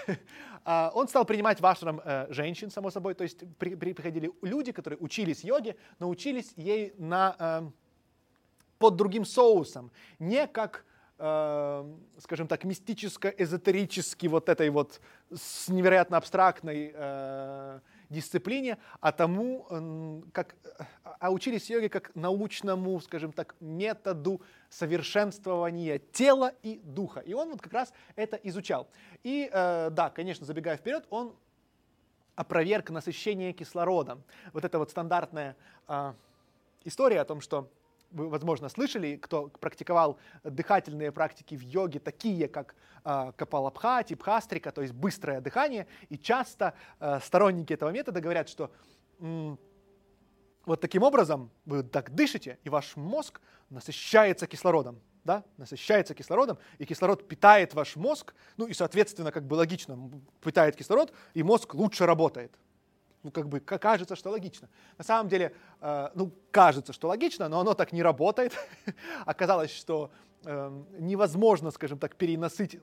A: Он стал принимать в ашрам э, женщин, само собой, то есть при, при, приходили люди, которые учились йоге, но учились ей на, э, под другим соусом, не как, э, скажем так, мистическо-эзотерически вот этой вот с невероятно абстрактной э, дисциплине, а тому, как, а учились йоге как научному, скажем так, методу совершенствования тела и духа. И он вот как раз это изучал. И э, да, конечно, забегая вперед, он опроверг насыщение кислородом. Вот это вот стандартная э, история о том, что вы, возможно, слышали, кто практиковал дыхательные практики в йоге, такие как э, капалабхати, бхастрика, то есть быстрое дыхание. И часто э, сторонники этого метода говорят, что м, вот таким образом вы так дышите, и ваш мозг насыщается кислородом. Да? Насыщается кислородом, и кислород питает ваш мозг, ну и, соответственно, как бы логично, питает кислород, и мозг лучше работает. Ну, как бы кажется, что логично. На самом деле, э, ну, кажется, что логично, но оно так не работает. Оказалось, что э, невозможно, скажем так, перенасытить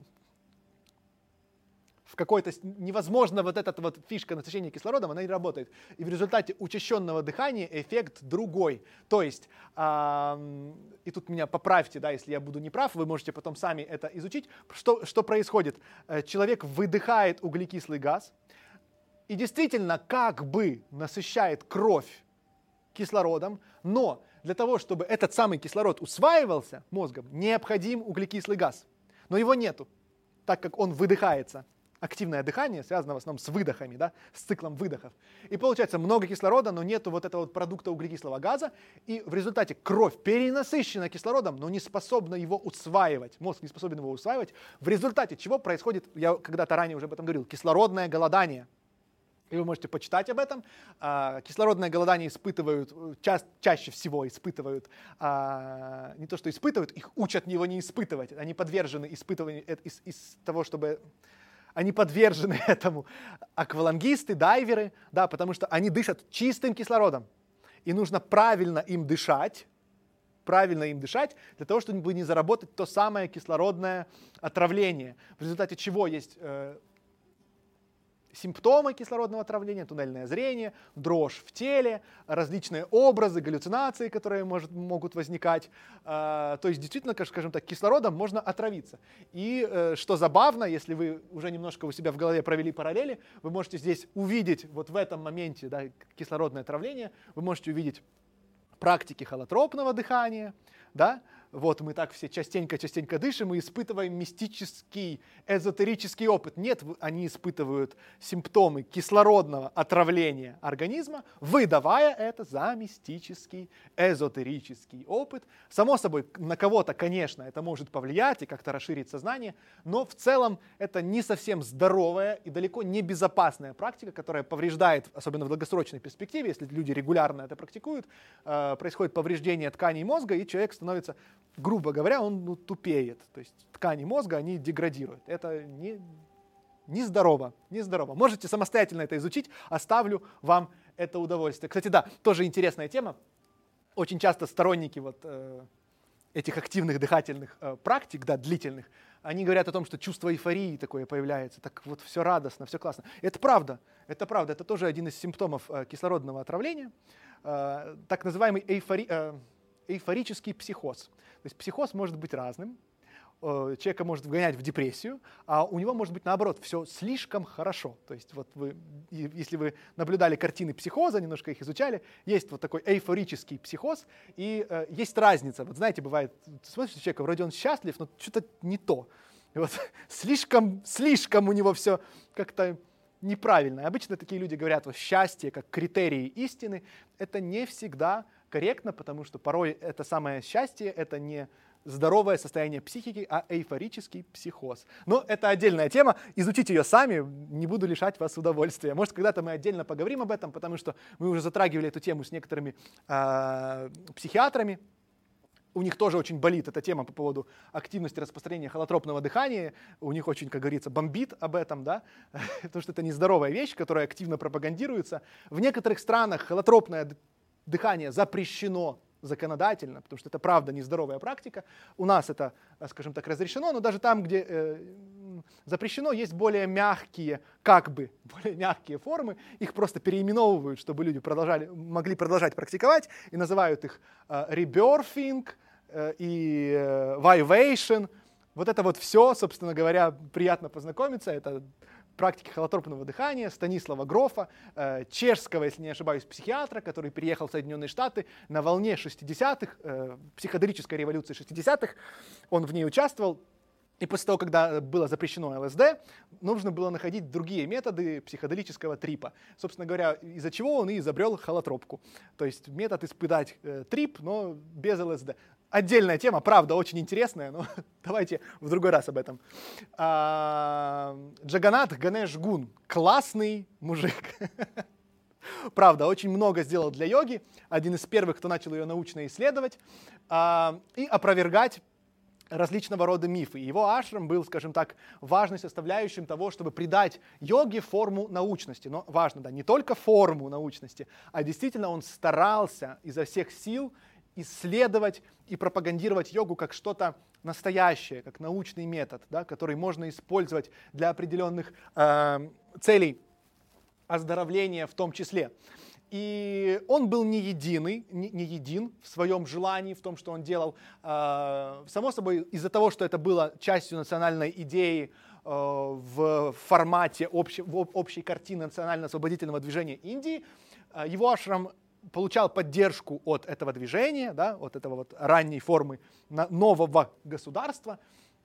A: в какой-то... Невозможно вот эта вот фишка насыщения кислородом, она не работает. И в результате учащенного дыхания эффект другой. То есть, э, и тут меня поправьте, да, если я буду неправ, вы можете потом сами это изучить. Что, что происходит? Человек выдыхает углекислый газ, и действительно как бы насыщает кровь кислородом, но для того, чтобы этот самый кислород усваивался мозгом, необходим углекислый газ. Но его нету, так как он выдыхается. Активное дыхание связано в основном с выдохами, да, с циклом выдохов. И получается много кислорода, но нету вот этого вот продукта углекислого газа, и в результате кровь перенасыщена кислородом, но не способна его усваивать. Мозг не способен его усваивать, в результате чего происходит, я когда-то ранее уже об этом говорил, кислородное голодание. И вы можете почитать об этом. Кислородное голодание испытывают, ча- чаще всего испытывают, а, не то что испытывают, их учат его не испытывать. Они подвержены испытыванию из, из того, чтобы они подвержены этому. Аквалангисты, дайверы, да, потому что они дышат чистым кислородом. И нужно правильно им дышать, правильно им дышать, для того, чтобы не заработать то самое кислородное отравление, в результате чего есть э, симптомы кислородного отравления, туннельное зрение, дрожь в теле, различные образы, галлюцинации, которые может, могут возникать. Э, то есть действительно, скажем так, кислородом можно отравиться. И э, что забавно, если вы уже немножко у себя в голове провели параллели, вы можете здесь увидеть, вот в этом моменте, да, кислородное отравление, вы можете увидеть практики холотропного дыхания, да, вот мы так все частенько-частенько дышим и испытываем мистический, эзотерический опыт. Нет, они испытывают симптомы кислородного отравления организма, выдавая это за мистический, эзотерический опыт. Само собой, на кого-то, конечно, это может повлиять и как-то расширить сознание, но в целом это не совсем здоровая и далеко не безопасная практика, которая повреждает, особенно в долгосрочной перспективе, если люди регулярно это практикуют, происходит повреждение тканей мозга, и человек становится, грубо говоря, он ну, тупеет. То есть ткани мозга, они деградируют. Это не, не здорово, не здорово. Можете самостоятельно это изучить, оставлю вам это удовольствие. Кстати, да, тоже интересная тема. Очень часто сторонники вот, э, этих активных дыхательных э, практик, да, длительных, они говорят о том, что чувство эйфории такое появляется, так вот все радостно, все классно. Это правда, это правда, это тоже один из симптомов э, кислородного отравления, э, так называемый эйфори, э, эйфорический психоз. То есть психоз может быть разным, э, человека может вгонять в депрессию, а у него может быть наоборот все слишком хорошо. То есть вот вы, если вы наблюдали картины психоза, немножко их изучали, есть вот такой эйфорический психоз, и э, есть разница. Вот знаете, бывает, смотрите человека, вроде он счастлив, но что-то не то. И вот слишком, слишком у него все как-то неправильно. Обычно такие люди говорят, что счастье как критерий истины. Это не всегда корректно, потому что порой это самое счастье, это не здоровое состояние психики, а эйфорический психоз. Но это отдельная тема, изучите ее сами, не буду лишать вас удовольствия. Может, когда-то мы отдельно поговорим об этом, потому что мы уже затрагивали эту тему с некоторыми э, психиатрами. У них тоже очень болит эта тема по поводу активности распространения холотропного дыхания. У них очень, как говорится, бомбит об этом, да, потому что это нездоровая вещь, которая активно пропагандируется. В некоторых странах холотропное дыхание запрещено законодательно, потому что это правда нездоровая практика. У нас это, скажем так, разрешено, но даже там, где э, запрещено, есть более мягкие, как бы, более мягкие формы. Их просто переименовывают, чтобы люди продолжали, могли продолжать практиковать, и называют их э, rebirthing э, и э, vivation. Вот это вот все, собственно говоря, приятно познакомиться. Это практики холотропного дыхания Станислава Грофа, э, чешского, если не ошибаюсь, психиатра, который переехал в Соединенные Штаты на волне шестидесятых, э, психоделической революции шестидесятых. Он в ней участвовал. И после того, когда было запрещено ЛСД, нужно было находить другие методы психоделического трипа. Собственно говоря, из-за чего он и изобрел холотропку. То есть метод испытать э, трип, но без ЛСД. Отдельная тема, правда, очень интересная, но давайте в другой раз об этом. А, Джаганат Ганеш Гун. Классный мужик. Правда, очень много сделал для йоги. Один из первых, кто начал ее научно исследовать а, и опровергать различного рода мифы. Его ашрам был, скажем так, важной составляющим того, чтобы придать йоге форму научности. Но важно, да, не только форму научности, а действительно он старался изо всех сил исследовать и пропагандировать йогу как что-то настоящее, как научный метод, да, который можно использовать для определенных э, целей оздоровления в том числе. И он был не единый, не, не един в своем желании, в том, что он делал. Э, само собой, из-за того, что это было частью национальной идеи э, в формате общей, в общей картины национально-освободительного движения Индии, э, его ашрам получал поддержку от этого движения, да, от этого вот ранней формы нового государства.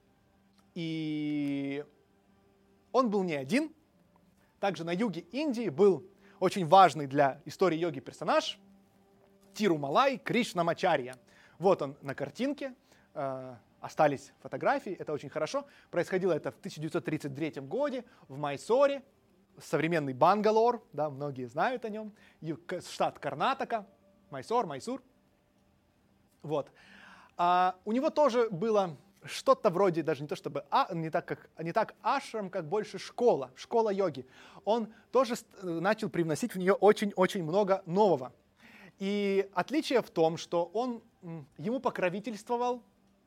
A: И он был не один. Также на юге Индии был очень важный для истории йоги персонаж Тирумалай Кришнамачарья. Вот он на картинке. Э, остались фотографии, это очень хорошо. Происходило это в тысяча девятьсот тридцать третьем году в Майсоре. Современный Бангалор, да, многие знают о нем, штат Карнатака, Майсор, Майсур. Вот. А у него тоже было что-то вроде, даже не то чтобы, а, не, так, как, не так ашрам, как больше школа, школа йоги. Он тоже начал привносить в нее очень-очень много нового. И отличие в том, что он, ему покровительствовал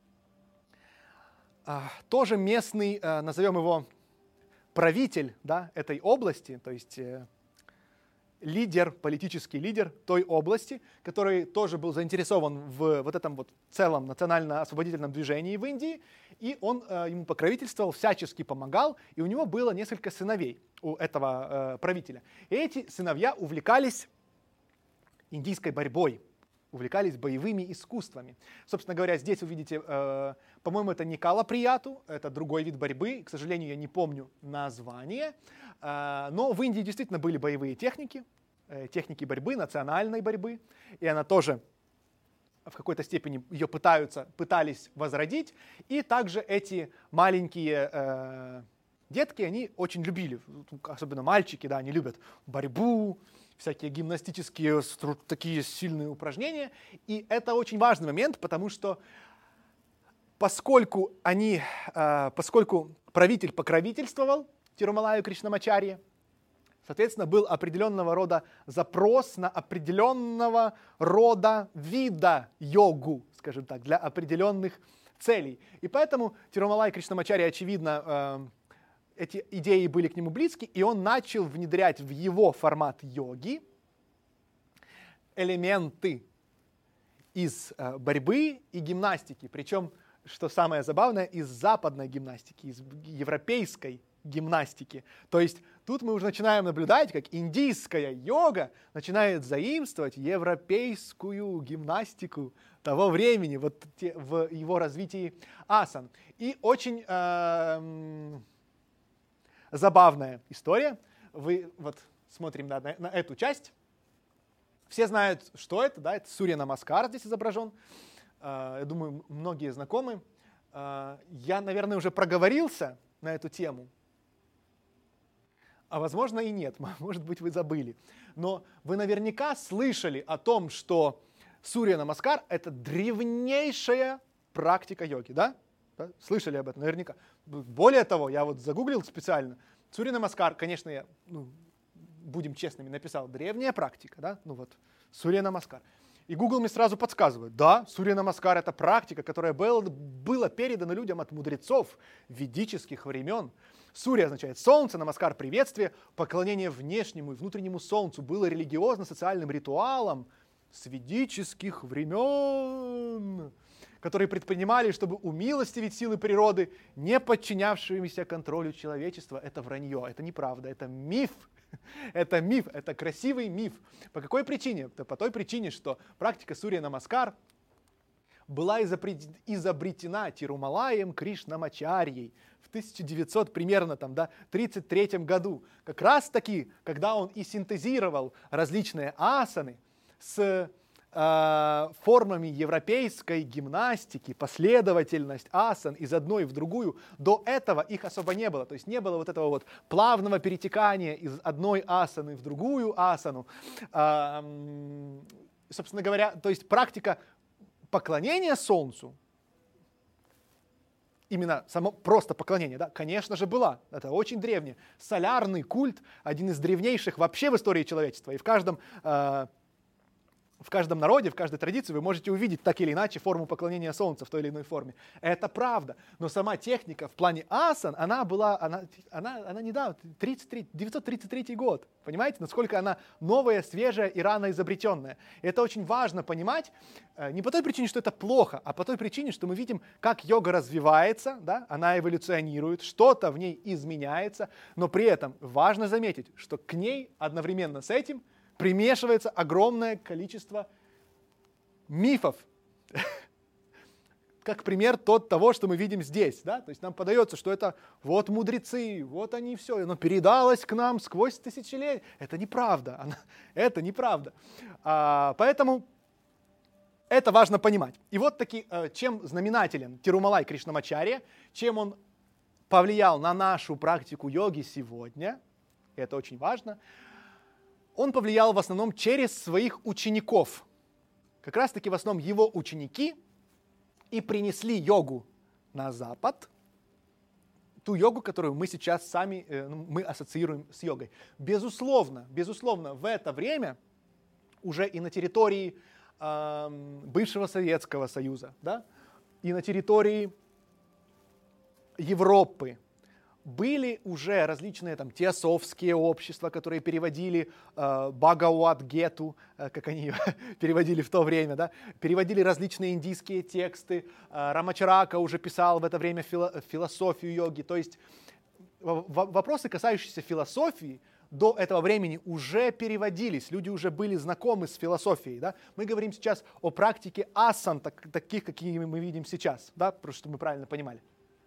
A: а, тоже местный, а, назовем его, правитель, да, этой области, то есть э, лидер, политический лидер той области, который тоже был заинтересован в вот этом вот целом национально-освободительном движении в Индии, и он э, ему покровительствовал, всячески помогал, и у него было несколько сыновей у этого э, правителя. И эти сыновья увлекались индийской борьбой, увлекались боевыми искусствами. Собственно говоря, здесь вы видите, э, по-моему, это не калаприяту, это другой вид борьбы. К сожалению, я не помню название. Э, но в Индии действительно были боевые техники, э, техники борьбы, национальной борьбы. И она тоже в какой-то степени ее пытаются, пытались возродить. И также эти маленькие э, детки, они очень любили, особенно мальчики, да, они любят борьбу, всякие гимнастические такие сильные упражнения. И это очень важный момент, потому что поскольку, они, поскольку правитель покровительствовал Тирумалаю Кришнамачарье, соответственно, был определенного рода запрос на определенного рода вида йогу, скажем так, для определенных целей. И поэтому Тирумалай Кришнамачарья, очевидно, эти идеи были к нему близки, и он начал внедрять в его формат йоги элементы из э, борьбы и гимнастики. Причем, что самое забавное, из западной гимнастики, из европейской гимнастики. То есть тут мы уже начинаем наблюдать, как индийская йога начинает заимствовать европейскую гимнастику того времени, вот те, в его развитии асан. И очень... Э, забавная история. Вы вот смотрим да, на, на эту часть. Все знают, что это, да, это Сурья Намаскар здесь изображен. Uh, я думаю, многие знакомы. Uh, я, наверное, уже проговорился на эту тему. А возможно и нет, может быть, вы забыли. Но вы наверняка слышали о том, что Сурья Намаскар — это древнейшая практика йоги, да? Да? Слышали об этом наверняка. Более того, я вот загуглил специально. Сурья Намаскар, конечно, я, ну, будем честными, написал древняя практика, да? Ну вот, Сурья Намаскар. И Google мне сразу подсказывает, да, Сурья Намаскар — это практика, которая была, была передана людям от мудрецов ведических времен. Сурья означает солнце, Намаскар — приветствие, поклонение внешнему и внутреннему солнцу было религиозно-социальным ритуалом с ведических времен, которые предпринимали, чтобы умилостивить силы природы, не подчинявшимися контролю человечества. Это вранье, это неправда, это миф. Это миф, это красивый миф. По какой причине? Да по той причине, что практика Сурья Намаскар была изобретена Тирумалаем Кришнамачарьей в тысяча девятьсот примерно там, да, тридцать третьем году. Как раз таки, когда он и синтезировал различные асаны с формами европейской гимнастики, последовательность асан из одной в другую. До этого их особо не было. То есть не было вот этого вот плавного перетекания из одной асаны в другую асану. Собственно говоря, то есть практика поклонения солнцу, именно само просто поклонение, да, конечно же, была. Это очень древнее. Солярный культ, один из древнейших вообще в истории человечества. И в каждом В каждом народе, в каждой традиции вы можете увидеть так или иначе форму поклонения солнцу в той или иной форме. Это правда. Но сама техника в плане асан, она была, она, она, она недавно, девятьсот тридцать третий год. Понимаете, насколько она новая, свежая и рано изобретенная. И это очень важно понимать, не по той причине, что это плохо, а по той причине, что мы видим, как йога развивается, да, она эволюционирует, что-то в ней изменяется, но при этом важно заметить, что к ней одновременно с этим примешивается огромное количество мифов. Как пример тот того, что мы видим здесь. Да? То есть нам подается, что это вот мудрецы, вот они все, оно передалось к нам сквозь тысячелетия. Это неправда. Она, это неправда. А, поэтому это важно понимать. И вот таки, чем знаменателен Тирумалай Кришнамачарья, чем он повлиял на нашу практику йоги сегодня, это очень важно, он повлиял в основном через своих учеников. Как раз таки в основном его ученики и принесли йогу на Запад ту йогу, которую мы сейчас сами э, мы ассоциируем с йогой. Безусловно, безусловно, в это время уже и на территории э, бывшего Советского Союза, да, и на территории Европы были уже различные там теософские общества, которые переводили э, Бхагавад-гету, э, как они ее переводили в то время, да, переводили различные индийские тексты. Э, Рамачарака уже писал в это время фило- философию йоги. То есть в- вопросы, касающиеся философии, до этого времени уже переводились, люди уже были знакомы с философией. Да? Мы говорим сейчас о практике асан, так, таких, какие мы видим сейчас, да? Просто чтобы мы правильно понимали.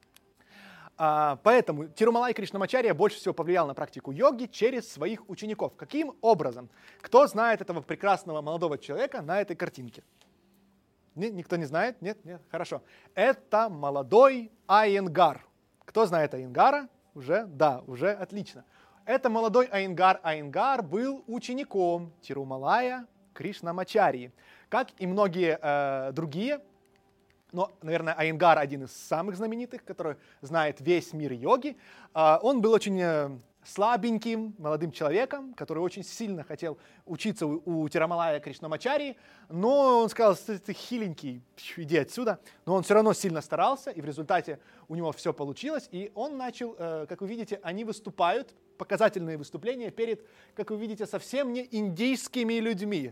A: А, поэтому Тирумалай Кришнамачарья больше всего повлиял на практику йоги через своих учеников. Каким образом? Кто знает этого прекрасного молодого человека на этой картинке? Нет, никто не знает? Нет? Нет? Хорошо. Это молодой Айенгар. Кто знает Айенгара? Уже? Да, уже отлично. Это молодой Айенгар. Айенгар был учеником Тирумалая Кришнамачарьи. Как и многие э, другие. Но, наверное, Айенгар один из самых знаменитых, который знает весь мир йоги. Он был очень слабеньким молодым человеком, который очень сильно хотел учиться у Тирумалая Кришнамачарьи, но он сказал, ты, ты хиленький, иди отсюда. Но он все равно сильно старался, и в результате у него все получилось. И он начал, как вы видите, они выступают, показательные выступления перед, как вы видите, совсем не индийскими людьми.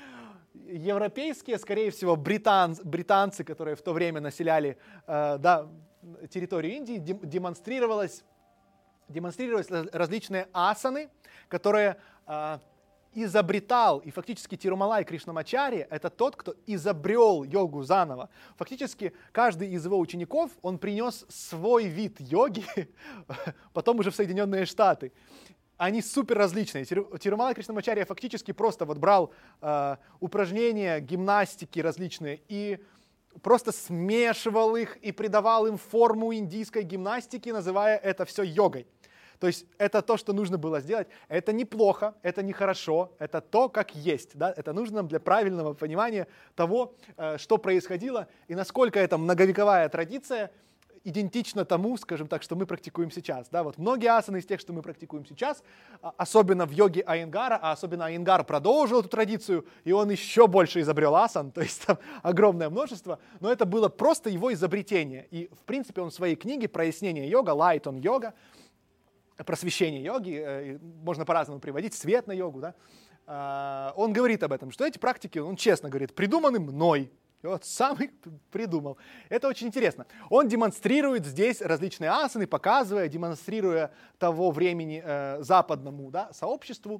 A: Европейские, скорее всего, британцы, британцы, которые в то время населяли э, да, территорию Индии, демонстрировалось, демонстрировались различные асаны, которые э, изобретал, и фактически Тирумалай Кришнамачарья — это тот, кто изобрел йогу заново. Фактически каждый из его учеников, он принес свой вид йоги, потом уже в Соединенные Штаты. Они супер различные. Тирумалай Кришнамачарья фактически просто вот брал э, упражнения, гимнастики различные и просто смешивал их и придавал им форму индийской гимнастики, называя это все йогой. То есть это то, что нужно было сделать. Это неплохо, это нехорошо, это то, как есть. Да? Это нужно для правильного понимания того, э, что происходило и насколько эта многовековая традиция идентично тому, скажем так, что мы практикуем сейчас. Да, вот многие асаны из тех, что мы практикуем сейчас, особенно в йоге Айенгара, а особенно Айенгар продолжил эту традицию, и он еще больше изобрел асан, то есть там огромное множество, но это было просто его изобретение. И, в принципе, он в своей книге «Прояснение йога», «Light on Yoga», «Просвещение йоги», можно по-разному приводить, «Свет на йогу», да, он говорит об этом, что эти практики, он честно говорит, придуманы мной. И вот сам их придумал. Это очень интересно. Он демонстрирует здесь различные асаны, показывая, демонстрируя того времени э, западному да, сообществу,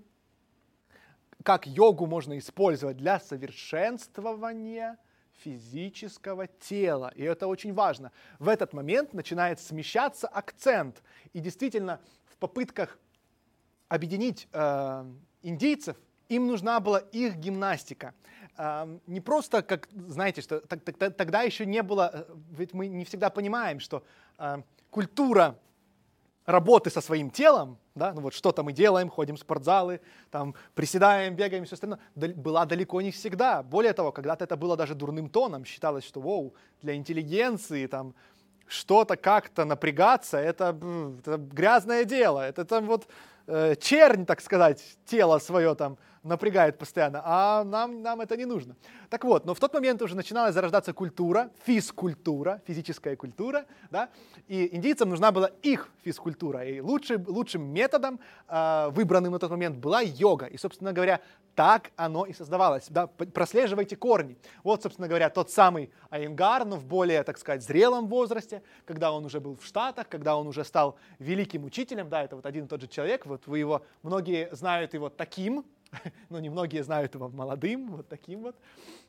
A: как йогу можно использовать для совершенствования физического тела. И это очень важно. В этот момент начинает смещаться акцент. И действительно, в попытках объединить э, индийцев, им нужна была их гимнастика. Не просто, как, знаете, что тогда еще не было, ведь мы не всегда понимаем, что культура работы со своим телом, да, ну вот что-то мы делаем, ходим в спортзалы, там, приседаем, бегаем и все остальное, была далеко не всегда. Более того, когда-то это было даже дурным тоном, считалось, что воу, для интеллигенции там, что-то как-то напрягаться, это, это грязное дело, это там вот э, чернь, так сказать, тело свое там напрягает постоянно, а нам, нам это не нужно. Так вот, но в тот момент уже начинала зарождаться культура, физкультура, физическая культура, да, и индийцам нужна была их физкультура, и лучшим, лучшим методом, э, выбранным на тот момент, была йога, и, собственно говоря, так оно и создавалось, да, прослеживайте корни. Вот, собственно говоря, тот самый Айенгар, но в более, так сказать, зрелом возрасте, когда он уже был в Штатах, когда он уже стал великим учителем, да, это вот один и тот же человек, вот вы его, многие знают его таким, но немногие знают его молодым, вот таким вот.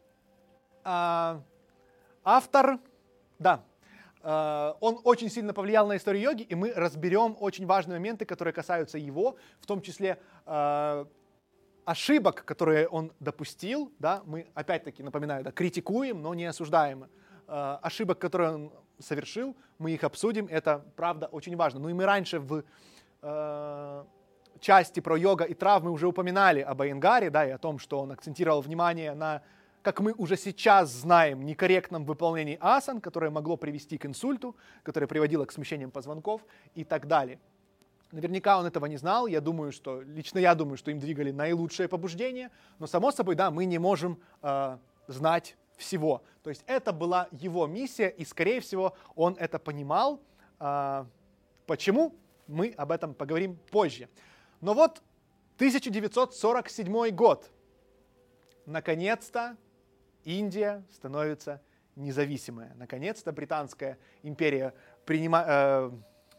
A: А, автор, да, а, он очень сильно повлиял на историю йоги, и мы разберем очень важные моменты, которые касаются его, в том числе а, ошибок, которые он допустил, да, мы опять-таки, напоминаю, да, критикуем, но не осуждаем. А, ошибок, которые он совершил, мы их обсудим, это правда очень важно. Ну и мы раньше в а, части про йога и травмы уже упоминали об Айенгаре, да, и о том, что он акцентировал внимание на как мы уже сейчас знаем, некорректном выполнении асан, которое могло привести к инсульту, которое приводило к смещениям позвонков и так далее. Наверняка он этого не знал. Я думаю, что, лично я думаю, что им двигали наилучшие побуждения. Но, само собой, да, мы не можем э, знать всего. То есть это была его миссия, и, скорее всего, он это понимал. Э, почему? Мы об этом поговорим позже. Но вот тысяча девятьсот сорок седьмой год. Наконец-то Индия становится независимая. Наконец-то Британская империя принима, э,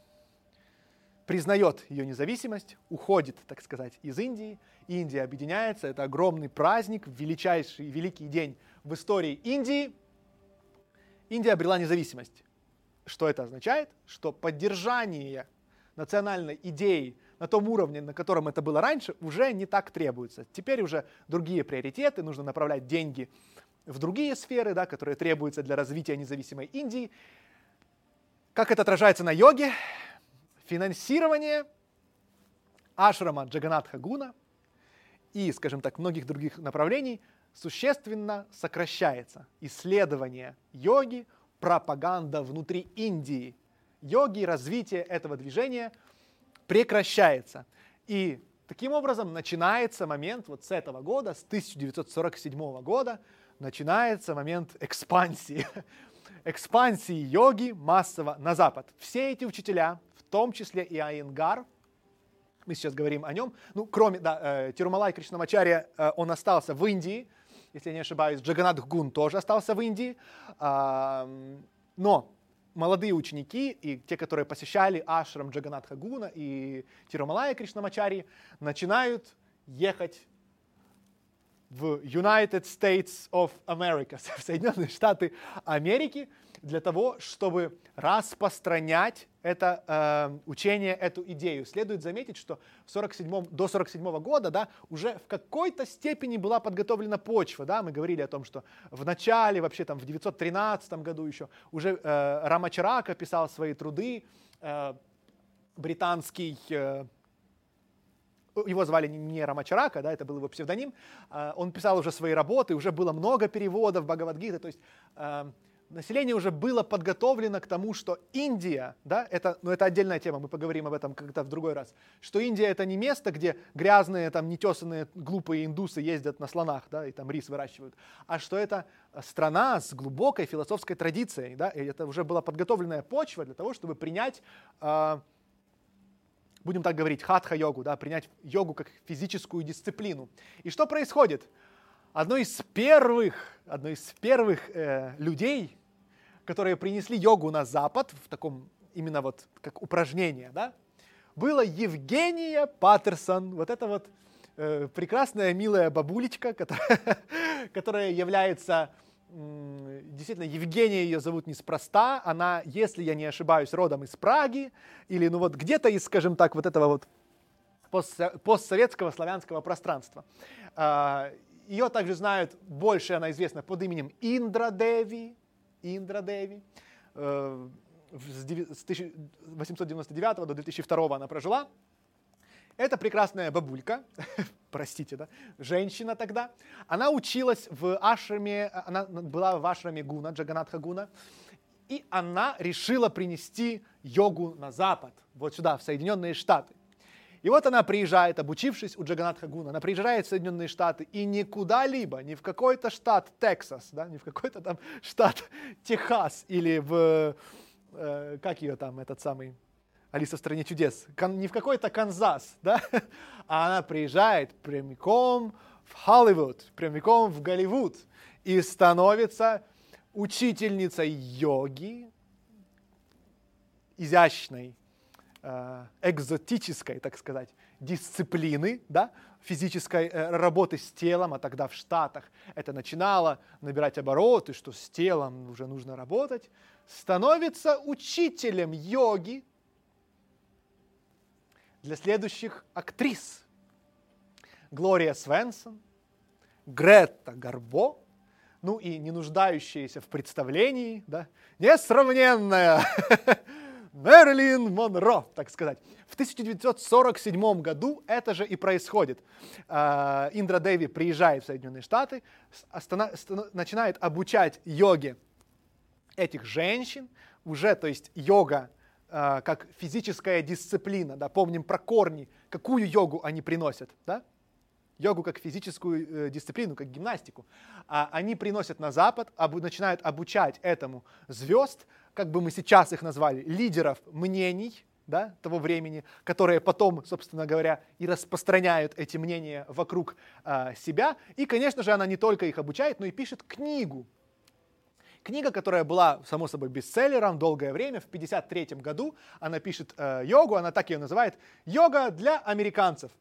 A: признает ее независимость, уходит, так сказать, из Индии. Индия объединяется. Это огромный праздник, величайший, великий день в истории Индии. Индия обрела независимость. Что это означает? Что поддержание национальной идеи на том уровне, на котором это было раньше, уже не так требуется. Теперь уже другие приоритеты, нужно направлять деньги в другие сферы, да, которые требуются для развития независимой Индии. Как это отражается на йоге? Финансирование ашрама Джаганатха-гуна и, скажем так, многих других направлений существенно сокращается. Исследование йоги, пропаганда внутри Индии йоги, развитие этого движения прекращается. И таким образом начинается момент вот с этого года, с тысяча девятьсот сорок седьмого года, начинается момент экспансии. Экспансии йоги массово на Запад. Все эти учителя, в том числе и Айенгар, мы сейчас говорим о нем, ну, кроме, да, э, Тирумалай Кришнамачарья, э, он остался в Индии, если я не ошибаюсь, Джаганатх-гун тоже остался в Индии, э, но молодые ученики и те, которые посещали ашрам Джаганатха-гуна и Тирумалая Кришнамачарьи, начинают ехать в United States of America, в Соединенные Штаты Америки, для того, чтобы распространять это э, учение, эту идею. Следует заметить, что в сорок седьмом, до сорок седьмого года, да, уже в какой-то степени была подготовлена почва. Да? Мы говорили о том, что в начале, вообще там в девятьсот тринадцатом году еще, уже э, Рамачарака писал свои труды, э, британский... Э, его звали не Рамачарака, да, это был его псевдоним. Э, он писал уже свои работы, уже было много переводов Бхагавад-гиты, то есть... Э, Население уже было подготовлено к тому, что Индия, да, это, ну, это отдельная тема, мы поговорим об этом как-то в другой раз, что Индия это не место, где грязные, там, нетесанные, глупые индусы ездят на слонах, да, и там рис выращивают, а что это страна с глубокой философской традицией, да, и это уже была подготовленная почва для того, чтобы принять, э, будем так говорить, хатха-йогу, да, принять йогу как физическую дисциплину. И что происходит? Одно из первых, одно из первых э, людей, которые принесли йогу на Запад, в таком именно вот как упражнение, да, была Евгения Паттерсон, вот эта вот э, прекрасная, милая бабулечка, которая, которая является, э, действительно, Евгения ее зовут неспроста, она, если я не ошибаюсь, родом из Праги, или ну вот где-то из, скажем так, вот этого вот постсоветского славянского пространства. Э, ее также знают, больше она известна под именем Индра Деви, Индра Деви. С тысяча восемьсот девяносто девятого до две тысячи второго она прожила. Это прекрасная бабулька, простите, да, женщина тогда. Она училась в ашраме, она была в ашраме Гуна, Джаганатха-гуна, и она решила принести йогу на Запад, вот сюда, в Соединенные Штаты. И вот она приезжает, обучившись у Джаганатха-гуна, она приезжает в Соединенные Штаты и не куда-либо, не в какой-то штат Тексас, да, не в какой-то там штат Техас или в, э, как ее там, этот самый, Алиса в стране чудес, Кон, не в какой-то Канзас, да, а она приезжает прямиком в Холливуд, прямиком в Голливуд и становится учительницей йоги, изящной, экзотической, так сказать, дисциплины, да, физической э, работы с телом, а тогда в Штатах это начинало набирать обороты, что с телом уже нужно работать, становится учителем йоги для следующих актрис. Глория Свенсон, Грета Гарбо, ну и не нуждающаяся в представлении, да, несравненная Мэрилин Монро, так сказать. В тысяча девятьсот сорок седьмом году это же и происходит. Индра Деви приезжает в Соединенные Штаты, начинает обучать йоге этих женщин, уже, то есть йога как физическая дисциплина, да, помним про корни, какую йогу они приносят, да? Йогу как физическую э, дисциплину, как гимнастику. А они приносят на Запад, обу- начинают обучать этому звезд, как бы мы сейчас их назвали, лидеров мнений, да, того времени, которые потом, собственно говоря, и распространяют эти мнения вокруг э, себя. И, конечно же, она не только их обучает, но и пишет книгу. Книга, которая была, само собой, бестселлером долгое время. В пятьдесят третьем году она пишет э, йогу, она так ее называет, «Йога для американцев».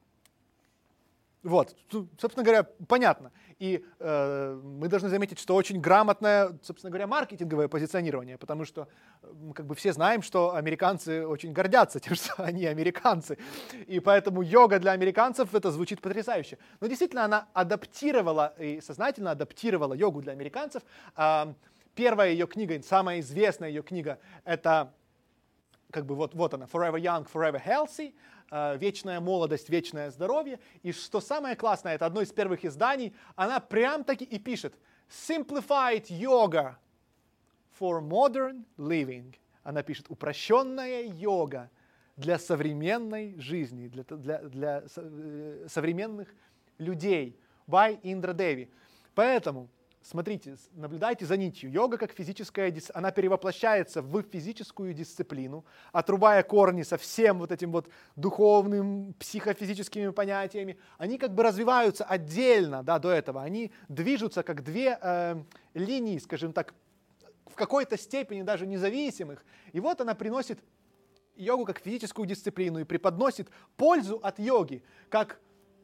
A: Вот, собственно говоря, понятно. И э, мы должны заметить, что очень грамотное, собственно говоря, маркетинговое позиционирование, потому что мы как бы все знаем, что американцы очень гордятся тем, что они американцы. И поэтому йога для американцев, это звучит потрясающе. Но действительно она адаптировала и сознательно адаптировала йогу для американцев. Э, первая ее книга, самая известная ее книга, это как бы вот, вот она, Forever Young, Forever Healthy, вечная молодость, вечное здоровье. И что самое классное, это одно из первых изданий, она прям таки и пишет Simplified Yoga for Modern Living. Она пишет упрощенная йога для современной жизни, для, для, для современных людей. By Индра Деви. Поэтому смотрите, наблюдайте за нитью. Йога как физическая, она перевоплощается в физическую дисциплину, отрубая корни со всем вот этим вот духовным, психофизическими понятиями. Они как бы развиваются отдельно, да, до этого. Они движутся как две э, линии, скажем так, в какой-то степени даже независимых. И вот она приносит йогу как физическую дисциплину и преподносит пользу от йоги, как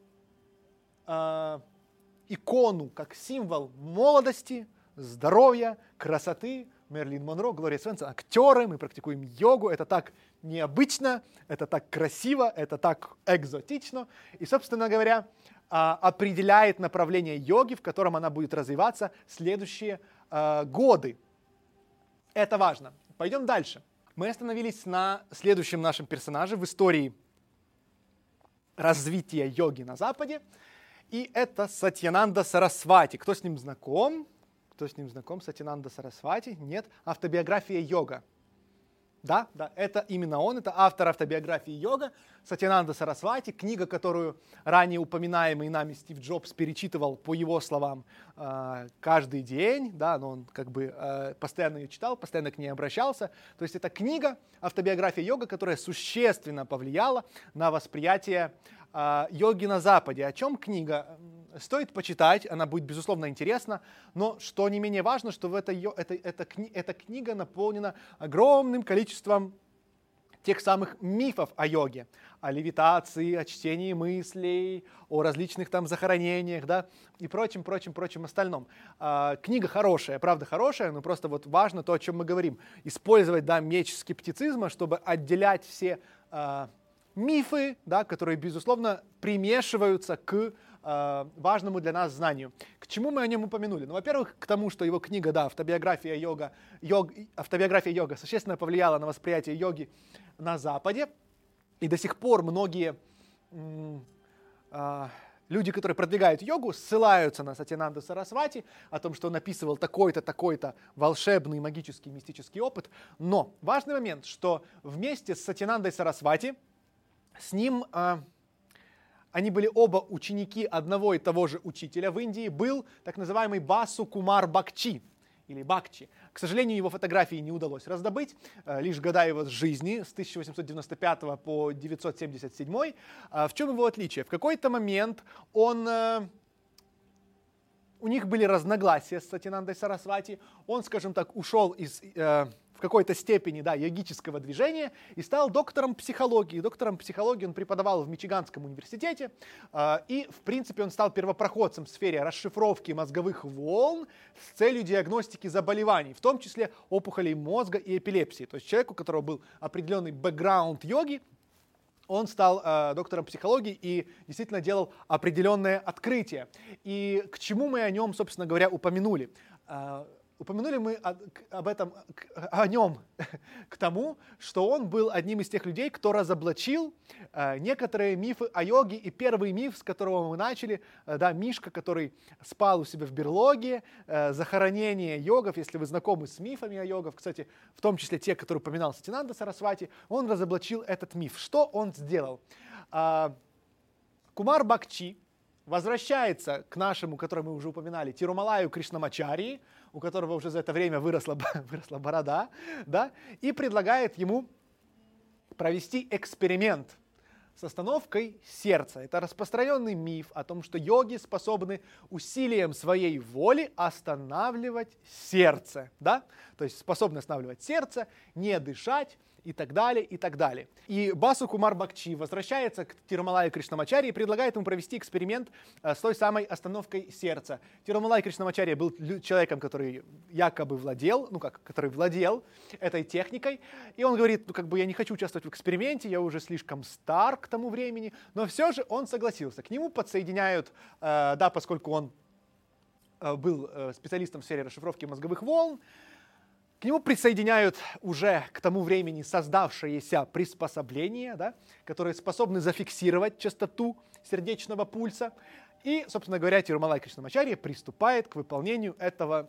A: э, икону, как символ молодости, здоровья, красоты. Мэрилин Монро, Глория Свенсон, актеры, мы практикуем йогу, это так необычно, это так красиво, это так экзотично. И, собственно говоря, определяет направление йоги, в котором она будет развиваться следующие годы. Это важно. Пойдем дальше. Мы остановились на следующем нашем персонаже в истории развития йоги на Западе. И это Сатьянанда Сарасвати. Кто с ним знаком? Кто с ним знаком? Сатьянанда Сарасвати? Нет. Автобиография йога. Да, да, это именно он, это автор автобиографии йога, Сатьянанда Сарасвати, книга, которую ранее упоминаемый нами Стив Джобс перечитывал, по его словам, каждый день, да, но он как бы постоянно ее читал, постоянно к ней обращался. То есть это книга, автобиография йога, которая существенно повлияла на восприятие йоги на Западе. О чем книга? Стоит почитать, она будет, безусловно, интересна, но что не менее важно, что в этой, эта, эта, эта книга наполнена огромным количеством тех самых мифов о йоге, о левитации, о чтении мыслей, о различных там захоронениях, да, и прочим, прочим, прочим остальном. А, книга хорошая, правда хорошая, но просто вот важно то, о чем мы говорим. Использовать, да, меч скептицизма, чтобы отделять все а, мифы, да, которые, безусловно, примешиваются к э, важному для нас знанию. К чему мы о нем упомянули? Ну, во-первых, к тому, что его книга, да, автобиография йога, йог, автобиография йога существенно повлияла на восприятие йоги на Западе. И до сих пор многие м, э, люди, которые продвигают йогу, ссылаются на Сатьянанду Сарасвати, о том, что он описывал такой-то, такой-то волшебный, магический, мистический опыт. Но важный момент, что вместе с Сатьянандой Сарасвати с ним, э, они были оба ученики одного и того же учителя в Индии, был так называемый Басу Кумар Бакчи, или Бакчи. К сожалению, его фотографии не удалось раздобыть, э, лишь года его жизни с тысяча восемьсот девяносто пятого по девятьсот семьдесят седьмой. Э, в чем его отличие? В какой-то момент он... Э, у них были разногласия с Сатьянандой Сарасвати. Он, скажем так, ушел из... Э, в какой-то степени, да, йогического движения и стал доктором психологии. Доктором психологии он преподавал в Мичиганском университете. Э, и, в принципе, он стал первопроходцем в сфере расшифровки мозговых волн с целью диагностики заболеваний, в том числе опухолей мозга и эпилепсии. То есть человек, у которого был определенный бэкграунд йоги, он стал э, доктором психологии и действительно делал определенные открытия. И к чему мы о нем, собственно говоря, упомянули? Э, упомянули мы о, об этом, о нем к тому, что он был одним из тех людей, кто разоблачил э, некоторые мифы о йоге. И первый миф, с которого мы начали, э, да, Мишка, который спал у себя в берлоге, э, захоронение йогов. Если вы знакомы с мифами о йогах, кстати, в том числе те, которые упоминал Сатинанда Сарасвати, он разоблачил этот миф. Что он сделал? Э, Кумар Бакчи возвращается к нашему, который мы уже упоминали, Тирумалаю Кришнамачарьи, у которого уже за это время выросла, выросла борода, да, и предлагает ему провести эксперимент с остановкой сердца. Это распространенный миф о том, что йоги способны усилием своей воли останавливать сердце, да, то есть способны останавливать сердце, не дышать, и так далее, и так далее. И Басу Кумар Бакчи возвращается к Тирумалаю Кришнамачарьи и предлагает ему провести эксперимент э, с той самой остановкой сердца. Тирумалай Кришнамачарья был человеком, который якобы владел, ну как, который владел этой техникой, и он говорит, ну как бы я не хочу участвовать в эксперименте, я уже слишком стар к тому времени, но все же он согласился. К нему подсоединяют, э, да, поскольку он э, был э, специалистом в сфере расшифровки мозговых волн, к нему присоединяют уже к тому времени создавшиеся приспособления, да, которые способны зафиксировать частоту сердечного пульса. И, собственно говоря, Тирумалай Кришнамачарья приступает к выполнению этого,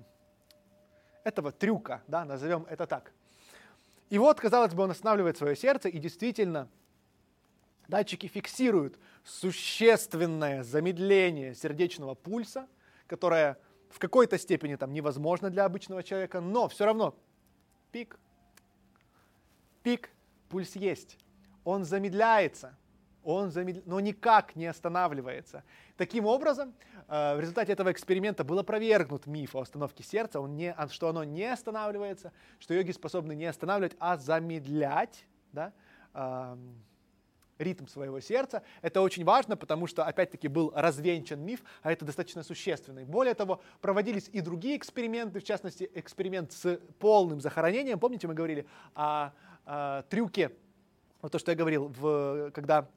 A: этого трюка, да, назовем это так. И вот, казалось бы, он останавливает свое сердце, и действительно датчики фиксируют существенное замедление сердечного пульса, которое в какой-то степени там невозможно для обычного человека, но все равно пик, пик, пульс есть. Он замедляется, он замедля... но никак не останавливается. Таким образом, в результате этого эксперимента был опровергнут миф о остановке сердца, он не, что оно не останавливается, что йоги способны не останавливать, а замедлять, да, ритм своего сердца. Это очень важно, потому что, опять-таки, был развенчан миф, а это достаточно существенный. Более того, проводились и другие эксперименты, в частности, эксперимент с полным захоронением. Помните, мы говорили о, о трюке, вот то, что я говорил, в, когда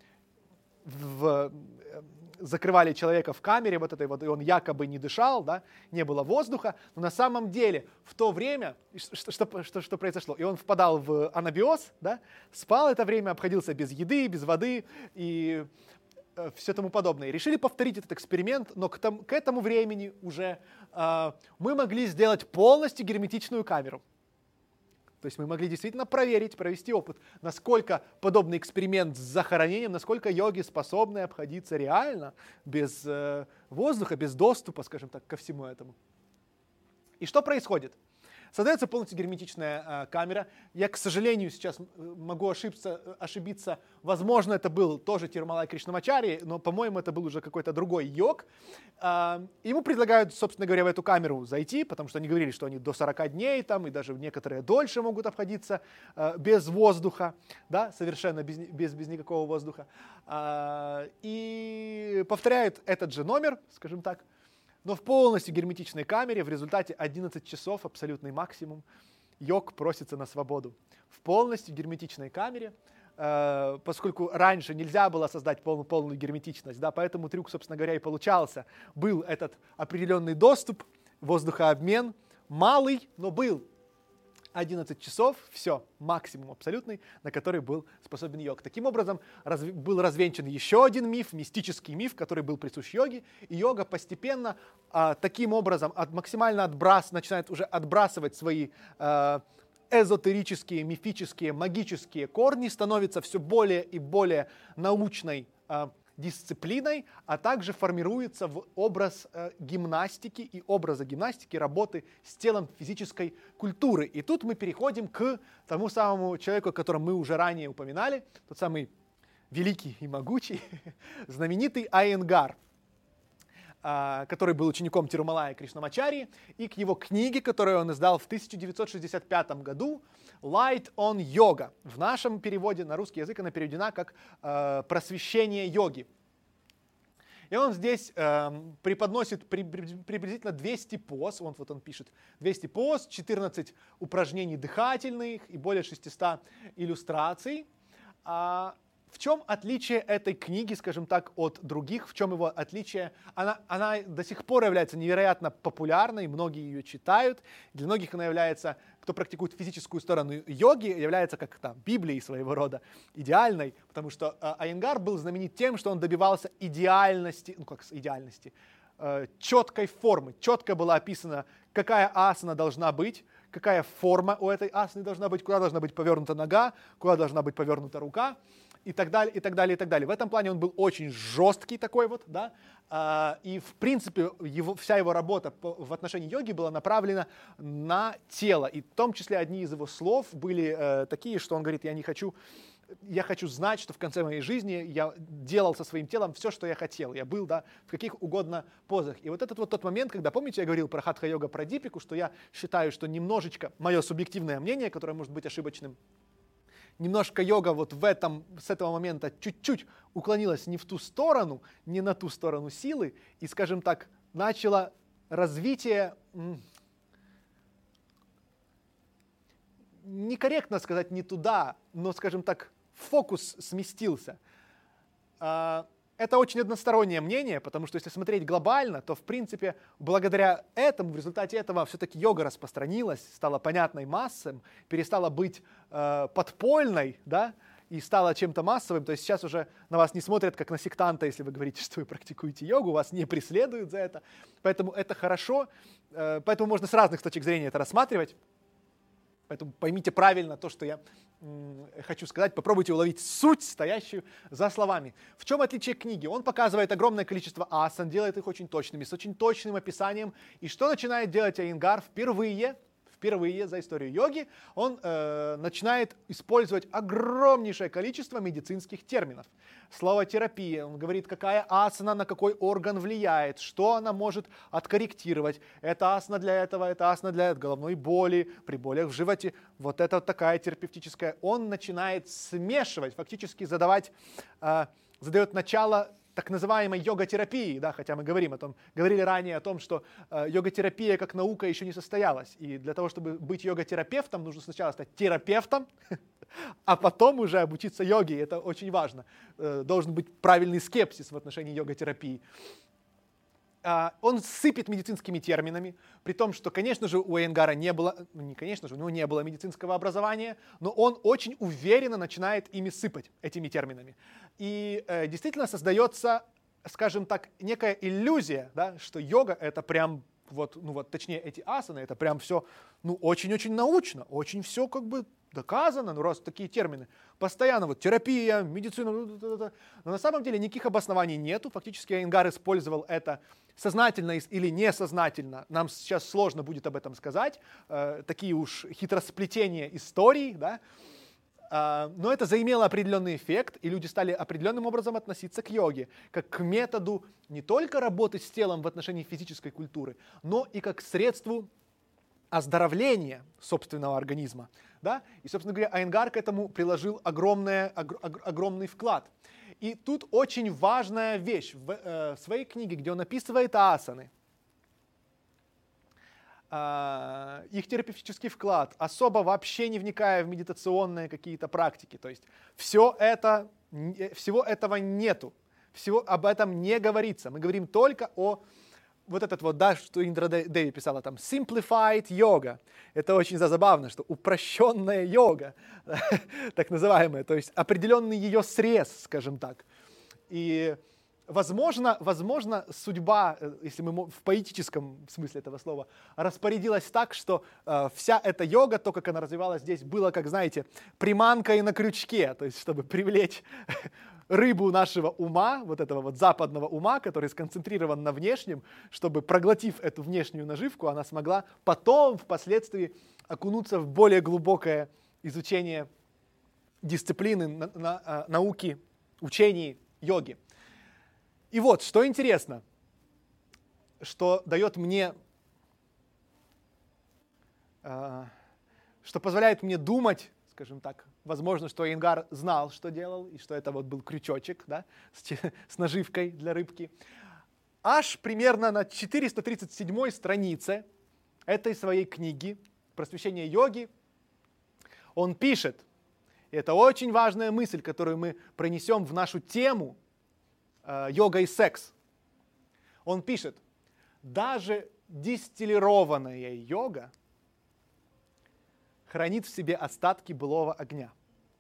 A: в, закрывали человека в камере, вот этой вот, и он якобы не дышал, да, не было воздуха, но на самом деле в то время, что, что, что, что произошло, и он впадал в анабиоз, да, спал это время, обходился без еды, без воды и э, все тому подобное. И решили повторить этот эксперимент, но к, там, к этому времени уже э, мы могли сделать полностью герметичную камеру. То есть мы могли действительно проверить, провести опыт, насколько подобный эксперимент с захоронением, насколько йоги способны обходиться реально, без э, воздуха, без доступа, скажем так, ко всему этому. И что происходит? Создается полностью герметичная э, камера. Я, к сожалению, сейчас могу ошибиться, ошибиться. Возможно, это был тоже Тирумалай Кришнамачарья, но, по-моему, это был уже какой-то другой йог. Э, ему предлагают, собственно говоря, в эту камеру зайти, потому что они говорили, что они до сорока дней там, и даже некоторые дольше могут обходиться э, без воздуха, да, совершенно без, без, без никакого воздуха. Э, и повторяют этот же номер, скажем так, но в полностью герметичной камере в результате одиннадцать часов, абсолютный максимум, йог просится на свободу. В полностью герметичной камере, э, поскольку раньше нельзя было создать полную, полную герметичность, да, поэтому трюк, собственно говоря, и получался. Был этот определенный доступ, воздухообмен, малый, но был. одиннадцать часов, все, максимум абсолютный, на который был способен йог. Таким образом, раз, был развенчан еще один миф, мистический миф, который был присущ йоге, и йога постепенно а, таким образом от, максимально отбрас, начинает уже отбрасывать свои а, эзотерические, мифические, магические корни, становится все более и более научной а, дисциплиной, а также формируется в образ э, гимнастики и образа гимнастики работы с телом физической культуры. И тут мы переходим к тому самому человеку, о котором мы уже ранее упоминали, тот самый великий и могучий, знаменитый Айенгар, э, который был учеником Тирумалая Кришнамачарьи, и к его книге, которую он издал в тысяча девятьсот шестьдесят пятом году, Light on Yoga. В нашем переводе на русский язык она переведена как э, «Просвещение йоги». И он здесь э, преподносит при, при, приблизительно двести поз, он, вот он пишет, двести поз, четырнадцать упражнений дыхательных и более шестисот иллюстраций. А, В чем отличие этой книги, скажем так, от других? В чем его отличие? Она, она до сих пор является невероятно популярной, многие ее читают. Для многих она является, кто практикует физическую сторону йоги, является как там, Библией своего рода, идеальной, потому что э, Айенгар был знаменит тем, что он добивался идеальности, ну как идеальности, э, четкой формы. Четко было описано, какая асана должна быть, какая форма у этой асаны должна быть, куда должна быть повернута нога, куда должна быть повернута рука. И так далее, и так далее, и так далее. В этом плане он был очень жесткий такой вот, да, а, и в принципе его, вся его работа по, в отношении йоги была направлена на тело, и в том числе одни из его слов были э, такие, что он говорит: я не хочу, я хочу знать, что в конце моей жизни я делал со своим телом все, что я хотел, я был, да, в каких угодно позах. И вот этот вот тот момент, когда, помните, я говорил про хатха-йога, про дипику, что я считаю, что немножечко, мое субъективное мнение, которое может быть ошибочным, немножко йога вот в этом, с этого момента чуть-чуть уклонилась не в ту сторону, не на ту сторону силы, и, скажем так, начала развитие, некорректно сказать не туда, но, скажем так, фокус сместился. Это очень одностороннее мнение, потому что если смотреть глобально, то, в принципе, благодаря этому, в результате этого, все-таки йога распространилась, стала понятной массам, перестала быть э, подпольной, да, и стала чем-то массовым. То есть сейчас уже на вас не смотрят как на сектанта, если вы говорите, что вы практикуете йогу, вас не преследуют за это. Поэтому это хорошо, э, поэтому можно с разных точек зрения это рассматривать. Поэтому поймите правильно то, что я хочу сказать, попробуйте уловить суть, стоящую за словами. В чем отличие книги? Он показывает огромное количество асан, делает их очень точными, с очень точным описанием. И что начинает делать Айенгар впервые, впервые за историю йоги? Он э, начинает использовать огромнейшее количество медицинских терминов. Слово терапия, он говорит, какая асана на какой орган влияет, что она может откорректировать. Это асана для этого, это асана для головной боли, при болях в животе. Вот это вот такая терапевтическая. Он начинает смешивать, фактически задавать, э, задает начало так называемой йога-терапии, да, хотя мы говорим о том, говорили ранее о том, что э, йога-терапия как наука еще не состоялась. И для того, чтобы быть йога-терапевтом, нужно сначала стать терапевтом, а потом уже обучиться йоге. Это очень важно. Э, должен быть правильный скепсис в отношении йога-терапии. Э, он сыпет медицинскими терминами, при том, что, конечно же, у Айенгара не было, ну не конечно же, у него не было медицинского образования, но он очень уверенно начинает ими сыпать, этими терминами. И э, действительно создается, скажем так, некая иллюзия, да, что йога это прям, вот, ну вот, точнее, эти асаны, это прям все, ну, очень-очень научно, очень все как бы доказано, ну, раз такие термины. Постоянно вот терапия, медицина, но на самом деле никаких обоснований нету. Фактически Айенгар использовал это сознательно или несознательно. Нам сейчас сложно будет об этом сказать. Э, такие уж хитросплетения историй, да. Но это заимело определенный эффект, и люди стали определенным образом относиться к йоге, как к методу не только работы с телом в отношении физической культуры, но и как к средству оздоровления собственного организма. Да? И, собственно говоря, Айенгар к этому приложил огромное, ог- огромный вклад. И тут очень важная вещь. В, э, в своей книге, где он описывает асаны, Uh, их терапевтический вклад, особо вообще не вникая в медитационные какие-то практики. То есть все это, всего этого нету, всего об этом не говорится. Мы говорим только о вот этот вот, да, что Индра Деви писала там, simplified yoga. Это очень забавно, что упрощенная йога, так называемая, то есть определенный ее срез, скажем так. И Возможно, возможно, судьба, если мы в поэтическом смысле этого слова, распорядилась так, что э, вся эта йога, то, как она развивалась здесь, было, как, знаете, приманкой на крючке, то есть чтобы привлечь рыбу нашего ума, вот этого вот западного ума, который сконцентрирован на внешнем, чтобы, проглотив эту внешнюю наживку, она смогла потом, впоследствии, окунуться в более глубокое изучение дисциплины, на, на, науки, учений йоги. И вот, что интересно, что дает мне, э, что позволяет мне думать, скажем так, возможно, что Айенгар знал, что делал, и что это вот был крючочек, да, с, с наживкой для рыбки. Аж примерно на четыреста тридцать седьмой странице этой своей книги «Просвещение йоги» он пишет: И это очень важная мысль, которую мы пронесем в нашу тему э, йога и секс. Он пишет, даже дистиллированная йога хранит в себе остатки былого огня.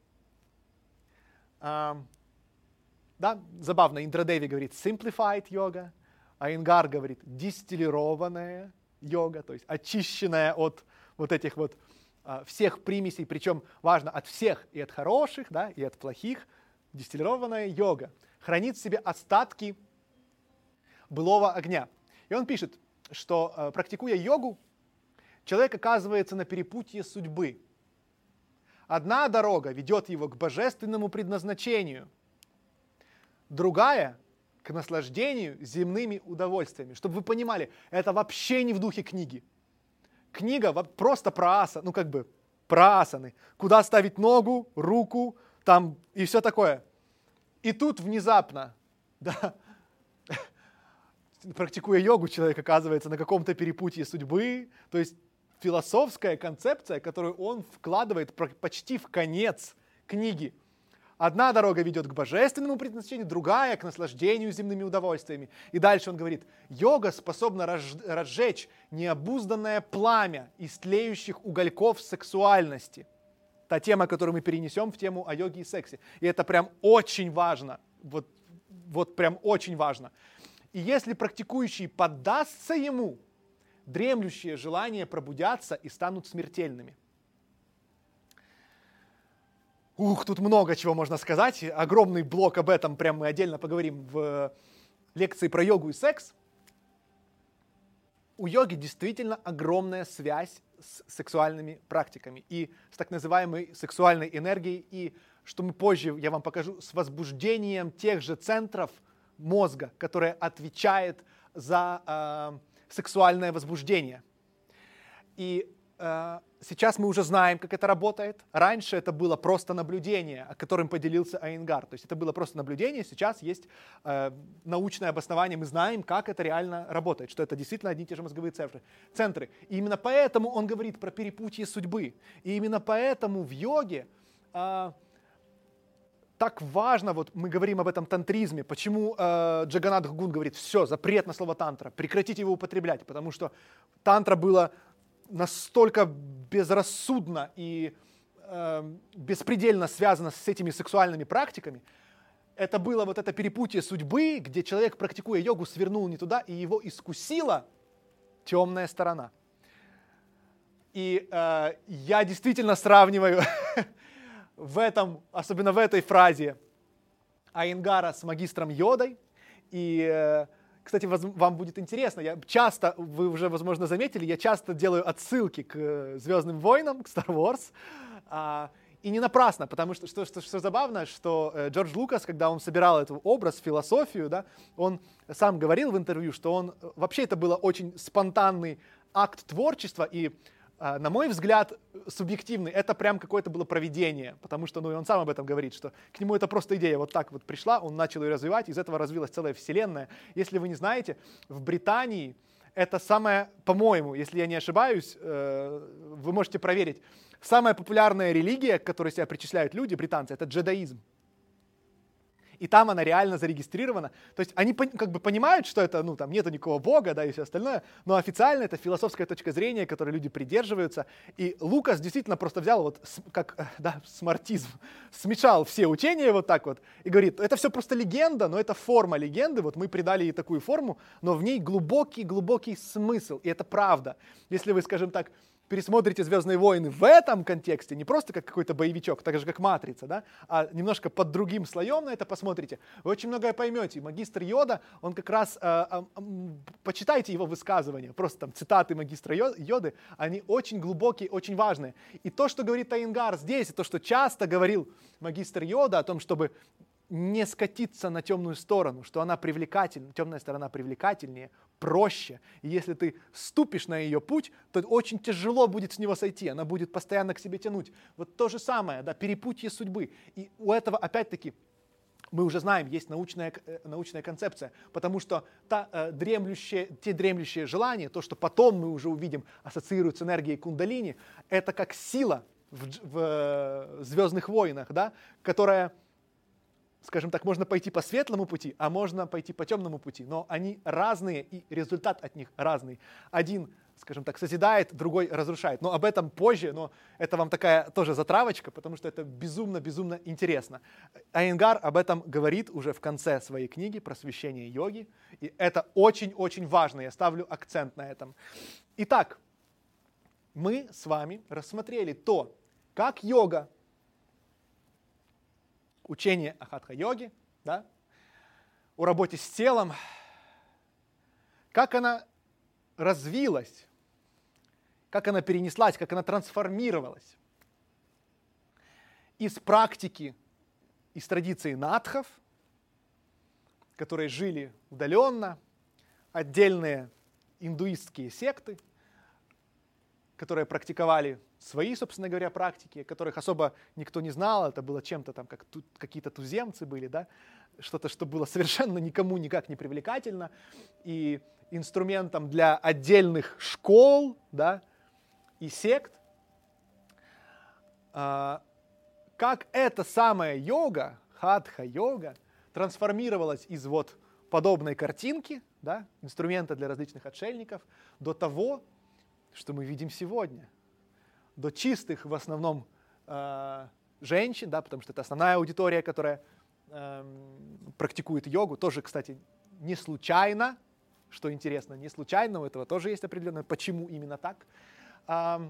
A: А, да, забавно, Индрадеви говорит simplified йога, а Ингар говорит дистиллированная йога, то есть очищенная от вот этих вот а, всех примесей, причем важно от всех, и от хороших, да, и от плохих. Дистиллированная йога хранит в себе остатки былого огня. И он пишет, что а, практикуя йогу, человек оказывается на перепутье судьбы. Одна дорога ведет его к божественному предназначению, другая — к наслаждению земными удовольствиями. Чтобы вы понимали, это вообще не в духе книги. Книга просто про аса, ну как бы про асаны. Куда ставить ногу, руку, там и все такое. И тут внезапно, да, практикуя йогу, человек оказывается на каком-то перепутье судьбы, то есть философская концепция, которую он вкладывает почти в конец книги. Одна дорога ведет к божественному предназначению, другая — к наслаждению земными удовольствиями. И дальше он говорит, йога способна разжечь необузданное пламя из тлеющих угольков сексуальности. Та тема, которую мы перенесем в тему о йоге и сексе. И это прям очень важно. Вот, вот прям очень важно. И если практикующий поддастся ему, дремлющие желания пробудятся и станут смертельными. Ух, тут много чего можно сказать. Огромный блок об этом, прям мы отдельно поговорим в лекции про йогу и секс. У йоги действительно огромная связь с сексуальными практиками и с так называемой сексуальной энергией, и, что мы позже, я вам покажу, с возбуждением тех же центров мозга, которые отвечают за э, сексуальное возбуждение. И э, сейчас мы уже знаем, как это работает. Раньше это было просто наблюдение, о котором поделился Айенгар. То есть это было просто наблюдение, сейчас есть э, научное обоснование, мы знаем, как это реально работает, что это действительно одни и те же мозговые центры. И именно поэтому он говорит про перепутье судьбы. И именно поэтому в йоге э, так важно, вот мы говорим об этом тантризме, почему э, Джаганнат Гун говорит, все, запрет на слово тантра, прекратите его употреблять, потому что тантра была настолько безрассудно и э, беспредельно связано с этими сексуальными практиками. Это было вот это перепутье судьбы, где человек, практикуя йогу, свернул не туда, и его искусила темная сторона. И э, я действительно сравниваю в этом, особенно в этой фразе Айенгара с магистром Йодой. И, э, кстати, вам будет интересно, я часто, вы уже, возможно, заметили, я часто делаю отсылки к «Звездным войнам», к Star Wars. А, и не напрасно, потому что, что, что, что забавно, что э, Джордж Лукас, когда он собирал этот образ, философию, да, он сам говорил в интервью, что он, вообще это было очень спонтанный акт творчества, и, э, на мой взгляд, субъективный, это прям какое-то было провидение, потому что, ну, и он сам об этом говорит, что к нему это просто идея вот так вот пришла, он начал ее развивать, из этого развилась целая вселенная. Если вы не знаете, в Британии это самое, по-моему, если я не ошибаюсь, э, вы можете проверить, самая популярная религия, к которой себя причисляют люди, британцы, это джедаизм. И там она реально зарегистрирована. То есть они как бы понимают, что это, ну, там нету никакого бога, да, и все остальное, но официально это философская точка зрения, которой люди придерживаются. И Лукас действительно просто взял вот, как, да, смартизм, смешал все учения вот так вот и говорит, это все просто легенда, но это форма легенды, вот мы придали ей такую форму, но в ней глубокий-глубокий смысл, и это правда. Если вы, скажем так, пересмотрите «Звездные войны» в этом контексте, не просто как какой-то боевичок, так же как «Матрица», да, а немножко под другим слоем на это посмотрите, вы очень многое поймете. Магистр Йода, он как раз, э, э, э, почитайте его высказывания, просто там цитаты магистра Йоды, они очень глубокие, очень важные. И то, что говорит Айенгар здесь, и то, что часто говорил магистр Йода о том, чтобы не скатиться на темную сторону, что она привлекательна, темная сторона привлекательнее, проще. И если ты ступишь на ее путь, то очень тяжело будет с него сойти, она будет постоянно к себе тянуть. Вот то же самое, да, перепутье судьбы. И у этого, опять-таки, мы уже знаем, есть научная, научная концепция, потому что та, э, дремлющие, те дремлющие желания, то, что потом мы уже увидим, ассоциируют с энергией кундалини, это как сила, в, в «Звездных войнах», да, которая, скажем так, можно пойти по светлому пути, а можно пойти по темному пути, но они разные, и результат от них разный. Один, скажем так, созидает, другой разрушает. Но об этом позже, но это вам такая тоже затравочка, потому что это безумно-безумно интересно. Айенгар об этом говорит уже в конце своей книги «Просвещение йоги», и это очень-очень важно, я ставлю акцент на этом. Итак, мы с вами рассмотрели то, как йога, учение о хатха-йоге, да, о работе с телом, как она развилась, как она перенеслась, как она трансформировалась из практики, из традиции надхов, которые жили удаленно, отдельные индуистские секты, которые практиковали свои, собственно говоря, практики, которых особо никто не знал, это было чем-то там, как тут какие-то туземцы были, да, что-то, что было совершенно никому никак не привлекательно, и инструментом для отдельных школ, да, и сект. А, как эта самая йога, хатха-йога, трансформировалась из вот подобной картинки, да, инструмента для различных отшельников, до того, что мы видим сегодня, до чистых в основном э, женщин, да, потому что это основная аудитория, которая э, практикует йогу, тоже, кстати, не случайно, что интересно, не случайно, у этого тоже есть определенное, почему именно так. Э,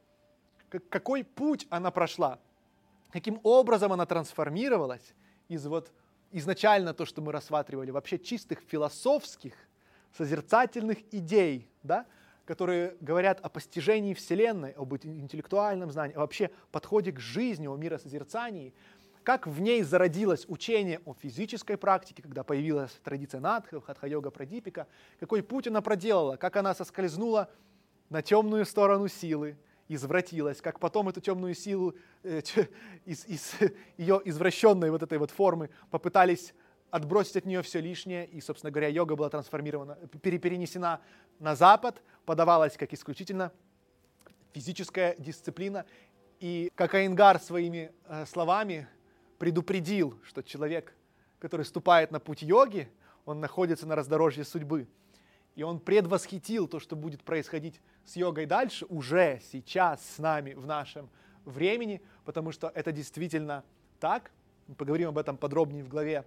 A: какой путь она прошла, каким образом она трансформировалась из вот изначально то, что мы рассматривали, вообще чистых философских, созерцательных идей, да, которые говорят о постижении Вселенной, об интеллектуальном знании, о вообще подходе к жизни, о миросозерцании, как в ней зародилось учение о физической практике, когда появилась традиция надхов, хатха-йога, прадипика, какой путь она проделала, как она соскользнула на темную сторону силы, извратилась, как потом эту темную силу э, из, из ее извращенной вот этой вот формы попытались отбросить от нее все лишнее, и, собственно говоря, йога была трансформирована, перенесена на Запад, подавалась как исключительно физическая дисциплина. И как Айенгар своими э, словами предупредил, что человек, который ступает на путь йоги, он находится на раздорожье судьбы. И он предвосхитил то, что будет происходить с йогой дальше, уже сейчас с нами в нашем времени, потому что это действительно так. Мы поговорим об этом подробнее в главе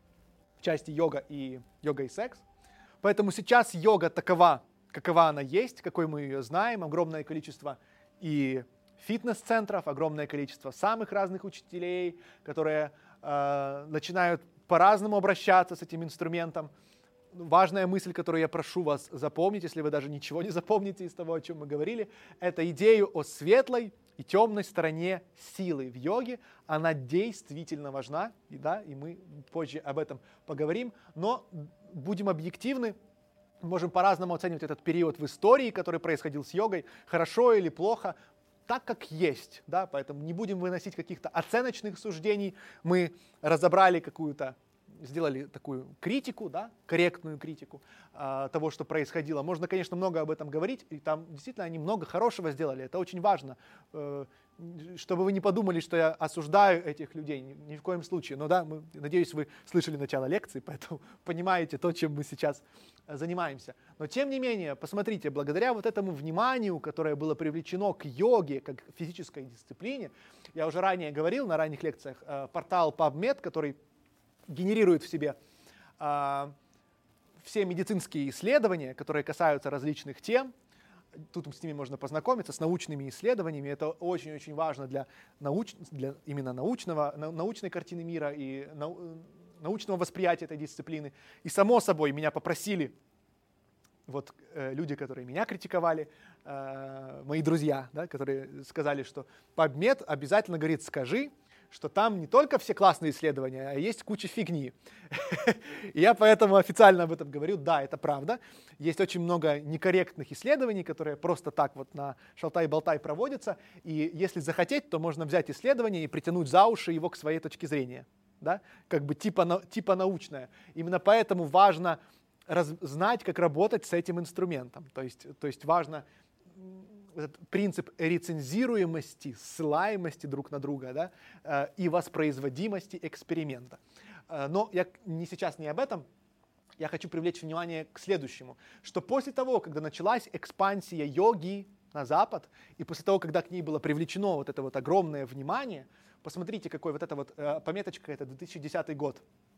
A: в части йога и йога и секс. Поэтому сейчас йога такова, какова она есть, какой мы ее знаем, огромное количество и фитнес-центров, огромное количество самых разных учителей, которые э, начинают по-разному обращаться с этим инструментом. Важная мысль, которую я прошу вас запомнить, если вы даже ничего не запомните из того, о чем мы говорили, это идею о светлой и темной стороне силы в йоге. Она действительно важна, и, да, и мы позже об этом поговорим, но будем объективны, можем по-разному оценивать этот период в истории, который происходил с йогой, хорошо или плохо, так как есть, да, поэтому не будем выносить каких-то оценочных суждений, мы разобрали какую-то, сделали такую критику, да, корректную критику э, того, что происходило. Можно, конечно, много об этом говорить, и там действительно они много хорошего сделали, это очень важно, э, чтобы вы не подумали, что я осуждаю этих людей, ни, ни в коем случае. Но да, мы, надеюсь, вы слышали начало лекции, поэтому понимаете то, чем мы сейчас занимаемся. Но тем не менее, посмотрите, благодаря вот этому вниманию, которое было привлечено к йоге, как к физической дисциплине, я уже ранее говорил на ранних лекциях, э, портал PubMed, который генерирует в себе э, все медицинские исследования, которые касаются различных тем. Тут с ними можно познакомиться, с научными исследованиями. Это очень-очень важно для, науч... для именно научного, научной картины мира и нау... научного восприятия этой дисциплины. И само собой меня попросили вот, э, люди, которые меня критиковали, э, мои друзья, да, которые сказали, что PubMed обязательно говорит, скажи, что там не только все классные исследования, а есть куча фигни. И я поэтому официально об этом говорю. Да, это правда. Есть очень много некорректных исследований, которые просто так вот на шалтай-болтай проводятся. И если захотеть, то можно взять исследование и притянуть за уши его к своей точке зрения. Да? Как бы типа, типа научное. Именно поэтому важно раз, знать, как работать с этим инструментом. То есть, то есть важно этот принцип рецензируемости, ссылаемости друг на друга, да, э, и воспроизводимости эксперимента. Э, но я не сейчас не об этом. Я хочу привлечь внимание к следующему, что после того, когда началась экспансия йоги на Запад, и после того, когда к ней было привлечено вот это вот огромное внимание, посмотрите, какой вот эта вот э, пометочка, это две тысячи десятый год.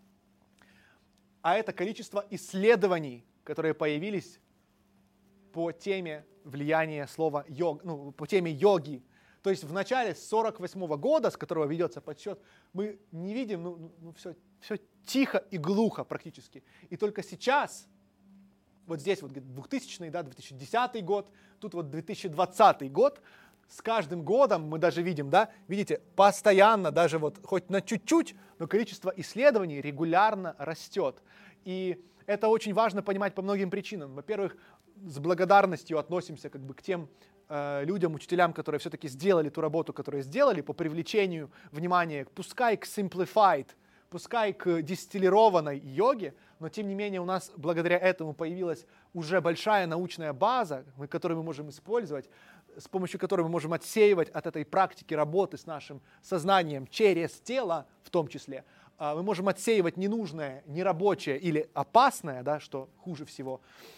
A: А это количество исследований, которые появились по теме влияния слова йог, ну, по теме йоги. То есть в начале сорок восьмого года, с которого ведется подсчет, мы не видим, ну, ну все, все тихо и глухо практически. И только сейчас, вот здесь вот двухтысячный, да, две тысячи десятый год, тут вот две тысячи двадцатый год, с каждым годом мы даже видим, да, видите, постоянно, даже вот хоть на чуть-чуть, но количество исследований регулярно растет. И это очень важно понимать по многим причинам. Во-первых, с благодарностью относимся как бы к тем э, людям, учителям, которые все-таки сделали ту работу, которую сделали по привлечению внимания, пускай к simplified, пускай к дистиллированной йоге, но тем не менее у нас благодаря этому появилась уже большая научная база, которую мы можем использовать, с помощью которой мы можем отсеивать от этой практики работы с нашим сознанием через тело в том числе. Мы можем отсеивать ненужное, нерабочее или опасное, да, что хуже всего.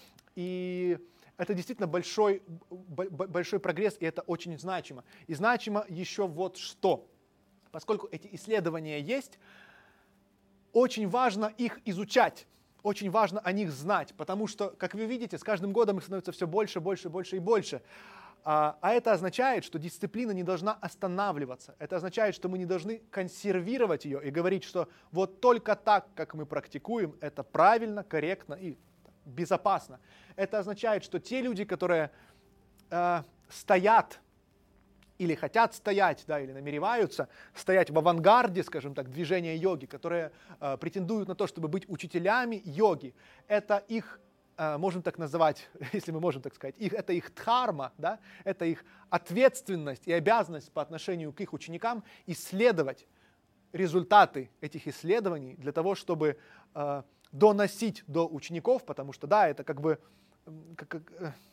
A: И это действительно большой, большой прогресс, и это очень значимо. И значимо еще вот что. Поскольку эти исследования есть, очень важно их изучать, очень важно о них знать, потому что, как вы видите, с каждым годом их становится все больше, больше, больше и больше. А, а это означает, что дисциплина не должна останавливаться. Это означает, что мы не должны консервировать ее и говорить, что вот только так, как мы практикуем, это правильно, корректно и безопасно. Это означает, что те люди, которые э, стоят или хотят стоять, да, или намереваются стоять в авангарде, скажем так, движения йоги, которые э, претендуют на то, чтобы быть учителями йоги, это их, э, можем так называть, если мы можем так сказать, их, это их дхарма, да, это их ответственность и обязанность по отношению к их ученикам исследовать результаты этих исследований для того, чтобы э, доносить до учеников, потому что, да, это как бы как, как,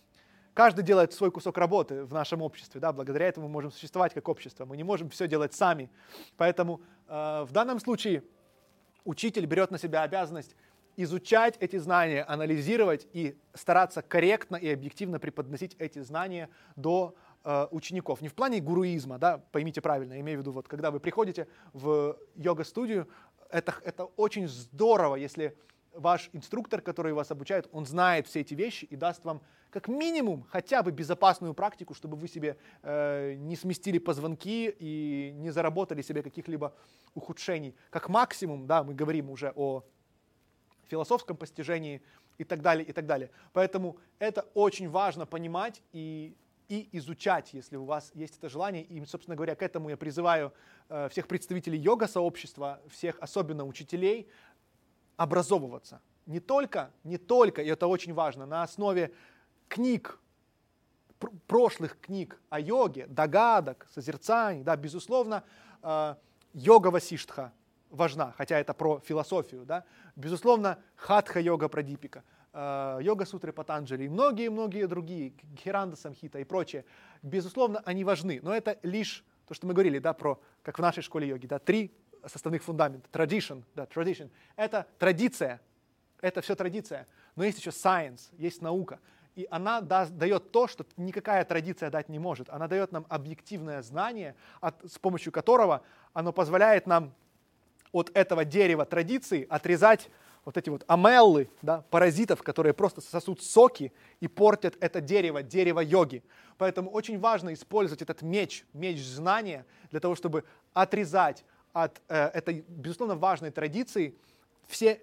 A: каждый делает свой кусок работы в нашем обществе, да, благодаря этому мы можем существовать как общество, мы не можем все делать сами. Поэтому э, в данном случае учитель берет на себя обязанность изучать эти знания, анализировать и стараться корректно и объективно преподносить эти знания до э, учеников. Не в плане гуруизма, да, поймите правильно, я имею в виду, вот, когда вы приходите в йога-студию, это, это очень здорово, если ваш инструктор, который вас обучает, он знает все эти вещи и даст вам как минимум хотя бы безопасную практику, чтобы вы себе э, не сместили позвонки и не заработали себе каких-либо ухудшений. Как максимум, да, мы говорим уже о философском постижении и так далее, и так далее. Поэтому это очень важно понимать и, и изучать, если у вас есть это желание. И, собственно говоря, к этому я призываю э, всех представителей йога-сообщества, всех особенно учителей, образовываться. Не только, не только, и это очень важно, на основе книг, пр- прошлых книг о йоге, догадок, созерцаний, да, безусловно, э, йога Васиштха важна, хотя это про философию, да, безусловно, хатха-йога Прадипика, э, йога-сутры Патанджали и многие-многие другие, Гхиранда Самхита и прочее, безусловно, они важны, но это лишь то, что мы говорили, да, про, как в нашей школе йоги, да, три составных фундамента. Tradition, да, tradition. Это традиция, это все традиция. Но есть еще science, есть наука. И она даст, дает то, что никакая традиция дать не может. Она дает нам объективное знание, от, с помощью которого оно позволяет нам от этого дерева традиции отрезать вот эти вот амеллы, да, паразитов, которые просто сосут соки и портят это дерево, дерево йоги. Поэтому очень важно использовать этот меч, меч знания, для того, чтобы отрезать от э, этой, безусловно, важной традиции все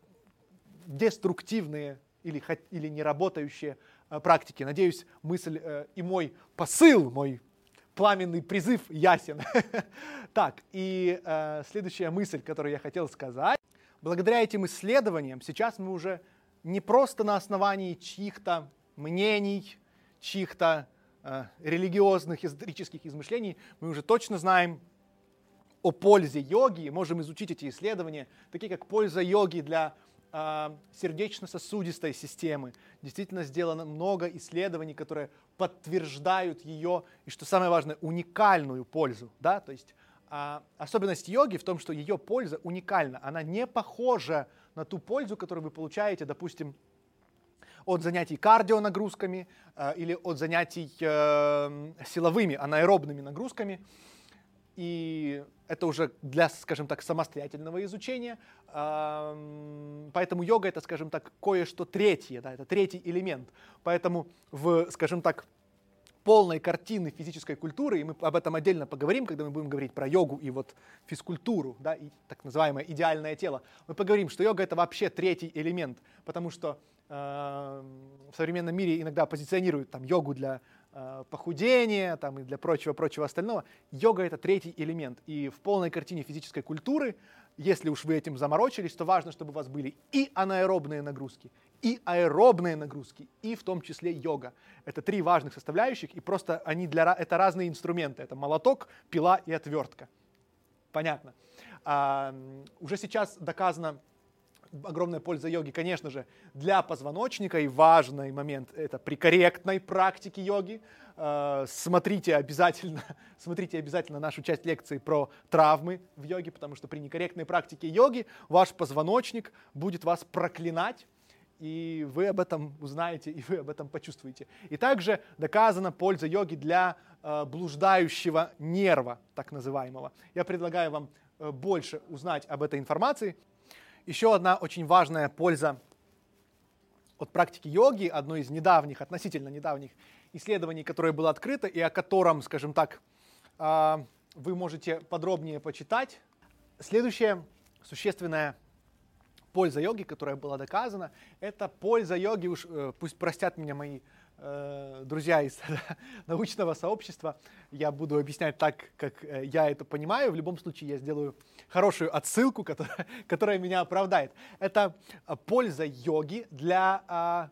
A: деструктивные или, или неработающие э, практики. Надеюсь, мысль э, и мой посыл, мой пламенный призыв ясен. Так, и э, следующая мысль, которую я хотел сказать. Благодаря этим исследованиям сейчас мы уже не просто на основании чьих-то мнений, чьих-то э, религиозных, эзотерических измышлений, мы уже точно знаем о пользе йоги, можем изучить эти исследования, такие как польза йоги для э, сердечно-сосудистой системы. Действительно сделано много исследований, которые подтверждают ее, и что самое важное, уникальную пользу. Да? То есть э, особенность йоги в том, что ее польза уникальна. Она не похожа на ту пользу, которую вы получаете, допустим, от занятий кардионагрузками э, или от занятий э, силовыми, анаэробными нагрузками. И это уже для, скажем так, самостоятельного изучения. Э, поэтому йога — это, скажем так, кое-что третье, да, это третий элемент. Поэтому в, скажем так, полной картины физической культуры, и мы об этом отдельно поговорим, когда мы будем говорить про йогу и вот физкультуру, да, и так называемое идеальное тело, мы поговорим, что йога — это вообще третий элемент, потому что э, в современном мире иногда позиционируют там йогу для э, похудения там, и для прочего-прочего остального. Йога — это третий элемент, и в полной картине физической культуры, если уж вы этим заморочились, то важно, чтобы у вас были и анаэробные нагрузки, и аэробные нагрузки, и в том числе йога. Это три важных составляющих, и просто они для, это разные инструменты. Это молоток, пила и отвертка. Понятно. А, уже сейчас доказана огромная польза йоги, конечно же, для позвоночника, и важный момент — это при корректной практике йоги. А, смотрите обязательно, смотрите обязательно нашу часть лекции про травмы в йоге, потому что при некорректной практике йоги ваш позвоночник будет вас проклинать, и вы об этом узнаете, и вы об этом почувствуете. И также доказана польза йоги для э, блуждающего нерва, так называемого. Я предлагаю вам э, больше узнать об этой информации. Еще одна очень важная польза от практики йоги, одно из недавних, относительно недавних исследований, которое было открыто, и о котором, скажем так, э, вы можете подробнее почитать. Следующая существенная польза йоги, которая была доказана, это польза йоги, уж э, пусть простят меня мои э, друзья из научного сообщества, я буду объяснять так, как э, я это понимаю. В любом случае я сделаю хорошую отсылку, которая, которая меня оправдает. Это польза йоги для э,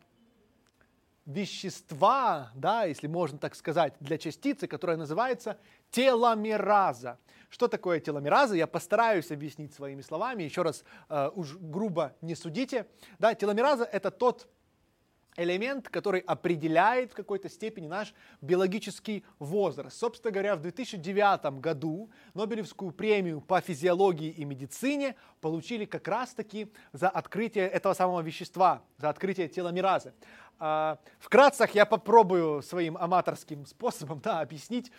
A: вещества, да, если можно так сказать, для частицы, которая называется теломераза. Что такое теломераза? Я постараюсь объяснить своими словами. Еще раз, э, уж грубо не судите. Да, теломераза — это тот элемент, который определяет в какой-то степени наш биологический возраст. Собственно говоря, в две тысячи девятом году Нобелевскую премию по физиологии и медицине получили как раз-таки за открытие этого самого вещества, за открытие теломеразы. Вкратце я попробую своим аматорским способом, да, объяснить,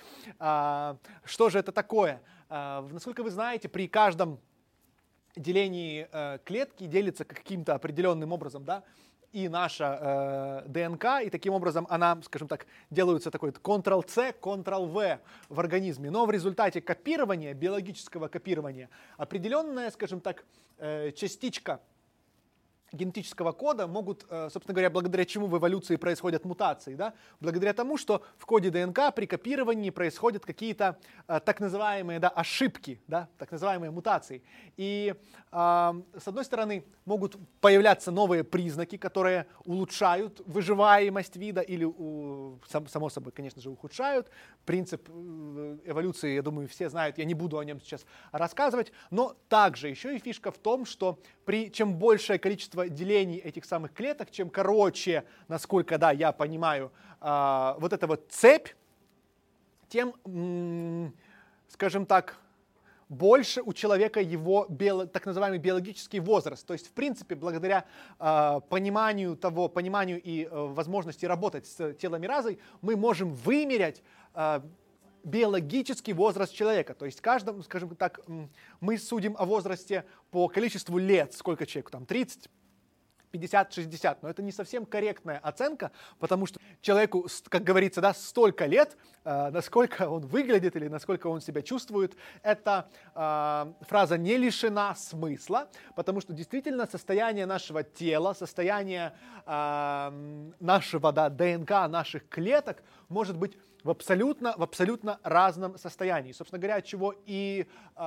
A: что же это такое. Насколько вы знаете, при каждом делении клетки делится каким-то определенным образом, да, и наша э, ДНК, и таким образом она, скажем так, делается такой контрол-С, контрол-В в организме. Но в результате копирования, биологического копирования, определенная, скажем так, э, частичка генетического кода могут, собственно говоря, благодаря чему в эволюции происходят мутации, да? Благодаря тому, что в коде ДНК при копировании происходят какие-то э, так называемые, да, ошибки, да, так называемые мутации. И э, с одной стороны могут появляться новые признаки, которые улучшают выживаемость вида или, у, сам, само собой, конечно же, ухудшают. Принцип эволюции, я думаю, все знают, я не буду о нем сейчас рассказывать. Но также еще и фишка в том, что при чем большее количество делений этих самых клеток, чем короче, насколько, да, я понимаю, э, вот эта вот цепь, тем, м- скажем так, больше у человека его био, так называемый биологический возраст. То есть, в принципе, благодаря э, пониманию того, пониманию и э, возможности работать с теломеразой, мы можем вымерять э, биологический возраст человека. То есть каждому, скажем так, мы судим о возрасте по количеству лет, сколько человеку, там, тридцать, пятьдесят, шестьдесят. Но это не совсем корректная оценка, потому что человеку, как говорится, да, столько лет, э, насколько он выглядит или насколько он себя чувствует, эта э, фраза не лишена смысла, потому что действительно состояние нашего тела, состояние э, нашего, да, ДНК, наших клеток может быть в абсолютно, в абсолютно разном состоянии. Собственно говоря, от чего и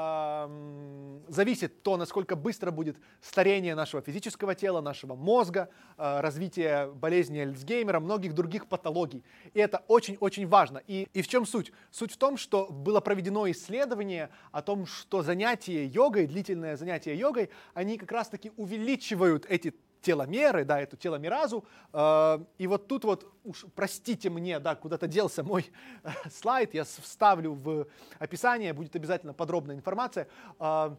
A: э, зависит то, насколько быстро будет старение нашего физического тела, нашего мозга, э, развитие болезни Альцгеймера, многих других патологий. И это очень-очень важно. И, и в чем суть? Суть в том, что было проведено исследование о том, что занятия йогой, длительное занятие йогой, они как раз-таки увеличивают эти теломеры, да, эту теломеразу. Э, и вот тут вот, уж простите мне, да, куда-то делся мой э, слайд, я вставлю в описание, будет обязательно подробная информация. Э,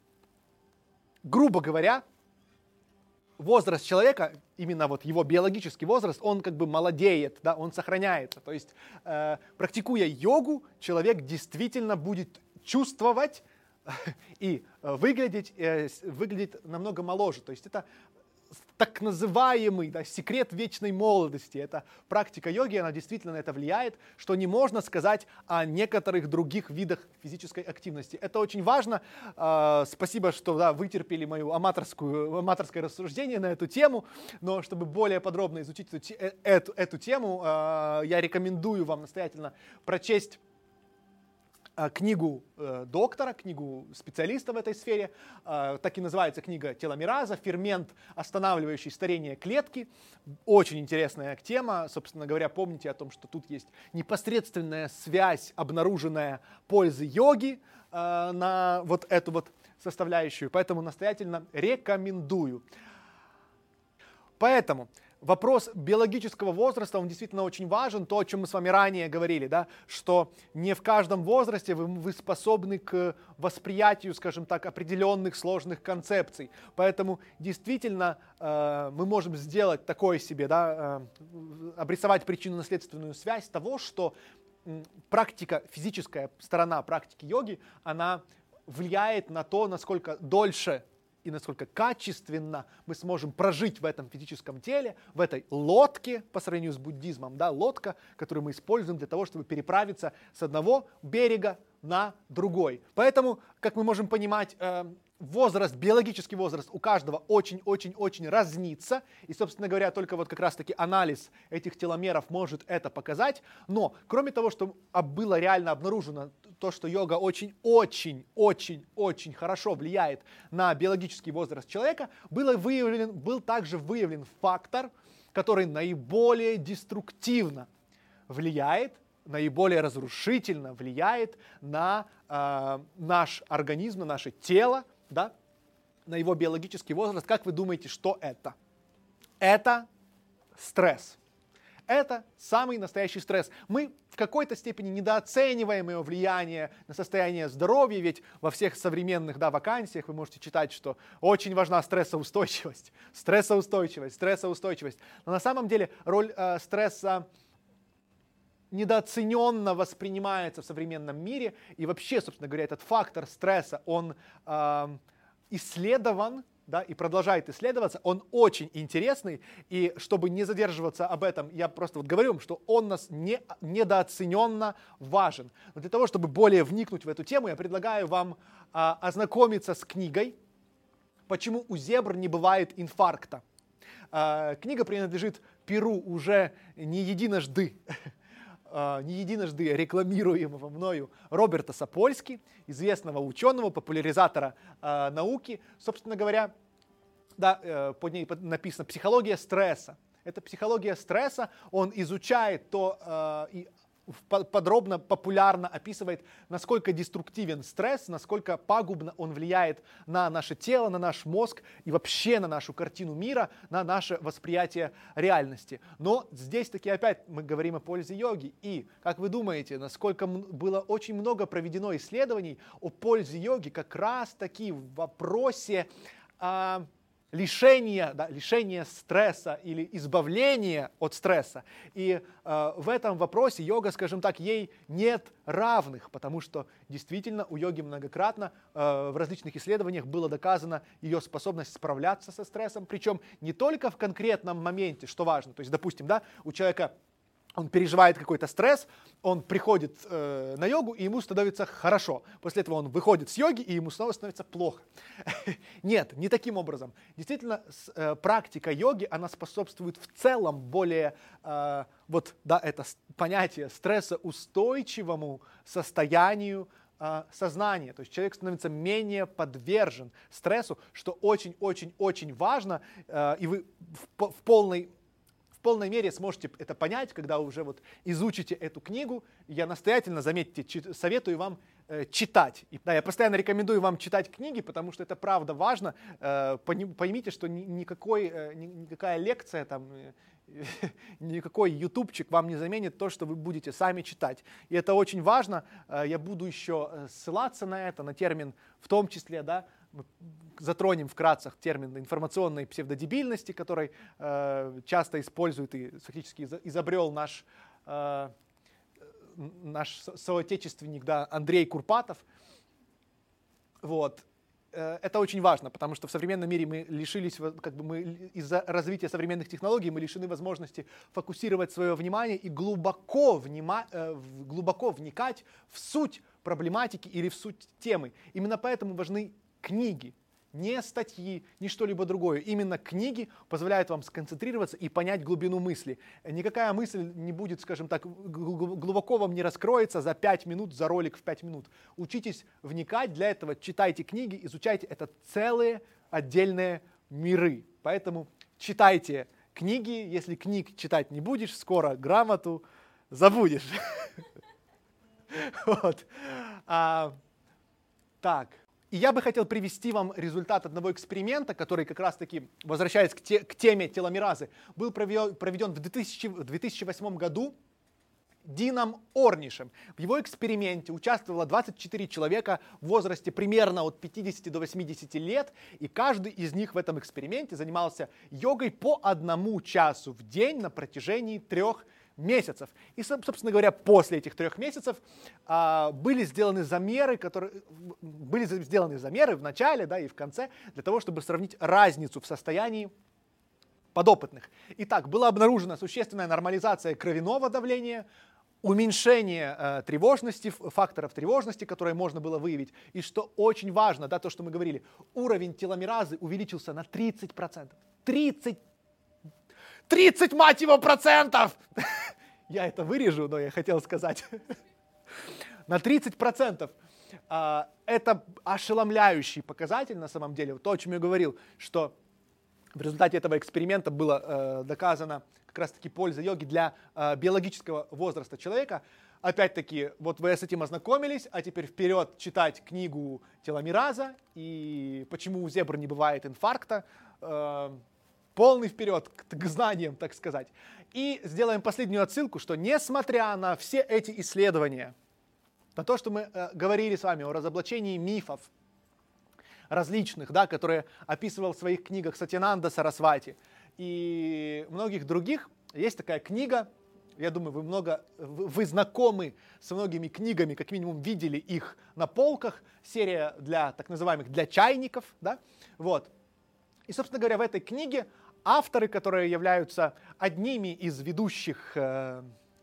A: грубо говоря, возраст человека, именно вот его биологический возраст, он как бы молодеет, да, он сохраняется. То есть, э, практикуя йогу, человек действительно будет чувствовать и выглядеть, э, выглядеть намного моложе. То есть это так называемый, да, секрет вечной молодости. Это практика йоги, она действительно на это влияет, что не можно сказать о некоторых других видах физической активности. Это очень важно. Э, спасибо, что да, вытерпели мою аматорскую, аматорское рассуждение на эту тему. Но чтобы более подробно изучить эту, эту, эту тему, э, я рекомендую вам настоятельно прочесть книгу э, доктора, книгу специалиста в этой сфере. Э, так и называется книга «Теломераза. Фермент, останавливающий старение клетки». Очень интересная тема. Собственно говоря, помните о том, что тут есть непосредственная связь, обнаруженная пользы йоги э, на вот эту вот составляющую. Поэтому настоятельно рекомендую. Поэтому вопрос биологического возраста, он действительно очень важен. То, о чем мы с вами ранее говорили, да, что не в каждом возрасте вы, вы способны к восприятию, скажем так, определенных сложных концепций. Поэтому действительно э, мы можем сделать такое себе, да, э, обрисовать причинно-следственную связь того, что э, практика, физическая сторона практики йоги, она влияет на то, насколько дольше и насколько качественно мы сможем прожить в этом физическом теле, в этой лодке, по сравнению с буддизмом, да, лодка, которую мы используем для того, чтобы переправиться с одного берега на другой. Поэтому, как мы можем понимать, э, возраст, биологический возраст у каждого очень-очень-очень разнится. И, собственно говоря, только вот как раз-таки анализ этих теломеров может это показать. Но, кроме того, что было реально обнаружено то, что йога очень-очень-очень-очень хорошо влияет на биологический возраст человека, было выявлен, был также выявлен фактор, который наиболее деструктивно влияет, наиболее разрушительно влияет на э, наш организм, на наше тело, да, на его биологический возраст. Как вы думаете, что это? Это стресс. Это самый настоящий стресс. Мы в какой-то степени недооцениваем его влияние на состояние здоровья, ведь во всех современных, да, вакансиях вы можете читать, что очень важна стрессоустойчивость, стрессоустойчивость, стрессоустойчивость. Но на самом деле роль э, стресса недооцененно воспринимается в современном мире. И вообще, собственно говоря, этот фактор стресса, он э, исследован, да, и продолжает исследоваться. Он очень интересный. И чтобы не задерживаться об этом, я просто вот говорю вам, что он нас не, недооцененно важен. Но для того, чтобы более вникнуть в эту тему, я предлагаю вам э, ознакомиться с книгой «Почему у зебр не бывает инфаркта». Э, книга принадлежит перу уже не единожды. не единожды рекламируемого мною Роберта Сапольски, известного ученого, популяризатора э, науки. Собственно говоря, да, э, под ней написано «Психология стресса». Это психология стресса, он изучает то э, и подробно, популярно описывает, насколько деструктивен стресс, насколько пагубно он влияет на наше тело, на наш мозг и вообще на нашу картину мира, на наше восприятие реальности. Но здесь таки опять мы говорим о пользе йоги. И, как вы думаете, насколько было очень много проведено исследований о пользе йоги как раз таки в вопросе а, лишения, да, лишения стресса или избавления от стресса. И э, в этом вопросе йога, скажем так, ей нет равных, потому что действительно у йоги многократно э, в различных исследованиях было доказано ее способность справляться со стрессом, причем не только в конкретном моменте, что важно. То есть, допустим, да, у человека он переживает какой-то стресс, он приходит э, на йогу, и ему становится хорошо. После этого он выходит с йоги, и ему снова становится плохо. Нет, не таким образом. Действительно, с, э, практика йоги, она способствует в целом более, э, вот, да, это понятие стрессоустойчивому состоянию э, сознания. То есть человек становится менее подвержен стрессу, что очень-очень-очень важно, э, и вы в, в полной В полной мере сможете это понять, когда уже вот изучите эту книгу. Я настоятельно, заметьте, чит, советую вам э, читать. И, да, я постоянно рекомендую вам читать книги, потому что это правда важно. Э, поймите, что ни, никакой, э, ни, никакая лекция, там, э, никакой ютубчик вам не заменит то, что вы будете сами читать. И это очень важно. Э, я буду еще ссылаться на это, на термин в том числе, да, мы затронем вкратце термин информационной псевдодебильности, который э, часто использует и фактически изобрел наш, э, наш соотечественник, да, Андрей Курпатов. Вот. Это очень важно, потому что в современном мире мы лишились, как бы мы из-за развития современных технологий мы лишены возможности фокусировать свое внимание и глубоко, внима, э, глубоко вникать в суть проблематики или в суть темы. Именно поэтому важны книги, не статьи, не что-либо другое. Именно книги позволяют вам сконцентрироваться и понять глубину мысли. Никакая мысль не будет, скажем так, глубоко вам не раскроется за пять минут, за ролик в пять минут. Учитесь вникать, для этого читайте книги, изучайте. Это целые отдельные миры. Поэтому читайте книги. Если книг читать не будешь, скоро грамоту забудешь. Вот. Так. И я бы хотел привести вам результат одного эксперимента, который как раз-таки, возвращаясь к, те, к теме теломеразы, был проведен в две тысячи восьмом году Дином Орнишем. В его эксперименте участвовало двадцать четыре человека в возрасте примерно от пятидесяти до восьмидесяти лет, и каждый из них в этом эксперименте занимался йогой по одному часу в день на протяжении трех месяцев. И, собственно говоря, после этих трех месяцев а, были сделаны замеры, которые были сделаны замеры в начале, да, и в конце, для того, чтобы сравнить разницу в состоянии подопытных. Итак, была обнаружена существенная нормализация кровяного давления, уменьшение э, тревожности, факторов тревожности, которые можно было выявить. И что очень важно, да, то, что мы говорили, уровень теломеразы увеличился на тридцать процентов. тридцать тридцать, мать его, процентов! Я это вырежу, но я хотел сказать. На тридцать процентов. Это ошеломляющий показатель на самом деле. То, о чем я говорил, что в результате этого эксперимента было доказано как раз-таки польза йоги для биологического возраста человека. Опять-таки, вот вы с этим ознакомились, а теперь вперед читать книгу теломераза и почему у зебр не бывает инфаркта. Полный вперед к, к знаниям, так сказать. И сделаем последнюю отсылку, что несмотря на все эти исследования, на то, что мы э, говорили с вами о разоблачении мифов различных, да, которые описывал в своих книгах Сатьянанда Сарасвати и многих других, есть такая книга, я думаю, вы, много, вы, вы знакомы с многими книгами, как минимум видели их на полках, серия для так называемых для чайников, да, вот. И, собственно говоря, в этой книге авторы, которые являются одними из ведущих э,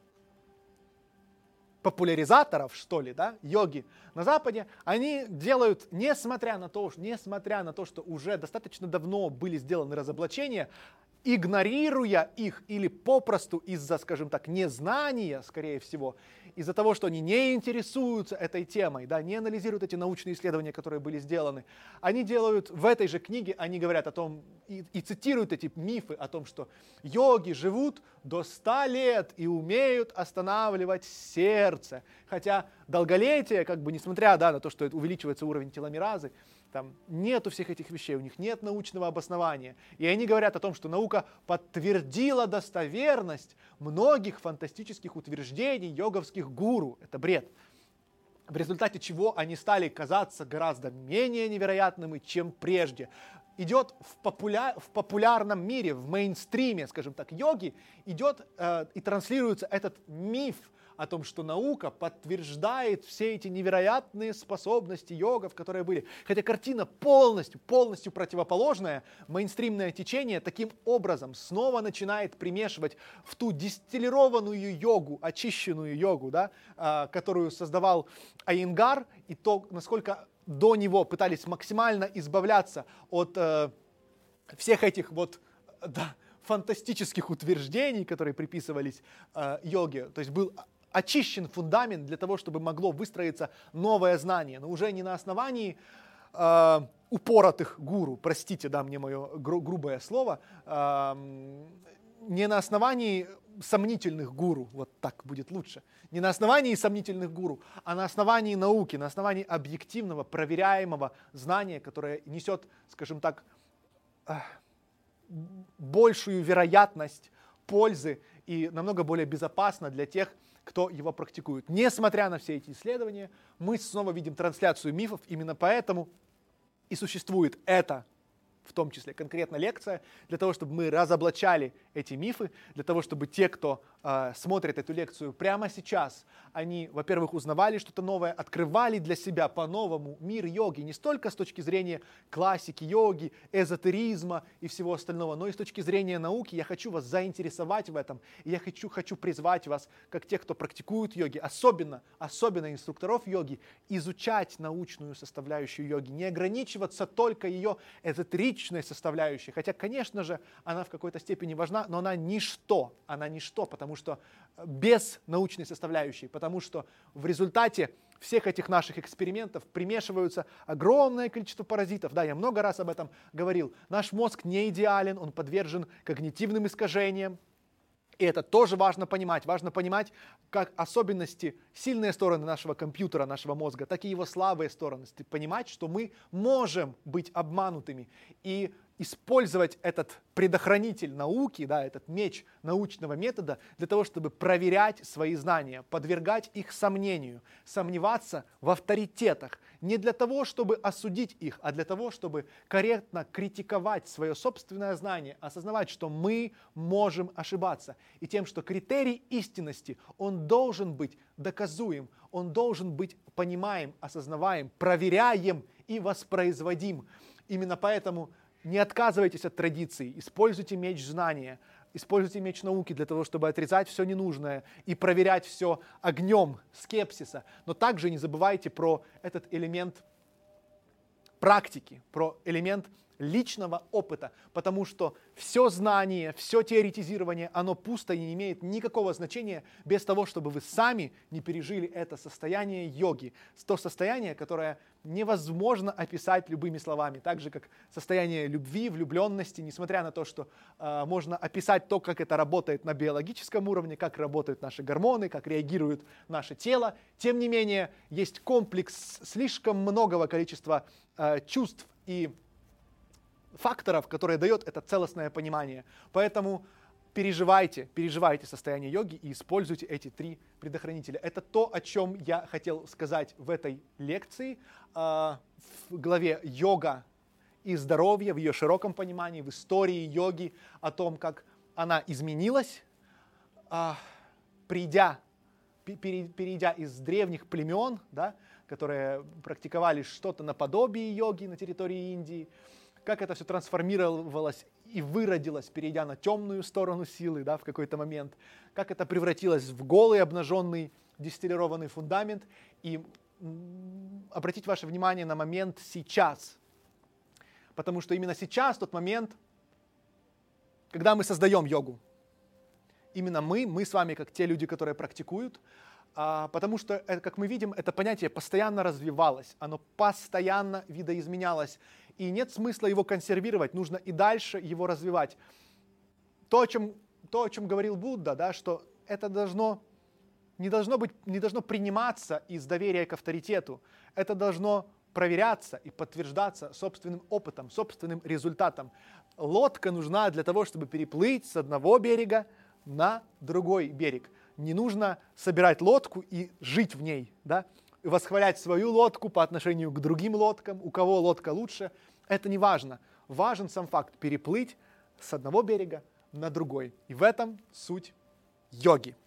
A: популяризаторов, что ли, да, йоги на Западе, они делают, несмотря на то, несмотря на то, что уже достаточно давно были сделаны разоблачения, игнорируя их или попросту из-за, скажем так, незнания, скорее всего, из-за того, что они не интересуются этой темой, да, не анализируют эти научные исследования, которые были сделаны, они делают в этой же книге, они говорят о том и, и цитируют эти мифы о том, что йоги живут до ста лет и умеют останавливать сердце. Хотя долголетие, как бы, несмотря, да, на то, что увеличивается уровень теломеразы, там нету всех этих вещей, у них нет научного обоснования. И они говорят о том, что наука подтвердила достоверность многих фантастических утверждений йоговских гуру. Это бред. В результате чего они стали казаться гораздо менее невероятными, чем прежде. Идет в, популя... в популярном мире, в мейнстриме, скажем так, йоги, идет э, и транслируется этот миф о том, что наука подтверждает все эти невероятные способности йогов, которые были. Хотя картина полностью, полностью противоположная, мейнстримное течение таким образом снова начинает примешивать в ту дистиллированную йогу, очищенную йогу, да, которую создавал Айенгар, и то, насколько до него пытались максимально избавляться от э, всех этих вот да, фантастических утверждений, которые приписывались э, йоге. То есть был очищен фундамент для того, чтобы могло выстроиться новое знание, но уже не на основании э, упоротых гуру, простите, да, мне мое гру- грубое слово, э, не на основании сомнительных гуру, вот так будет лучше, не на основании сомнительных гуру, а на основании науки, на основании объективного, проверяемого знания, которое несет, скажем так, большую вероятность пользы и намного более безопасно для тех, кто его практикует. Несмотря на все эти исследования, мы снова видим трансляцию мифов, именно поэтому и существует это, в том числе конкретно лекция, для того, чтобы мы разоблачали эти мифы, для того, чтобы те, кто э, смотрит эту лекцию прямо сейчас, они, во-первых, узнавали что-то новое, открывали для себя по-новому мир йоги, не столько с точки зрения классики йоги, эзотеризма и всего остального, но и с точки зрения науки. Я хочу вас заинтересовать в этом, и я хочу, хочу призвать вас, как тех, кто практикует йоги, особенно, особенно инструкторов йоги, изучать научную составляющую йоги, не ограничиваться только ее эзотерической составляющей, хотя, конечно же, она в какой-то степени важна, но она ничто, она ничто, потому что без научной составляющей, потому что в результате всех этих наших экспериментов примешиваются огромное количество паразитов. Да, я много раз об этом говорил. Наш мозг не идеален, он подвержен когнитивным искажениям. И это тоже важно понимать. Важно понимать, как особенности, сильные стороны нашего компьютера, нашего мозга, так и его слабые стороны. Понимать, что мы можем быть обманутыми и использовать этот предохранитель науки, да, этот меч научного метода для того, чтобы проверять свои знания, подвергать их сомнению, сомневаться в авторитетах. Не для того, чтобы осудить их, а для того, чтобы корректно критиковать свое собственное знание, осознавать, что мы можем ошибаться. И тем, что критерий истинности, он должен быть доказуем, он должен быть понимаем, осознаваем, проверяем и воспроизводим. Именно поэтому не отказывайтесь от традиций, используйте меч знания, используйте меч науки для того, чтобы отрезать все ненужное и проверять все огнем скепсиса. Но также не забывайте про этот элемент практики, про элемент личного опыта, потому что все знание, все теоретизирование, оно пусто и не имеет никакого значения без того, чтобы вы сами не пережили это состояние йоги, то состояние, которое невозможно описать любыми словами, так же как состояние любви, влюбленности, несмотря на то, что э, можно описать то, как это работает на биологическом уровне, как работают наши гормоны, как реагирует наше тело, тем не менее есть комплекс слишком многого количества э, чувств и факторов, которые дает это целостное понимание. Поэтому переживайте, переживайте состояние йоги и используйте эти три предохранителя. Это то, о чем я хотел сказать в этой лекции, в главе «Йога и здоровье», в ее широком понимании, в истории йоги, о том, как она изменилась, придя, перейдя из древних племен, да, которые практиковали что-то наподобие йоги на территории Индии, как это все трансформировалось и выродилось, перейдя на темную сторону силы, да, в какой-то момент, как это превратилось в голый, обнаженный, дистиллированный фундамент. И обратить ваше внимание на момент сейчас, потому что именно сейчас тот момент, когда мы создаем йогу. Именно мы, мы с вами, как те люди, которые практикуют, а, потому что, как мы видим, это понятие постоянно развивалось, оно постоянно видоизменялось. И нет смысла его консервировать, нужно и дальше его развивать. То, о чем, то, о чем говорил Будда, да, что это должно, не, должно быть, не должно приниматься из доверия к авторитету. Это должно проверяться и подтверждаться собственным опытом, собственным результатом. Лодка нужна для того, чтобы переплыть с одного берега на другой берег. Не нужно собирать лодку и жить в ней, да? Восхвалять свою лодку по отношению к другим лодкам, у кого лодка лучше, это не важно. Важен сам факт переплыть с одного берега на другой. И в этом суть йоги.